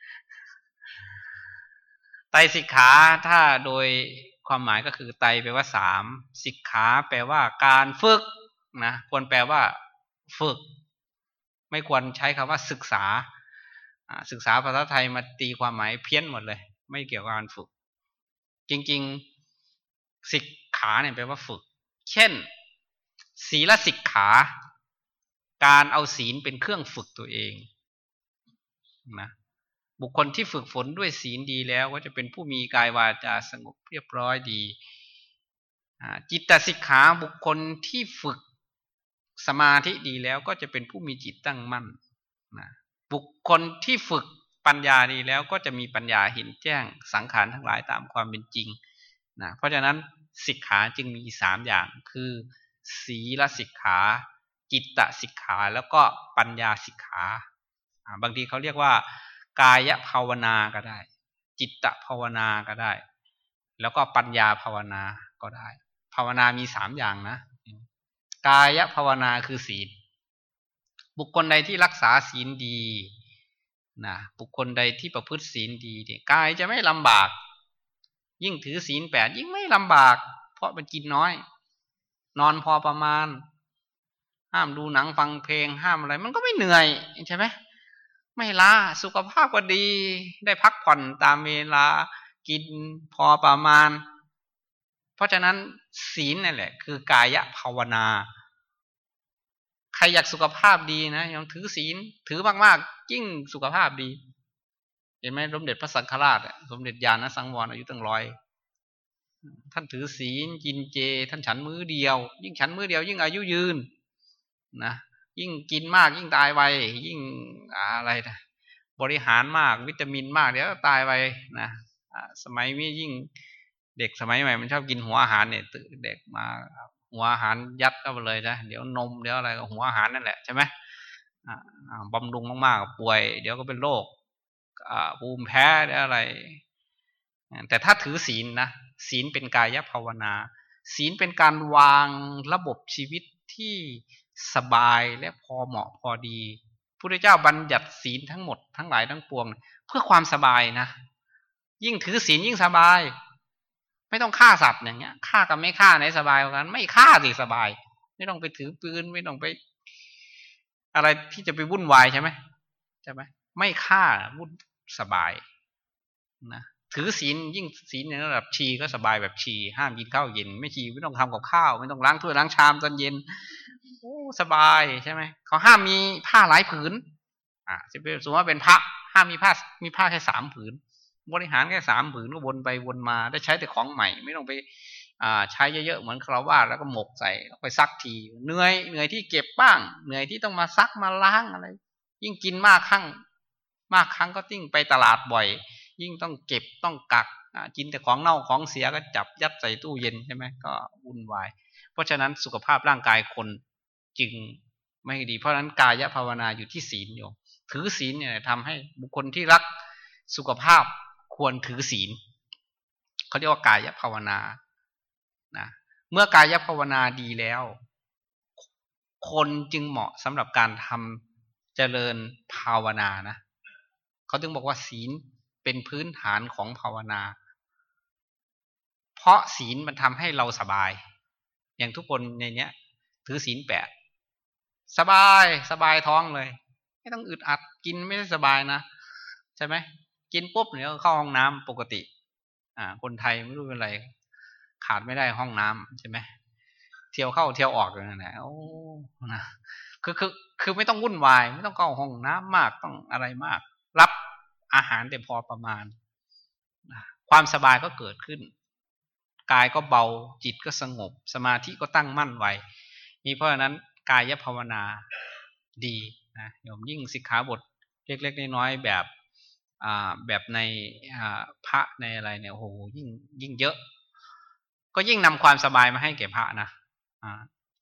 ไตรสิกขาถ้าโดยความหมายก็คือไตรแปลว่าสามสิกขาแปลว่าการฝึกนะควรแปลว่าฝึกไม่ควรใช้คำว่าศึกษาศึกษาภาษาไทยมาตีความหมายเพี้ยนหมดเลยไม่เกี่ยวกับการฝึกจริงๆสิกขาเนี่ยแปลว่าฝึกเช่นศีลสิกขาการเอาศีลเป็นเครื่องฝึกตัวเองนะบุคคลที่ฝึกฝนด้วยศีลดีแล้วก็จะเป็นผู้มีกายวาจาสงบเรียบร้อยดีจิตตสิกขาบุคคลที่ฝึกสมาธิดีแล้วก็จะเป็นผู้มีจิตตั้งมั่นนะบุคคลที่ฝึกปัญญาดีแล้วก็จะมีปัญญาเห็นแจ้งสังขารทั้งหลายตามความเป็นจริงนะเพราะฉะนั้นสิกขาจึงมีสามอย่างคือศีลสิกขาจิตตสิกขาแล้วก็ปัญญาสิกขาบางทีเขาเรียกว่ากายภาวนาก็ได้จิตตภาวนาก็ได้แล้วก็ปัญญาภาวนาก็ได้ภาวนามีสามอย่างนะกายภาวนาคือศีลบุคคลใดที่รักษาศีลดีนะบุคคลใดที่ประพฤติศีลดีเนี่ยกายจะไม่ลำบากยิ่งถือศีลแปดยิ่งไม่ลำบากเพราะมันกินน้อยนอนพอประมาณห้ามดูหนังฟังเพลงห้ามอะไรมันก็ไม่เหนื่อยใช่ไหมไม่ล้าสุขภาพก็ดีได้พักผ่อนตามเวลากินพอประมาณเพราะฉะนั้นศีลนั่นแหละคือกายภาวนาใครอยากสุขภาพดีนะยอมถือศีลถือมากๆยิ่งสุขภาพดีเห็นไหมสมเด็จพระสังฆราชสมเด็จญาณสังวรอายุตั้งร้อยท่านถือศีลกินเจท่านฉันมื้อเดียวยิ่งฉันมื้อเดียวยิ่งอายุยืนนะยิ่งกินมากยิ่งตายไวยิ่งอะไรนะบริหารมากวิตามินมากเดี๋ยวตายไวนะสมัยนี้ยิ่งเด็กสมัยใหม่มันชอบกินหัวอาหารเนี่ยเด็กมาหัวอาหารยัดเข้าไปเลยนะเดี๋ยวนมเดี๋ยวอะไรก็หัวอาหารนั่นแหละใช่ไหมบำรุงมากๆป่วยเดี๋ยวก็เป็นโรคภูมิแพ้เดี๋ยวอะไรแต่ถ้าถือศีลนะศีลเป็นกายภาวนาศีลเป็นการวางระบบชีวิตที่สบายและพอเหมาะพอดีพระพุทธเจ้าบัญญัติศีลทั้งหมดทั้งหลายทั้งปวงเพื่อความสบายนะยิ่งถือศีลยิ่งสบายไม่ต้องฆ่าสัตว์อย่างเงี้ยฆ่ากับไม่ฆ่าไหนสบายกว่ากันไม่ฆ่าสิสบายไม่ต้องไปถือปืนไม่ต้องไปอะไรที่จะไปวุ่นวายใช่ไหมใช่ไหมไม่ฆ่าวุ่นสบายนะถือศีลยิ่งศีลในระดับชีก็สบายแบบชีห้ามกินข้าวเย็นไม่ชีไม่ต้องทำกับข้าวไม่ต้องล้างถ้วยล้างชามตอนเย็นโอ้สบายใช่ไหมเขาห้ามมีผ้าหลายผืนอ่าจะเป็นสมมติว่าเป็นพระห้ามมีผ้ามีผ้าแค่สามผืนบริหารแค่สามผืนก็วนไปวนมาได้ใช้แต่ของใหม่ไม่ต้องไปอ่าใช้เยอะๆเหมือนคารวะแล้วก็หมกใส่ไปซักทีเหนื่อยเหนื่อยที่เก็บบ้างเหนื่อยที่ต้องมาซักมาล้างอะไรยิ่งกินมากครั้งมากครั้งก็ยิ่งไปตลาดบ่อยยิ่งต้องเก็บต้องกักกินแต่ของเน่าของเสียก็จับยัดใส่ตู้เย็นใช่ไหมก็วุ่นวายเพราะฉะนั้นสุขภาพร่างกายคนจึงไม่ดีเพราะฉะนั้นกายภาวนาอยู่ที่ศีลโยมถือศีลเนี่ยทำให้บุคคลที่รักสุขภาพควรถือศีลเขาเรียกว่ากายภาวนานะเมื่อกายภาวนาดีแล้วคนจึงเหมาะสำหรับการทำเจริญภาวนานะเขาถึงบอกว่าศีลเป็นพื้นฐานของภาวนาเพราะศีลมันทำให้เราสบายอย่างทุกคนในเนี้ยถือศีลแปดสบายสบายท้องเลยไม่ต้องอึดอัดกินไม่ได้สบายนะใช่ไหมกินปุ๊บเดี๋ยวเข้าห้องน้ำปกติอ่าคนไทยไม่รู้เป็นไรขาดไม่ได้ห้องน้ำใช่ไหมเที่ยวเข้าเที่ยวออกอย่างนั้นแหละโอ้นะคือคือคือไม่ต้องวุ่นวายไม่ต้องเข้าห้องน้ำมากต้องอะไรมากรับอาหารแต่พอประมาณความสบายก็เกิดขึ้นกายก็เบาจิตก็สงบสมาธิก็ตั้งมั่นไว้นี่เพราะฉะนั้นกายภาวนาดีนะโยมยิ่งสิกขาบทเล็กๆน้อยๆแบบอ่าแบบในอ่าพระในอะไรเนี่ยโอ้โหยิ่งยิ่งเยอะก็ยิ่งนำความสบายมาให้แก่พระนะอ่าถื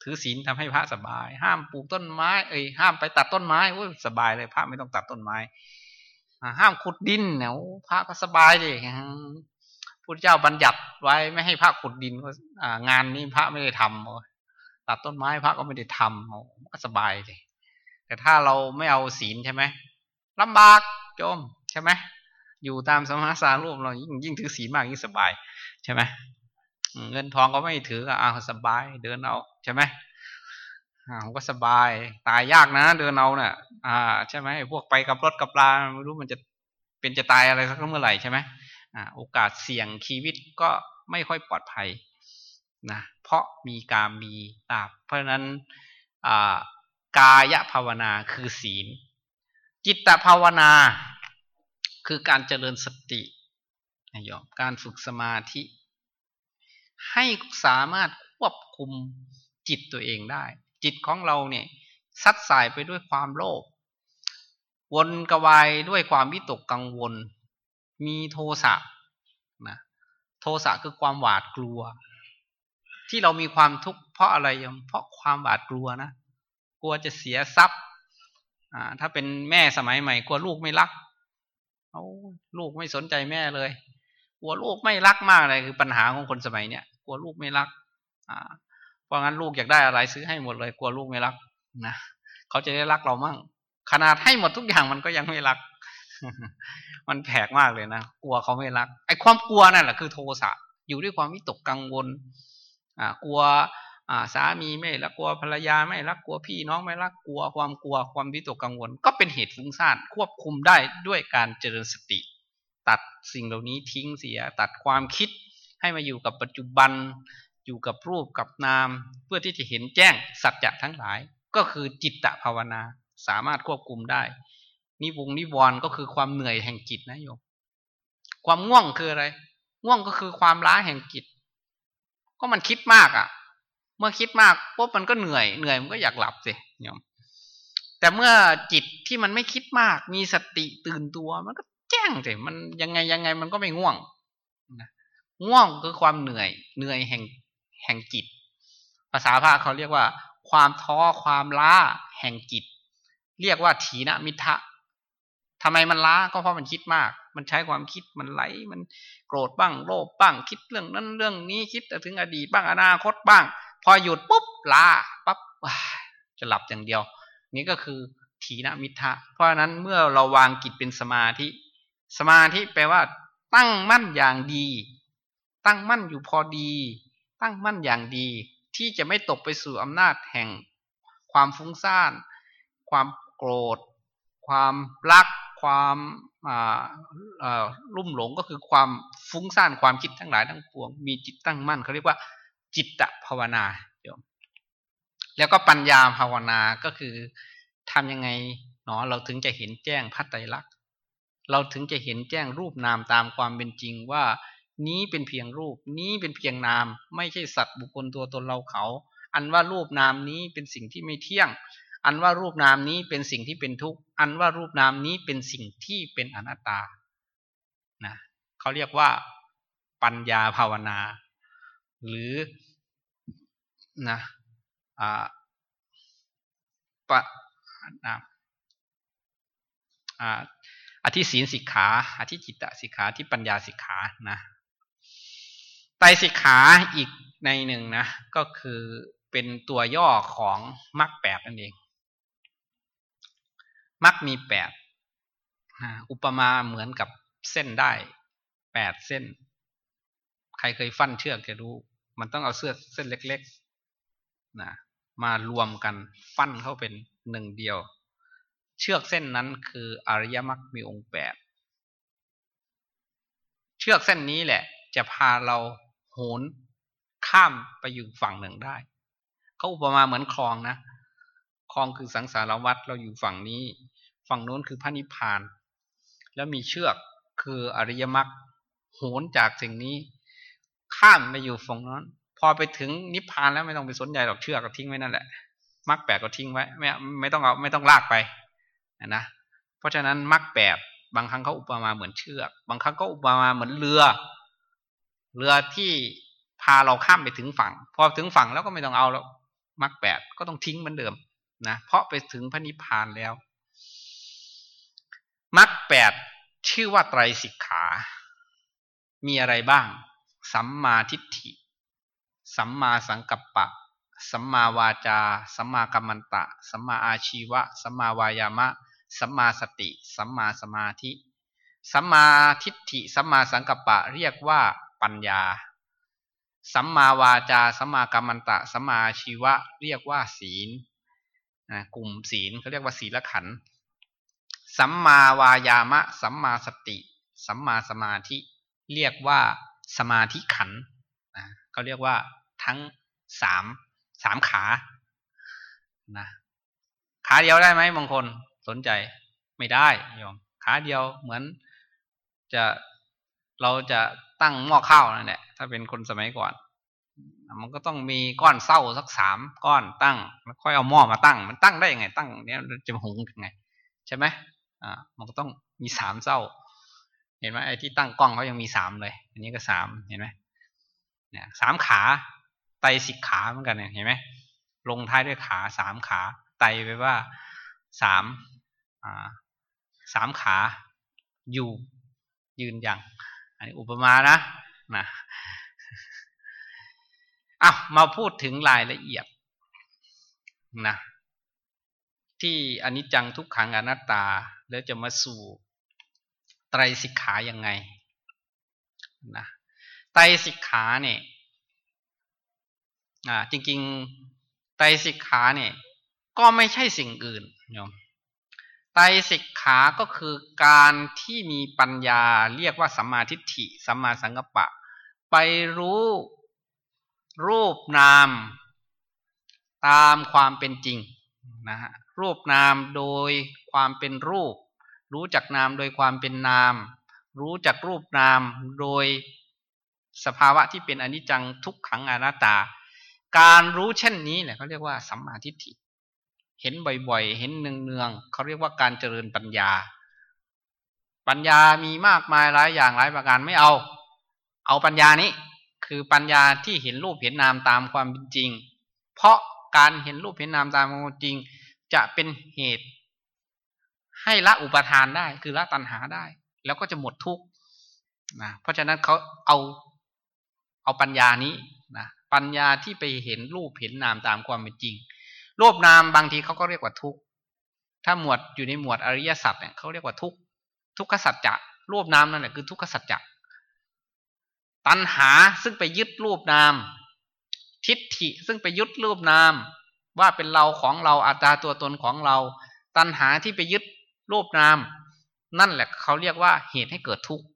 ถือศีลทำให้พระสบายห้ามปลูกต้นไม้เอ้ยห้ามไปตัดต้นไม้โอ้ยสบายเลยพระไม่ต้องตัดต้นไม้ห้ามขุดดินเนี่ยพระก็สบายเลยพุทธเจ้าบัญญัติไว้ไม่ให้พระขุดดินก็งานนี้พระไม่ได้ทำตัดต้นไม้พระก็ไม่ได้ทำก็สบายเลยแต่ถ้าเราไม่เอาศีลใช่ไหมลำบากโยมใช่ไหมอยู่ตามสมณสารรูปเรายิ่งยิ่งถือศีลมากยิ่งสบายใช่ไหมเงินทองก็ไม่ถือก็เอาสบายเดินเอาใช่ไหมอ่าผมก็สบายตายยากนะเดินเอาเนี่ยอ่าใช่ไหมพวกไปกับรถกับลาไม่รู้มันจะเป็นจะตายอะไรสักเมื่อไหร่ใช่ไหมอ่าโอกาสเสี่ยงชีวิตก็ไม่ค่อยปลอดภัยนะเพราะมีกามมีลาภเพราะฉะนั้นอ่ากายภาวนาคือศีลจิตตภาวนาคือการเจริญสตินะโยมการฝึกสมาธิให้สามารถควบคุมจิตตัวเองได้จิตของเราเนี่ยซัดสายไปด้วยความโลภวนกวายด้วยความวิตกกังวลมีโทสะนะโทสะคือความหวาดกลัวที่เรามีความทุกข์เพราะอะไรโยมเพราะความหวาดกลัวนะกลัวจะเสียทรัพย์อ่าถ้าเป็นแม่สมัยใหม่กลัวลูกไม่รักเอาลูกไม่สนใจแม่เลยกลัวลูกไม่รักมากเลยคือปัญหาของคนสมัยเนี้ยกลัวลูกไม่รักอ่าเพราะงั้นลูกอยากได้อะไรซื้อให้หมดเลยกลัวลูกไม่รักนะเขาจะได้รักเรามั่งขนาดให้หมดทุกอย่างมันก็ยังไม่รัก มันแปลกมากเลยนะกลัวเขาไม่รักไอ้ความกลัวนั่นแหละคือโทสะอยู่ด้วยความวิตกกังวลอ่ากลัวอ่าสามีไม่รักกลัวภรรยาไม่รักกลัวพี่น้องไม่รักกลัวความกลัวความวิตกกังวลก็เป็นเหตุฟุ้งซ่านควบคุมได้ด้วยการเจริญสติตัดสิ่งเหล่านี้ทิ้งเสียตัดความคิดให้มาอยู่กับปัจจุบันอยู่กับรูปกับนามเพื่อที่จะเห็นแจ้งสัจจะทั้งหลายก็คือจิตตภาวนาสามารถควบคุมได้นิวงนิวรณ์ก็คือความเหนื่อยแห่งจิตนะโยมความง่วงคืออะไรง่วงก็คือความล้าแห่งจิตก็มันคิดมากอ่ะเมื่อคิดมากปุ๊บมันก็เหนื่อยเหนื่อยมันก็อยากหลับสิโยมแต่เมื่อจิตที่มันไม่คิดมากมีสติตื่นตัวมันก็แจ้งสิมันยังไงยังไงมันก็ไม่ง่วงนะง่วงคือความเหนื่อยเหนื่อยแห่งแห่งจิตภาษาพระเขาเรียกว่าความท้อความล้าแห่งจิตเรียกว่าถีนมิทะทำไมมันล้าก็เพราะมันคิดมากมันใช้ความคิดมันไหลมันโกรธบ้างโลภบ้างคิดเรื่องนั้นเรื่องนี้คิดถึงอดีตบ้างอนาคตบ้างพอหยุดปุ๊บล้าปั๊บจะหลับอย่างเดียวนี่ก็คือถีนมิทะเพราะฉะนั้นเมื่อเราวางจิตเป็นสมาธิสมาธิแปลว่าตั้งมั่นอย่างดีตั้งมั่นอยู่พอดีตั้งมั่นอย่างดีที่จะไม่ตกไปสู่อำนาจแห่งความฟุ้งซ่านความโกรธความรักความลุ่มหลงก็คือความฟุ้งซ่านความคิดทั้งหลายทั้งปวงมีจิตตั้งมั่นเขาเรียกว่าจิตตภาวนาแล้วก็ปัญญาภาวนาก็คือทำยังไงเนาะเราถึงจะเห็นแจ้งพระไตรลักษณ์เราถึงจะเห็นแจ้งรูปนามตามความเป็นจริงว่านี้เป็นเพียงรูปนี้เป็นเพียงนามไม่ใช่สัตว์บุคคลตัวตนเราเขาอันว่ารูปนามนี้เป็นสิ่งที่ไม่เที่ยงอันว่ารูปนามนี้เป็นสิ่งที่เป็นทุกข์อันว่ารูปนามนี้เป็นสิ่งที่เป็นอนัตตานะเขาเรียกว่าปัญญาภาวนาหรือนะอ่าปะนะอ่าอธิศีลสิกขาอธิจิตตสิกขาที่ปัญญาสิกขานะไตรสิกขาอีกในหนึ่งนะก็คือเป็นตัวย่อของมรรคแปดนั่นเองมรรคมีแปดอุปมาเหมือนกับเส้นได้แปดเส้นใครเคยฟันเชือกจะรู้มันต้องเอาเสื้อเส้นเล็กๆนะมารวมกันฟันเข้าเป็นหนึ่งเดียวเชือกเส้นนั้นคืออริยมรรคมีองค์แปดเชือกเส้นนี้แหละจะพาเราโหนข้ามไปอยู่ฝั่งหนึ่งได้เขาอุปมาเหมือนคลองนะคลองคือสังสารวัฏเราอยู่ฝั่งนี้ฝั่งโน้นคือพระนิพพานแล้วมีเชือกคืออริยมรรคโหนจากสิ่งนี้ข้ามไปอยู่ฝั่งโน้นพอไปถึงนิพพานแล้วไม่ต้องไปสนใจหรอกเชือกก็ทิ้งไว้นั่นแหละมรรคแปดก็ทิ้งไว้ไม่ไม่ต้องเอาไม่ต้องลากไปนะเพราะฉะนั้นมรรคแปดบางครั้งเขาอุปมาเหมือนเชือกบางครั้งก็อุปมาเหมือนเรือเรือที่พาเราข้ามไปถึงฝั่งพอถึงฝั่งแล้วก็ไม่ต้องเอาแล้วมรรคแปดก็ต้องทิ้งเหมือนเดิมนะเพราะไปถึงพระนิพพานแล้วมรรคแปดชื่อว่าไตรสิกขามีอะไรบ้างสัมมาทิฏฐิสัมมาสังกัปปะสัมมาวาจาสัมมากัมมันตะสัมมาอาชีวะสัมมาวายามะสัมมาสติสัมมาสมาธิสัมมาทิฏฐิสัมมาสังกัปปะเรียกว่าปัญญาสัมมาวาจาสัมมากัมมันตะสัมมาอาชีวะเรียกว่าศีลกลุ่มศีลเขาเรียกว่าศีลขันธ์สัมมาวายามะสัมมาสติสัมมาสมาธิเรียกว่าสมาธิขันธ์เขาเรียกว่าทั้งสามสามขานะขาเดียวได้ไหมบางคนสนใจไม่ได้โยมขาเดียวเหมือนจะเราจะตั้งหม้อข้าวนั่นแหละถ้าเป็นคนสมัยก่อนมันก็ต้องมีก้อนเศร้าสักสามก้อนตั้งแล้วค่อยเอาหม้อมาตั้งมันตั้งได้ยังไงตั้งเนี้ยจะหุงยังไงใช่ไหมอ่ามันก็ต้องมีสามเศร้าเห็นไหมไอ้ที่ตั้งกล้องเขายังมีสามเลยอันนี้ก็สามเห็นไหมเนี่ยสามขาไตรสิกขาเหมือนกันเนี่ยเห็นไหมลงท้ายด้วยขาสามขาไตรไปว่าสามอ่าสามขาอยู่ยืนยังอันนี้อุปมานะนะอ่ะมาพูดถึงรายละเอียดนะที่อนิจจังทุกขังอนัตตาแล้วจะมาสู่ไตรสิกขายังไงนะไตรสิกขาเนี่ยอ่าจริงๆไตรสิกขาเนี่ยก็ไม่ใช่สิ่งอื่นโยมไตรสิกขาก็คือการที่มีปัญญาเรียกว่าสัมมาทิฏฐิสัมมาสังกัปปะไปรู้รูปนามตามความเป็นจริงนะฮะรูปนามโดยความเป็นรูปรู้จักนามโดยความเป็นนามรู้จักรูปนามโดยสภาวะที่เป็นอนิจจังทุกขังอนัตตาการรู้เช่นนี้แหละเขาเรียกว่าสัมมาทิฏฐิเห็นบ่อยๆเห็นเนืองๆเขาเรียกว่าการเจริญปัญญาปัญญามีมากมายหลายอย่างหลายประการไม่เอาเอาปัญญานี้คือปัญญาที่เห็นรูปเห็นนามตามความเป็นจริงเพราะการเห็นรูปเห็นนามตามความเป็นจริงจะเป็นเหตุให้ละอุปทานได้คือละตัณหาได้แล้วก็จะหมดทุกข์นะเพราะฉะนั้นเขาเอาเอาปัญญานี้นะปัญญาที่ไปเห็นรูปเห็นนามตามความเป็นจริงรูปนามบางทีเขาก็เรียกว่าทุกข์ถ้าหมวดอยู่ในหมวดอริยสัจเนี่ยเขาเรียกว่าทุกข์ทุกขสัจจะรูปนามนั่นแหละคือทุกขสัจจะตัณหาซึ่งไปยึดรูปนามทิฏฐิซึ่งไปยึดรูปนามว่าเป็นเราของเราอัตตาตัวตนของเราตัณหาที่ไปยึดรูปนามนั่นแหละเขาเรียกว่าเหตุให้เกิดทุกข์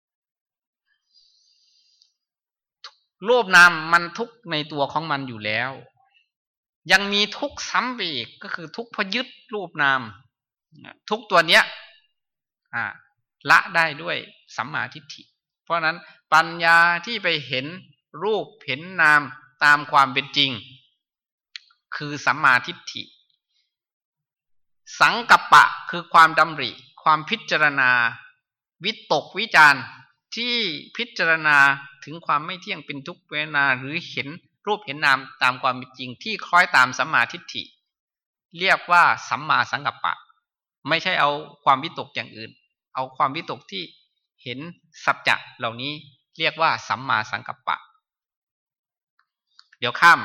รูปนามมันทุกข์ในตัวของมันอยู่แล้วยังมีทุกข์ซ้ำไปอีกก็คือทุกข์เพราะยึดรูปนามทุกข์ตัวเนี้ยละได้ด้วยสัมมาทิฏฐิเพราะนั้นปัญญาที่ไปเห็นรูปเห็นนามตามความเป็นจริงคือสัมมาทิฏฐิสังกัปปะคือความดำริความพิจารณาวิตกวิจารที่พิจารณาถึงความไม่เที่ยงเป็นทุกข์เวทนาหรือเห็นรูปเห็นนามตามความเป็นจริงที่คล้อยตามสัมมาทิฏฐิเรียกว่าสัมมาสังกัปปะไม่ใช่เอาความวิตกอย่างอื่นเอาความวิตกที่เห็นสัจจะเหล่านี้เรียกว่าสัมมาสังกัปปะเดี๋ยวข้าม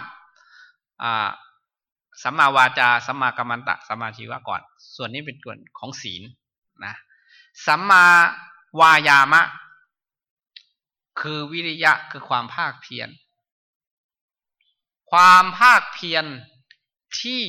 สัมมาวาจาสัมมากัมมันตะสัมมาชีวะก่อนส่วนนี้เป็นส่วนของศีลนะสัมมาวายามะคือวิริยะคือความภาคเพียรความภาคเพียรที่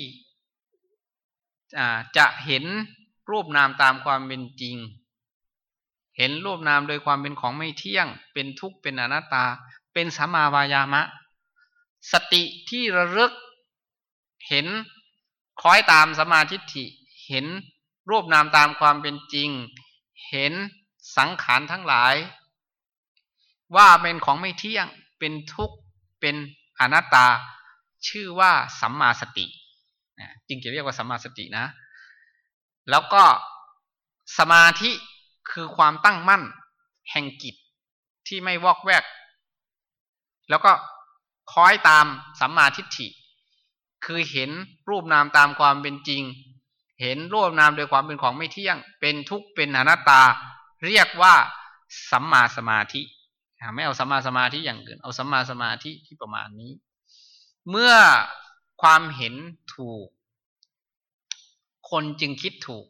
จะเห็นรูปนามตามความเป็นจริงเห็นรูปนามโดยความเป็นของไม่เที่ยงเป็นทุกข์เป็นอนัตตาเป็นสัมมาวายามะสติที่ระลึกเห็นคล้อยตามสัมมาทิฏฐิเห็นรูปนามตามความเป็นจริงเห็นสังขารทั้งหลายว่าเป็นของไม่เที่ยงเป็นทุกข์เป็นอนัตตาชื่อว่าสัมมาสติจริงจะเรียกว่าสัมมาสตินะแล้วก็สมาธิคือความตั้งมั่นแห่งจิตที่ไม่วอกแวกแล้วก็คล้อยตามสัมมาทิฏฐิคือเห็นรูปนามตามความเป็นจริงเห็นรูปนามโดยความเป็นของไม่เที่ยงเป็นทุกข์เป็นอนัตตาเรียกว่าสัมมาสมาธิไม่เอาสัมมาสมาธิอย่างอื่นเอาสัมมาสมาธิที่ประมาณนี้เมื่อความเห็นถูกคนจึงคิดถูก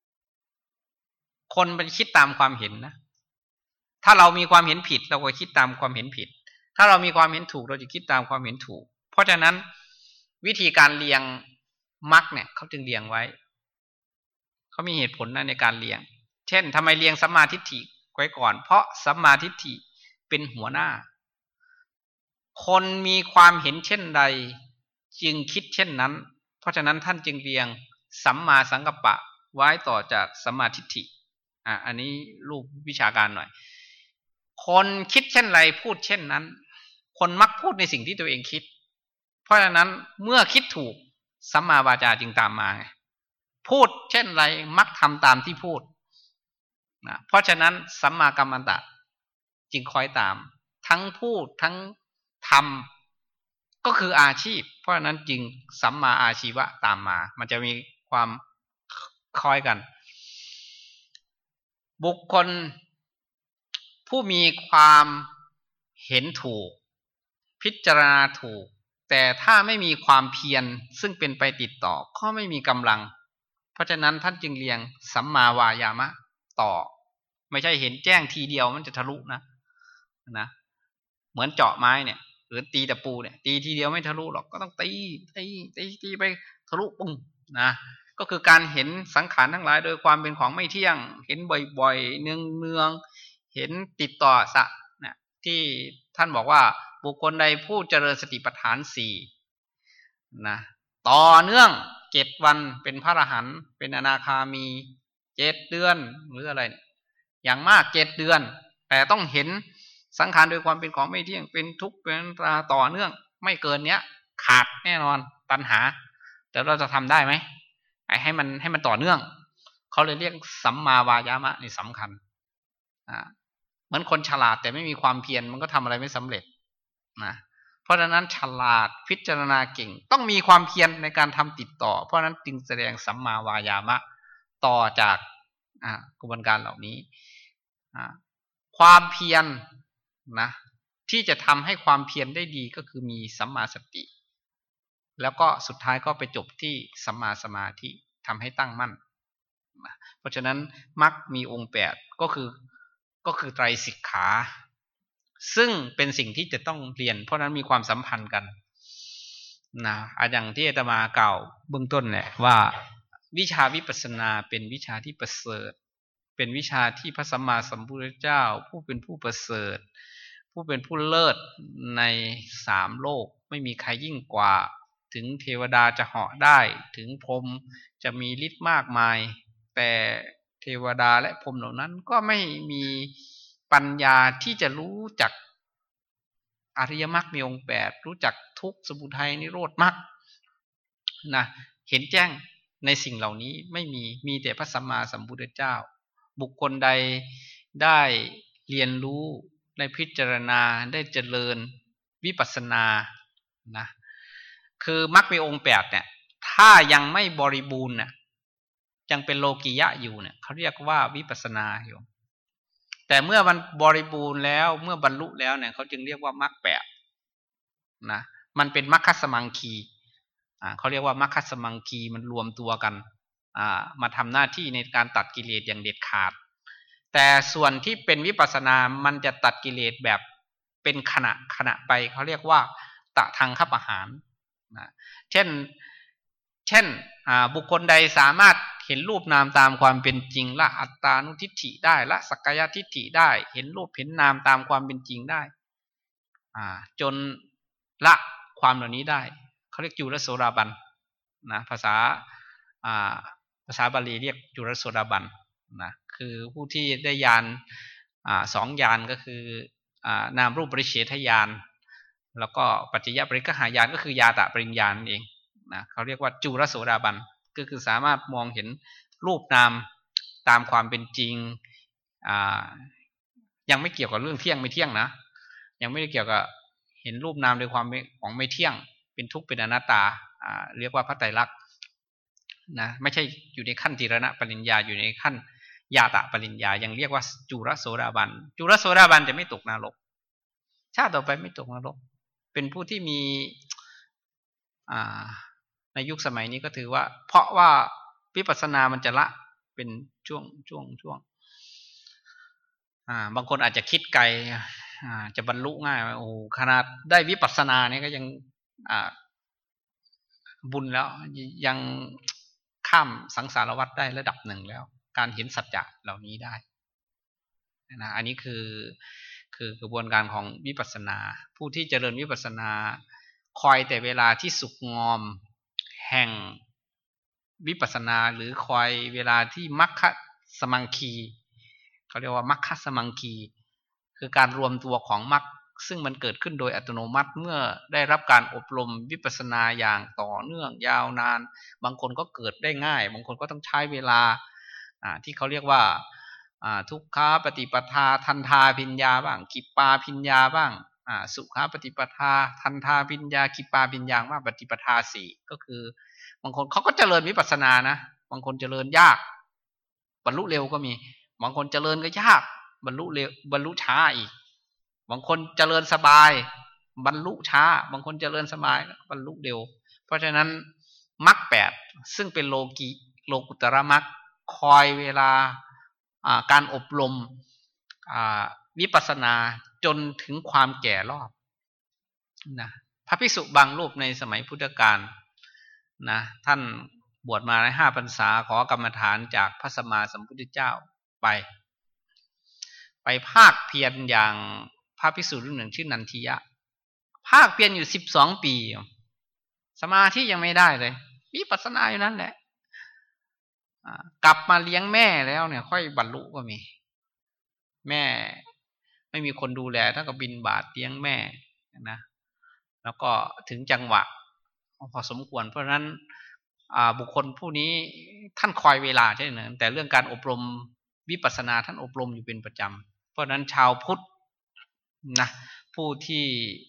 คนเป็นคิดตามความเห็นนะถ้าเรามีความเห็นผิดเราก็คิดตามความเห็นผิดถ้าเรามีความเห็นถูกเราจะคิดตามความเห็นถูกเพราะฉะนั้นวิธีการเรียงมรรคเนี่ยเขาจึงเรียงไว้เขามีเหตุผลนะในการเรียงเช่นทำไมเรียงสัมมาทิฏฐิไว้ก่อนเพราะสัมมาทิฏฐิเป็นหัวหน้าคนมีความเห็นเช่นใดจึงคิดเช่นนั้นเพราะฉะนั้นท่านจึงเรียงสัมมาสังกัปปะไว้ต่อจากสัมมาทิฏฐิอ่ะอันนี้รูปวิชาการหน่อยคนคิดเช่นไรพูดเช่นนั้นคนมักพูดในสิ่งที่ตัวเองคิดเพราะฉะนั้นเมื่อคิดถูกสัมมาวาจาจึงตามมาพูดเช่นไรมักทำตามที่พูดนะเพราะฉะนั้นสัมมากัมมันตะจึงคอยตามทั้งพูดทั้งทำก็คืออาชีพเพราะฉะนั้นจึงสัมมาอาชีวะตามมามันจะมีความคอยกันบุคคลผู้มีความเห็นถูกพิจารณาถูกแต่ถ้าไม่มีความเพียรซึ่งเป็นไปติดต่อก็ไม่มีกำลังเพราะฉะนั้นท่านจึงเรียงสัมมาวายามะต่อไม่ใช่เห็นแจ้งทีเดียวมันจะทะลุนะนะเหมือนเจาะไม้เนี่ยหรือตีตะปูเนี่ยตีทีเดียวไม่ทะลุหรอกก็ต้องตีตีตีตีไปทะลุปุ้งนะก็คือการเห็นสังขารทั้งหลายโดยความเป็นของไม่เที่ยงเห็นบ่อยๆเนืองๆเห็นติดต่อสะนะที่ท่านบอกว่าบุคคลใดผู้เจริญสติปัฏฐานสี่นะต่อเนื่องเจ็ดวันเป็นพระอรหันต์เป็นอนาคามีเจ็ดเดือนหรืออะไรอย่างมากเจ็ดเดือนแต่ต้องเห็นสังขารโดยความเป็นของไม่เที่ยงเป็นทุกข์เป็นตราต่อเนื่องไม่เกินเนี้ยขาดแน่นอนตัณหาแต่เราจะทำได้ไหมไอ้ให้มันให้มันต่อเนื่องเขาเลยเรียกสัมมาวายามะนี่สำคัญอ่าเหมือนคนฉลาดแต่ไม่มีความเพียรมันก็ทำอะไรไม่สำเร็จนะเพราะฉะนั้นฉลาดพิจารณาเก่งต้องมีความเพียรในการทำติดต่อเพราะฉะนั้นจึงแสดงสัมมาวายามะต่อจากกระบวนการเหล่านี้ความเพียรนะที่จะทำให้ความเพียรได้ดีก็คือมีสัมมาสติแล้วก็สุดท้ายก็ไปจบที่สัมมาสมาธิทำให้ตั้งมั่นนะเพราะฉะนั้นมรรคมีองค์แปดก็คือก็คือไตรสิกขาซึ่งเป็นสิ่งที่จะต้องเรียนเพราะนั้นมีความสัมพันธ์กันนะอย่างที่อาตมากล่าวเบื้องต้นแหละว่าวิชาวิปัสสนาเป็นวิชาที่ประเสริฐเป็นวิชาที่พระสัมมาสัมพุทธเจ้าผู้เป็นผู้ประเสริฐผู้เป็นผู้เลิศในสามโลกไม่มีใครยิ่งกว่าถึงเทวดาจะเหาะได้ถึงพรหมจะมีฤทธิ์มากมายแต่เทวดาและพรหมเหล่านั้นก็ไม่มีปัญญาที่จะรู้จักอริยมรรคมีองค์แปดรู้จักทุกข์สมุทัยนิโรธมรรคนะเห็นแจ้งในสิ่งเหล่านี้ไม่มีมีแต่พระสัมมาสัมพุทธเจ้าบุคคลใดได้เรียนรู้ได้พิจารณาได้เจริญวิปัสสนานะคือมรรคมีองค์แปดเนี่ยถ้ายังไม่บริบูรณ์น่ะยังเป็นโลกิยะอยู่เนี่ยเขาเรียกว่าวิปัสสนาอยู่แต่เมื่อมันบริบูรณ์แล้วเมื่อบรรลุแล้วเนี่ยเขาจึงเรียกว่ามรรคแปดนะมันเป็นมรรคสมังคีอ่าเขาเรียกว่ามรรคสมังคีมันรวมตัวกันอ่ามาทำหน้าที่ในการตัดกิเลสอย่างเด็ดขาดแต่ส่วนที่เป็นวิปัสสนามันจะตัดกิเลสแบบเป็นขณะขณะไปเขาเรียกว่าตะทังคัปปะหารนะเช่นเช่นบุคคลใดสามารถเห็นรูปนามตามความเป็นจริงละอัตตานุทิฏฐิได้ละสักกายทิฏฐิได้เห็นรูปเห็นนามตามความเป็นจริงได้จนละความเหล่านี้ได้เขาเรียกจุลโสดาบันนะภาษาภาษาบาลีเรียกจุลโสดาบันนะคือผู้ที่ได้ญาณสองญาณก็คือนามรูปปริเฉทญาณแล้วก็ปัจจยปริฆหายานก็คือยาตะปริญญาณเองนะเขาเรียกว่าจุลโสดาบันก็คือสามารถมองเห็นรูปนามตามความเป็นจริงยังไม่เกี่ยวกับเรื่องเที่ยงไม่เที่ยงนะยังไม่ได้เกี่ยวกับเห็นรูปนามโดยความของไม่เที่ยงเป็นทุกข์เป็นอนัตตาอ่าเรียกว่าพระไตรลักษณ์นะไม่ใช่อยู่ในขั้นทีรณปริญญาอยู่ในขั้นญาตะปริญญายังเรียกว่าจุรโสดาบันจุรโสดาบันจะไม่ตกนรกชาติต่อไปไม่ตกนรกเป็นผู้ที่มีอ่าในยุคสมัยนี้ก็ถือว่าเพราะว่าวิปัสสนามันจะละเป็นช่วงช่วงช่วงอ่าบางคนอาจจะคิดไกลอ่าจะบรรลุง่ายโอ้ขนาดได้วิปัสสนาเนี่ยก็ยังอ่าบุญแล้วยังข้ามสังสารวัฏได้ระดับหนึ่งแล้วการเห็นสัจจะเหล่านี้ได้นะอันนี้คือคือกระบวนการของวิปัสสนาผู้ที่เจริญวิปัสสนาคอยแต่เวลาที่สุกงอมแห่งวิปัสสนาหรือคอยเวลาที่มัคคะสมังคีเขาเรียกว่ามัคคะสมังคีคือการรวมตัวของมรรคซึ่งมันเกิดขึ้นโดยอัตโนมัติเมื่อได้รับการอบรมวิปัสสนาอย่างต่อเนื่องยาวนานบางคนก็เกิดได้ง่ายบางคนก็ต้องใช้เวลาที่เขาเรียกว่าทุกขาปฏิปทาทันทาพิญญาบ้างกิปปาพิญญาบ้างสุขาปฏิปทาทันทาพิญญากิปปาพิญญาบ้างปฏิปทาสี่ก็คือบางคนเขาก็เจริญวิปัสสนานะบางคนเจริญยากบรรลุเร็วก็มีบางคนเจริญก็ยากบรรลุเร็วบรรลุช้าอีกบางคนเจริญสบายบรรลุช้าบางคนเจริญสบายบรรลุเร็วเพราะฉะนั้นมรรคแปดซึ่งเป็นโลกีโลกุตระมรรคคอยเวลาการอบรมวิปัสสนาจนถึงความแก่รอบนะพระภิกษุบางรูปในสมัยพุทธกาลนะท่านบวชมาในห้าพรรษาขอกรรมฐานจากพระสัมมาสัมพุทธเจ้าไปไปภาคเพียรอย่างพระภิกษุรูปหนึ่งชื่อนันทิยะภาคเพียรอยู่สิบสองปีสมาธิยังไม่ได้เลยวิปัสสนาอยู่นั่นแหละกลับมาเลี้ยงแม่แล้วเนี่ยค่อยบรรลุก็มีแม่ไม่มีคนดูแลท่านก็บิณฑบาตเลี้ยงแม่นะแล้วก็ถึงจังหวะพอสมควรเพราะฉะนั้นบุคคลผู้นี้ท่านคอยเวลาใช่ไหมแต่เรื่องการอบรมวิปัสสนาท่านอบรมอยู่เป็นประจำเพราะฉะนั้นชาวพุทธนะผู้ที่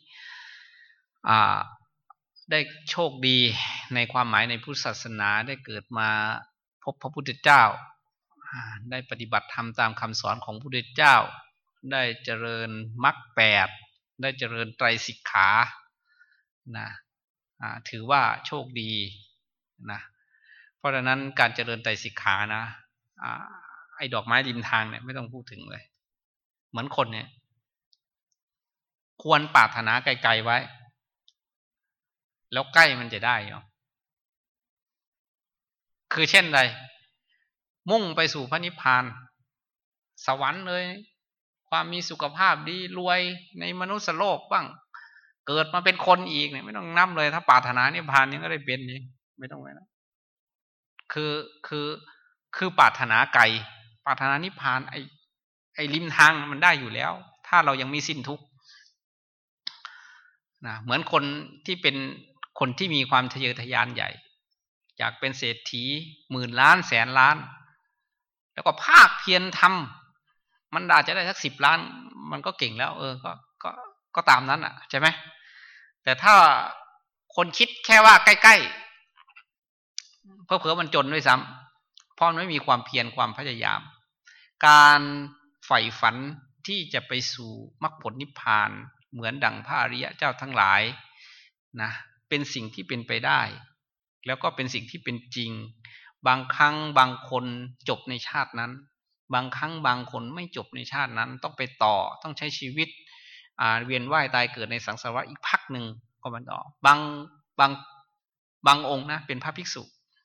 ได้โชคดีในความหมายในพุทธศาสนาได้เกิดมาพบพระพุทธเจ้าได้ปฏิบัติธรรมตามคำสอนของพระพุทธเจ้าได้เจริญมรรคแปดได้เจริญไตรสิกขานะถือว่าโชคดีนะเพราะฉะนั้นการเจริญไตรสิกขานะไอ้ดอกไม้ริมทางเนี่ยไม่ต้องพูดถึงเลยเหมือนคนเนี่ยควรปรารถนาไกลๆไว้แล้วใกล้มันจะได้เนาะคือเช่นไรมุ่งไปสู่พระนิพพานสวรรค์เลยความมีสุขภาพดีรวยในมนุษย์โลกบ้างเกิดมาเป็นคนอีกเนี่ยไม่ต้องนับเลยถ้าปรารถนานิพพานยังก็ได้เป็นนี่ไม่ต้องเลยนะคือคือคือปรารถนาไกลปรารถนานิพพานไอ้ไอ้ริมทางมันได้อยู่แล้วถ้าเรายังไม่สิ้นทุกข์นะเหมือนคนที่เป็นคนที่มีความทะเยอทะยานใหญ่อยากเป็นเศรษฐีหมื่นล้านแสนล้านแล้วก็ภาคเพียรทำมันอาจจะได้สักสิบล้านมันก็เก่งแล้วเออก็ก็ก็ตามนั้นอ่ะใช่ไหมแต่ถ้าคนคิดแค่ว่าใกล้ๆเพื่อเผื่อมันจนด้วยซ้ำเพราะมันไม่มีความเพียรความพยายามการใฝ่ฝันที่จะไปสู่มรรคผลนิพพานเหมือนดั่งพระอริยเจ้าทั้งหลายนะเป็นสิ่งที่เป็นไปได้แล้วก็เป็นสิ่งที่เป็นจริงบางครั้งบางคนจบในชาตินั้นบางครั้งบางคนไม่จบในชาตินั้นต้องไปต่อต้องใช้ชีวิตอ่าเวียนว่ายตายเกิดในสังสารวัฏอีกพักหนึ่งก็มันต่อบางบางบางองค์นะเป็นพระภิกษุ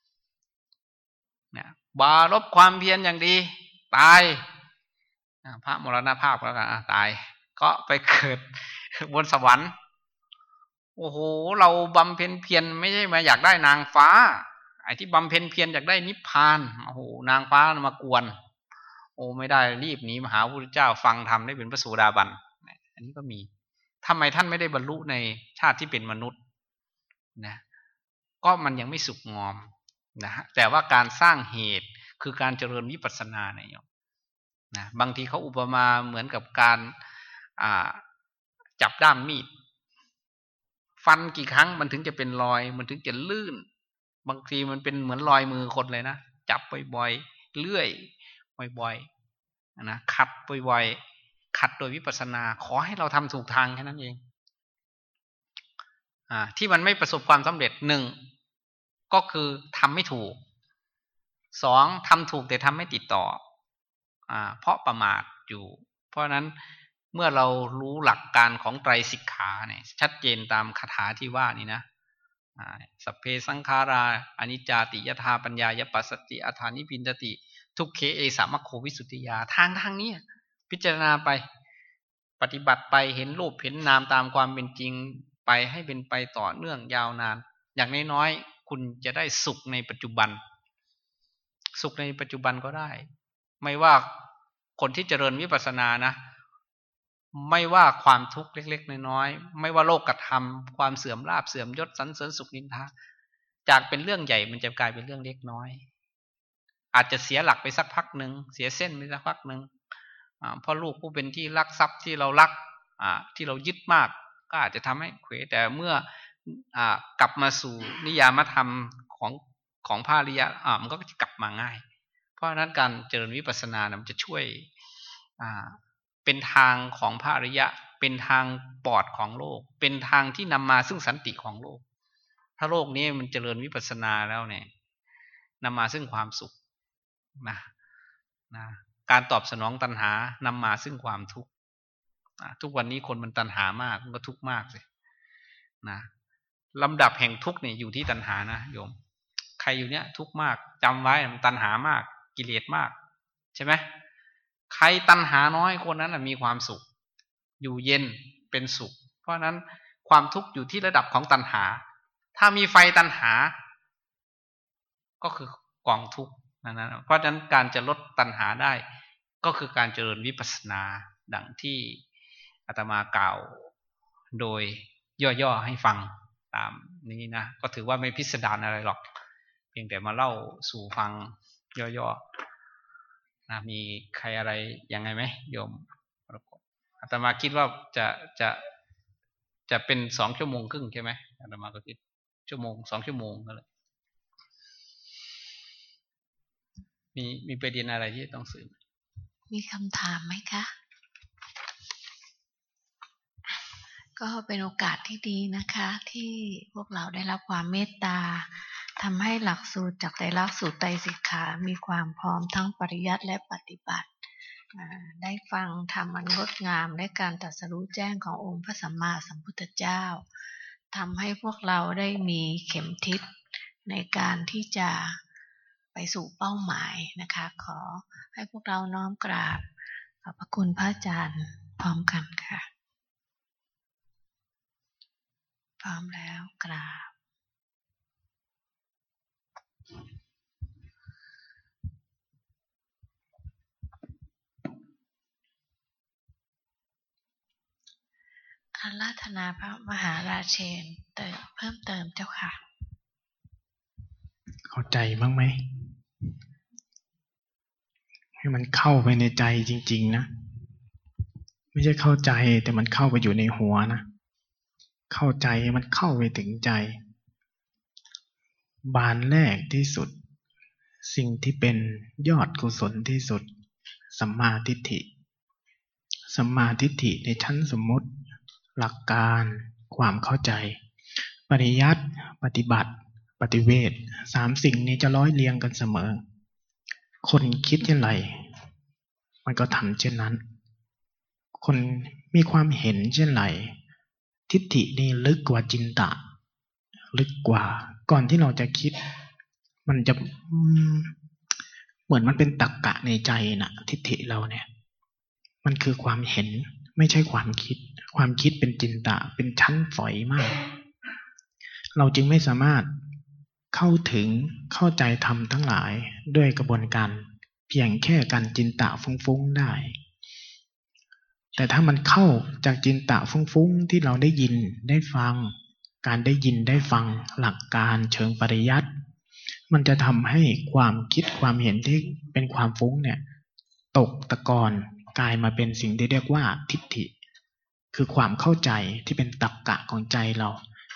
เนี่ยบารบความเพียรอย่างดีตายพระมรณภาพแล้วกันตายก็ไปเกิดบนสวรรค์โอ้โหเราบำเพ็ญเพียรไม่ใช่มาอยากได้นางฟ้าไอ้ที่บำเพ็ญเพียรอยากได้นิพพานโอ้โหนางฟ้ามากวนโอ้ไม่ได้รีบหนีมาหาพระพุทธเจ้าฟังธรรมได้เป็นพระโสดาบันอันนี้ก็มีทำไมท่านไม่ได้บรรลุในชาติที่เป็นมนุษย์นะก็มันยังไม่สุกงอมนะฮะแต่ว่าการสร้างเหตุคือการเจริญวิปัสสนาเนี่ยนะบางทีเขาอุปมาเหมือนกับการอ่าจับด้ามมีดฟันกี่ครั้งมันถึงจะเป็นรอยมันถึงจะลื่นบางทีมันเป็นเหมือนรอยมือคนเลยนะจับบ่อยๆเลื่อยบ่อยๆนะขัดบ่อยๆขัดโดยวิปัสสนาขอให้เราทำถูกทางแค่นั้นเองอ่าที่มันไม่ประสบความสำเร็จหนึ่งก็คือทำไม่ถูกสองทำถูกแต่ทำไม่ติดต่ออ่าเพราะประมาทอยู่เพราะนั้นเมื่อเรารู้หลักการของไตรสิกขาเนี่ยชัดเจนตามคาถาที่ว่านี่นะสัพเพสังขาราอนิจจาติยถาปัญญายปัสสติอัฏฐานิพินทติทุกเขเอสามัคโควิสุทธิยาทางทางนี้พิจารณาไปปฏิบัติไปเห็นรูปเห็นนามตามความเป็นจริงไปให้เป็นไปต่อเนื่องยาวนานอย่างน้อยๆคุณจะได้สุขในปัจจุบันสุขในปัจจุบันก็ได้ไม่ว่าคนที่เจริญวิปัสสนานะไม่ว่าความทุกข์เล็กๆน้อยๆไม่ว่าโลกธรรมความเสื่อมลาภเสื่อมยศสรรเสริญสุขนินทาจากเป็นเรื่องใหญ่มันจะกลายเป็นเรื่องเล็กน้อยอาจจะเสียหลักไปสักพักหนึ่งเสียเส้นไปสักพักหนึ่งเพราะลูกผู้เป็นที่รักทรัพย์ที่เรารักที่เรายึดมากก็อาจจะทำให้เขวแต่เมื่อกลับมาสู่นิยามธรรมของของพระอริยะมันก็จะกลับมาง่ายเพราะฉะนั้นการเจริญวิปัสสนามันจะช่วยเป็นทางของพระอริยะเป็นทางปลอดของโลกเป็นทางที่นำมาซึ่งสันติของโลกถ้าโลกนี้มันเจริญวิปัสสนาแล้วเนี่ยนำมาซึ่งความสุขนะนะการตอบสนองตัณหานำมาซึ่งความทุกข์ทุกวันนี้คนมันตัณหามากมันก็ทุกข์มากเลยนะลำดับแห่งทุกข์เนี่ยอยู่ที่ตัณหานะโยมใครอยู่เนี้ยทุกข์มากจำไว้มันตัณหามากกิเลสมากใช่ไหมใครตัณหาน้อยคนนั้นมีความสุขอยู่เย็นเป็นสุขเพราะนั้นความทุกข์อยู่ที่ระดับของตัณหาถ้ามีไฟตัณหาก็คือกองทุกข์นั้นเพราะฉะนั้นการจะลดตัณหาได้ก็คือการเจริญวิปัสสนาดังที่อาตมากล่าวโดยย่อๆให้ฟังตามนี้นะก็ถือว่าไม่พิสดารอะไรหรอกเพียงแต่มาเล่าสู่ฟังย่อๆนะมีใครอะไรยังไงไหมโยมอาตมาคิดว่าจะจะจะเป็นสองชั่วโมงครึ่งใช่ไหมอาตมาก็คิดชั่วโมงสองชั่วโมงนั่นแหละมีมีประเด็นอะไรที่ต้องสื่อมีคำถามไหมคะก็เป็นโอกาสที่ดีนะคะที่พวกเราได้รับความเมตตาทำให้หลักสูตรจากไตรลักษณ์สู่ไตรสิกขามีความพร้อมทั้งปริยัติและปฏิบัติได้ฟังธรรมอันงดงามและการตรัสรู้แจ้งขององค์พระสัมมาสัมพุทธเจ้าทำให้พวกเราได้มีเข็มทิศในการที่จะไปสู่เป้าหมายนะคะขอให้พวกเราน้อมกราบขอบพระคุณพระอาจารย์พร้อมกันค่ะพร้อมแล้วกราบอาราธนาพระมหาราเชนเติมเพิ่มเติมเจ้าค่ะเข้าใจบ้างไหมให้มันเข้าไปในใจจริงๆนะไม่ใช่เข้าใจแต่มันเข้าไปอยู่ในหัวนะเข้าใจมันเข้าไปถึงใจบานแรกที่สุดสิ่งที่เป็นยอดกุศลที่สุดสัมมาทิฏฐิสัมมาทิฏฐิในชั้นสมมติหลักการความเข้าใจปริยัติปฏิบัติปฏิเวทสามสิ่งนี้จะร้อยเรียงกันเสมอคนคิดเช่นไรมันก็ทำเช่นนั้นคนมีความเห็นเช่นไรทิฏฐินี่ลึกกว่าจินตะลึกกว่าก่อนที่เราจะคิดมันจะเหมือนมันเป็นตรรกะในใจน่ะทิฏฐิเราเนี่ยมันคือความเห็นไม่ใช่ความคิดความคิดเป็นจินตะเป็นชั้นฝอยมากเราจึงไม่สามารถเข้าถึงเข้าใจธรรมทั้งหลายด้วยกระบวนการเพียงแค่การจินตะฟุ้งๆได้แต่ถ้ามันเข้าจากจินตะฟุ้งๆที่เราได้ยินได้ฟังการได้ยินได้ฟังหลักการเชิงปริยัติมันจะทำให้ความคิดความเห็นที่เป็นความฟุ้งเนี่ยตกตะกอนกลายมาเป็นสิ่งที่เรียกว่าทิฏฐิคือความเข้าใจที่เป็นตรรกะของใจเรา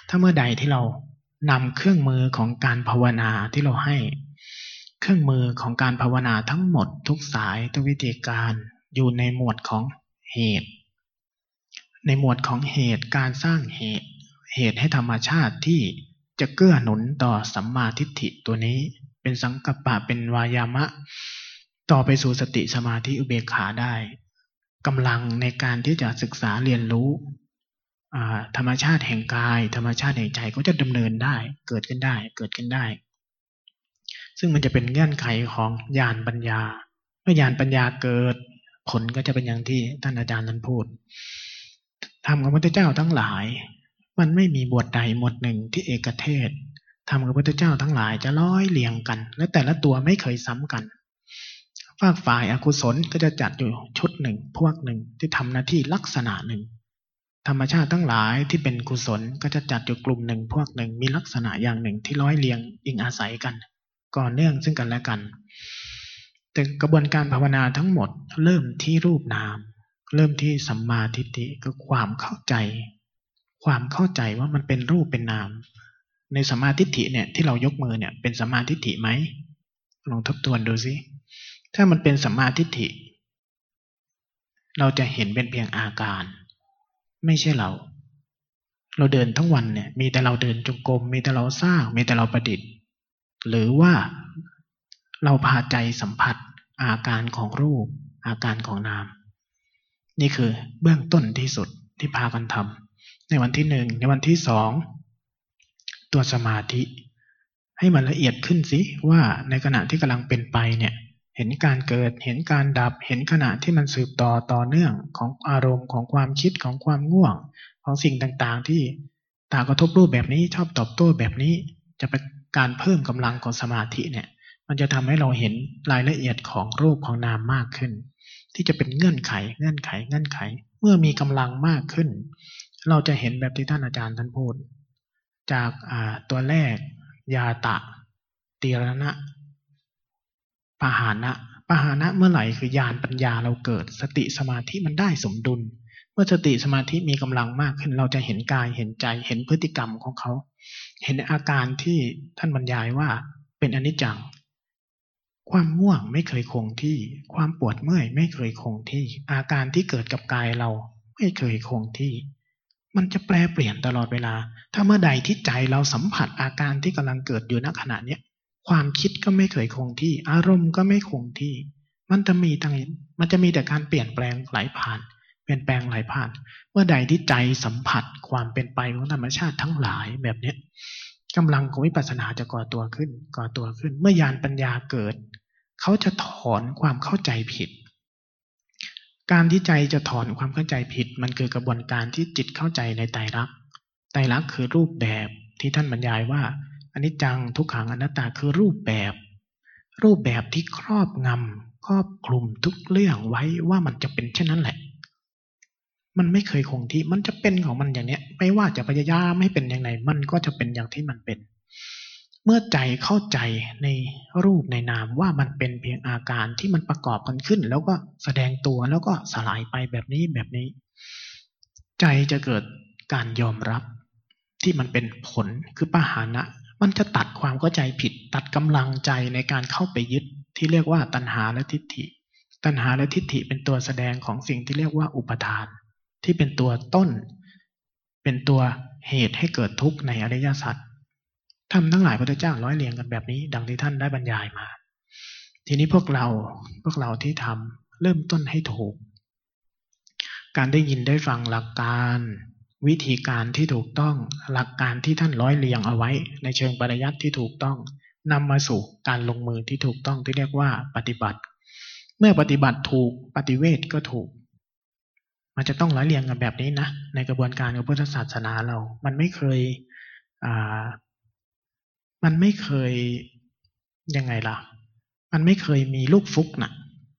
ถ้าเมื่อใดที่เรานำเครื่องมือของการภาวนาที่เราให้เครื่องมือของการภาวนาทั้งหมดทุกสายทุกวิธีการอยู่ในหมวดของเหตุในหมวดของเหตุการสร้างเหตุเหตุให้ธรรมชาติที่จะเกื้อหนุนต่อสัมมาทิฏฐิตัวนี้เป็นสังกัปปะเป็นวายามะต่อไปสู่สติสมาธิอุเบกขาได้กำลังในการที่จะศึกษาเรียนรู้ธรรมชาติแห่งกายธรรมชาติแห่งใจก็จะดำเนินได้เกิดขึ้นได้เกิดขึ้นได้ซึ่งมันจะเป็นเงื่อนไขของญาณปัญญาเมื่อญาณปัญญาเกิดผลก็จะเป็นอย่างที่ท่านอาจารย์นั้นพูดธรรมของพระพุทธเจ้าทั้งหลายมันไม่มีบทใดบทหนึ่งที่เอกเทศธรรมของพระพุทธเจ้าทั้งหลายจะร้อยเรียงกันและแต่ละตัวไม่เคยซ้ำกันฝากฝ่ายอกุศลก็จะจัดอยู่ชุดหนึ่งพวกหนึ่งที่ทำหน้าที่ลักษณะหนึ่งธรรมชาติทั้งหลายที่เป็นกุศลก็จะจัดอยู่กลุ่มหนึ่งพวกหนึ่งมีลักษณะอย่างหนึ่งที่ร้อยเรียงอิงอาศัยกันก่อเนื่องซึ่งกันและกันแต่กระบวนการภาวนาทั้งหมดเริ่มที่รูปนามเริ่มที่สัมมาทิฏฐิคือความเข้าใจความเข้าใจว่ามันเป็นรูปเป็นนามในสัมมาทิฏฐิเนี่ยที่เรายกมือเนี่ยเป็นสัมมาทิฏฐิไหมลองทบทวนดูสิถ้ามันเป็นสัมมาทิฏฐิเราจะเห็นเป็นเพียงอาการไม่ใช่เราเราเดินทั้งวันเนี่ยมีแต่เราเดินจงกรมมีแต่เราสร้างมีแต่เราประดิษฐ์หรือว่าเราพาใจสัมผัสอาการของรูปอาการของนามนี่คือเบื้องต้นที่สุดที่พากันทำในวันที่หนึ่งในวันที่สองตัวสมาธิให้มันละเอียดขึ้นสิว่าในขณะที่กำลังเป็นไปเนี่ยเห็นการเกิดเห็นการดับเห็นขณะที่มันสืบต่อต่อเนื่องของอารมณ์ของความคิดของความง่วงของสิ่งต่างๆที่ตากระทบรูปแบบนี้ชอบตอบโต้แบบนี้จะเป็นการเพิ่มกำลังของสมาธิเนี่ยมันจะทำให้เราเห็นรายละเอียดของรูปของนามมากขึ้นที่จะเป็นเงื่อนไขเงื่อนไขเงื่อนไขเมื่อมีกำลังมากขึ้นเราจะเห็นแบบที่ท่านอาจารย์ท่านพูดจากตัวแรกยาตะตีรณะปหานะปหานะเมื่อไหร่คือญาณปัญญาเราเกิดสติสมาธิมันได้สมดุลเมื่อสติสมาธิมีกำลังมากขึ้นเราจะเห็นกายเห็นใจเห็นพฤติกรรมของเขาเห็นอาการที่ท่านบรรยายว่าเป็นอนิจจังความง่วงไม่เคยคงที่ความปวดเมื่อยไม่เคยคงที่อาการที่เกิดกับกายเราไม่เคยคงที่มันจะแปรเปลี่ยนตลอดเวลาถ้าเมื่อใดที่ใจเราสัมผัสอาการที่กำลังเกิดอยู่ณขณะเนี้ยความคิดก็ไม่เคยคงที่อารมณ์ก็ไม่คงที่มันจะมีตั้งมันจะมีแต่การเปลี่ยนแปลงไหลผ่านเปลี่ยนแปลงไหลผ่านเมื่อใดที่ใจสัมผัสความเป็นไปของธรรมชาติทั้งหลายแบบเนี้ยกำลังของวิปัสสนาจะก่อตัวขึ้นก่อตัวขึ้นเมื่อญาณปัญญาเกิดเขาจะถอนความเข้าใจผิดการที่ใจจะถอนความเข้าใจผิดมันคือกระบวนการที่จิตเข้าใจในไตรลักษณ์ไตรลักษณ์คือรูปแบบที่ท่านบรรยายว่าอนิจจังทุกขังอนัตตาคือรูปแบบรูปแบบที่ครอบงำครอบคลุมทุกเรื่องไว้ว่ามันจะเป็นเช่นนั้นแหละมันไม่เคยคงที่มันจะเป็นของมันอย่างเนี้ยไม่ว่าจะพยายามไม่เป็นอย่างไรมันก็จะเป็นอย่างที่มันเป็นเมื่อใจเข้าใจในรูปในนามว่ามันเป็นเพียงอาการที่มันประกอบกันขึ้นแล้วก็แสดงตัวแล้วก็สลายไปแบบนี้แบบนี้ใจจะเกิดการยอมรับที่มันเป็นผลคือปหานะมันจะตัดความเข้าใจผิดตัดกำลังใจในการเข้าไปยึดที่เรียกว่าตัณหาและทิฏฐิตัณหาและทิฏฐิเป็นตัวแสดงของสิ่งที่เรียกว่าอุปทานที่เป็นตัวต้นเป็นตัวเหตุให้เกิดทุกข์ในอริยสัจทำทั้งหลายพระพุทธเจ้าร้อยเรียงกันแบบนี้ดังที่ท่านได้บรรยายมาทีนี้พวกเราพวกเราที่ทำเริ่มต้นให้ถูกการได้ยินได้ฟังหลักการวิธีการที่ถูกต้องหลักการที่ท่านร้อยเรียงเอาไว้ในเชิงปริยัติที่ถูกต้องนำมาสู่การลงมือที่ถูกต้องที่เรียกว่าปฏิบัติเมื่อปฏิบัติถูกปฏิเวทก็ถูกมันจะต้องร้อยเรียงกันแบบนี้นะในกระบวนการของพุทธศาสนาเรามันไม่เคยอ่ามันไม่เคยยังไงล่ะมันไม่เคยมีลูกฟุกนะ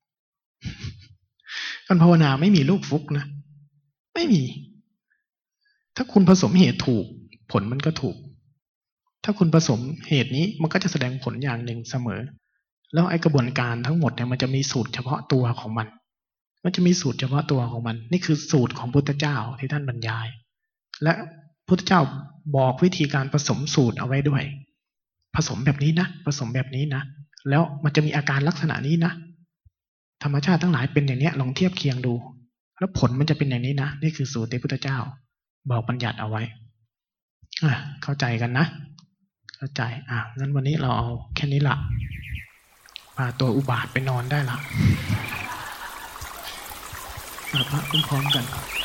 การภาวนาไม่มีลูกฟุกนะไม่มีถ้าคุณผสมเหตุถูกผลมันก็ถูกถ้าคุณผสมเหตุนี้มันก็จะแสดงผลอย่างหนึ่งเสมอแล้วไอ้กระบวนการทั้งหมดเนี่ยมันจะมีสูตรเฉพาะตัวของมันมันจะมีสูตรเฉพาะตัวของมันนี่คือสูตรของพุทธเจ้าที่ท่านบรรยายและพุทธเจ้าบอกวิธีการผสมสูตรเอาไว้ด้วยผสมแบบนี้นะผสมแบบนี้นะแล้วมันจะมีอาการลักษณะนี้นะธรรมชาติทั้งหลายเป็นอย่างนี้ลองเทียบเคียงดูแล้วผลมันจะเป็นอย่างนี้นะนี่คือสูตรที่พุทธเจ้าบอกบัญญัติเอาไว้อ่ะเข้าใจกันนะเข้าใจอ่ะงั้นวันนี้เราเอาแค่นี้ละพาตัวอุบาทไปนอนได้ละพระคุ้มพร้อมกัน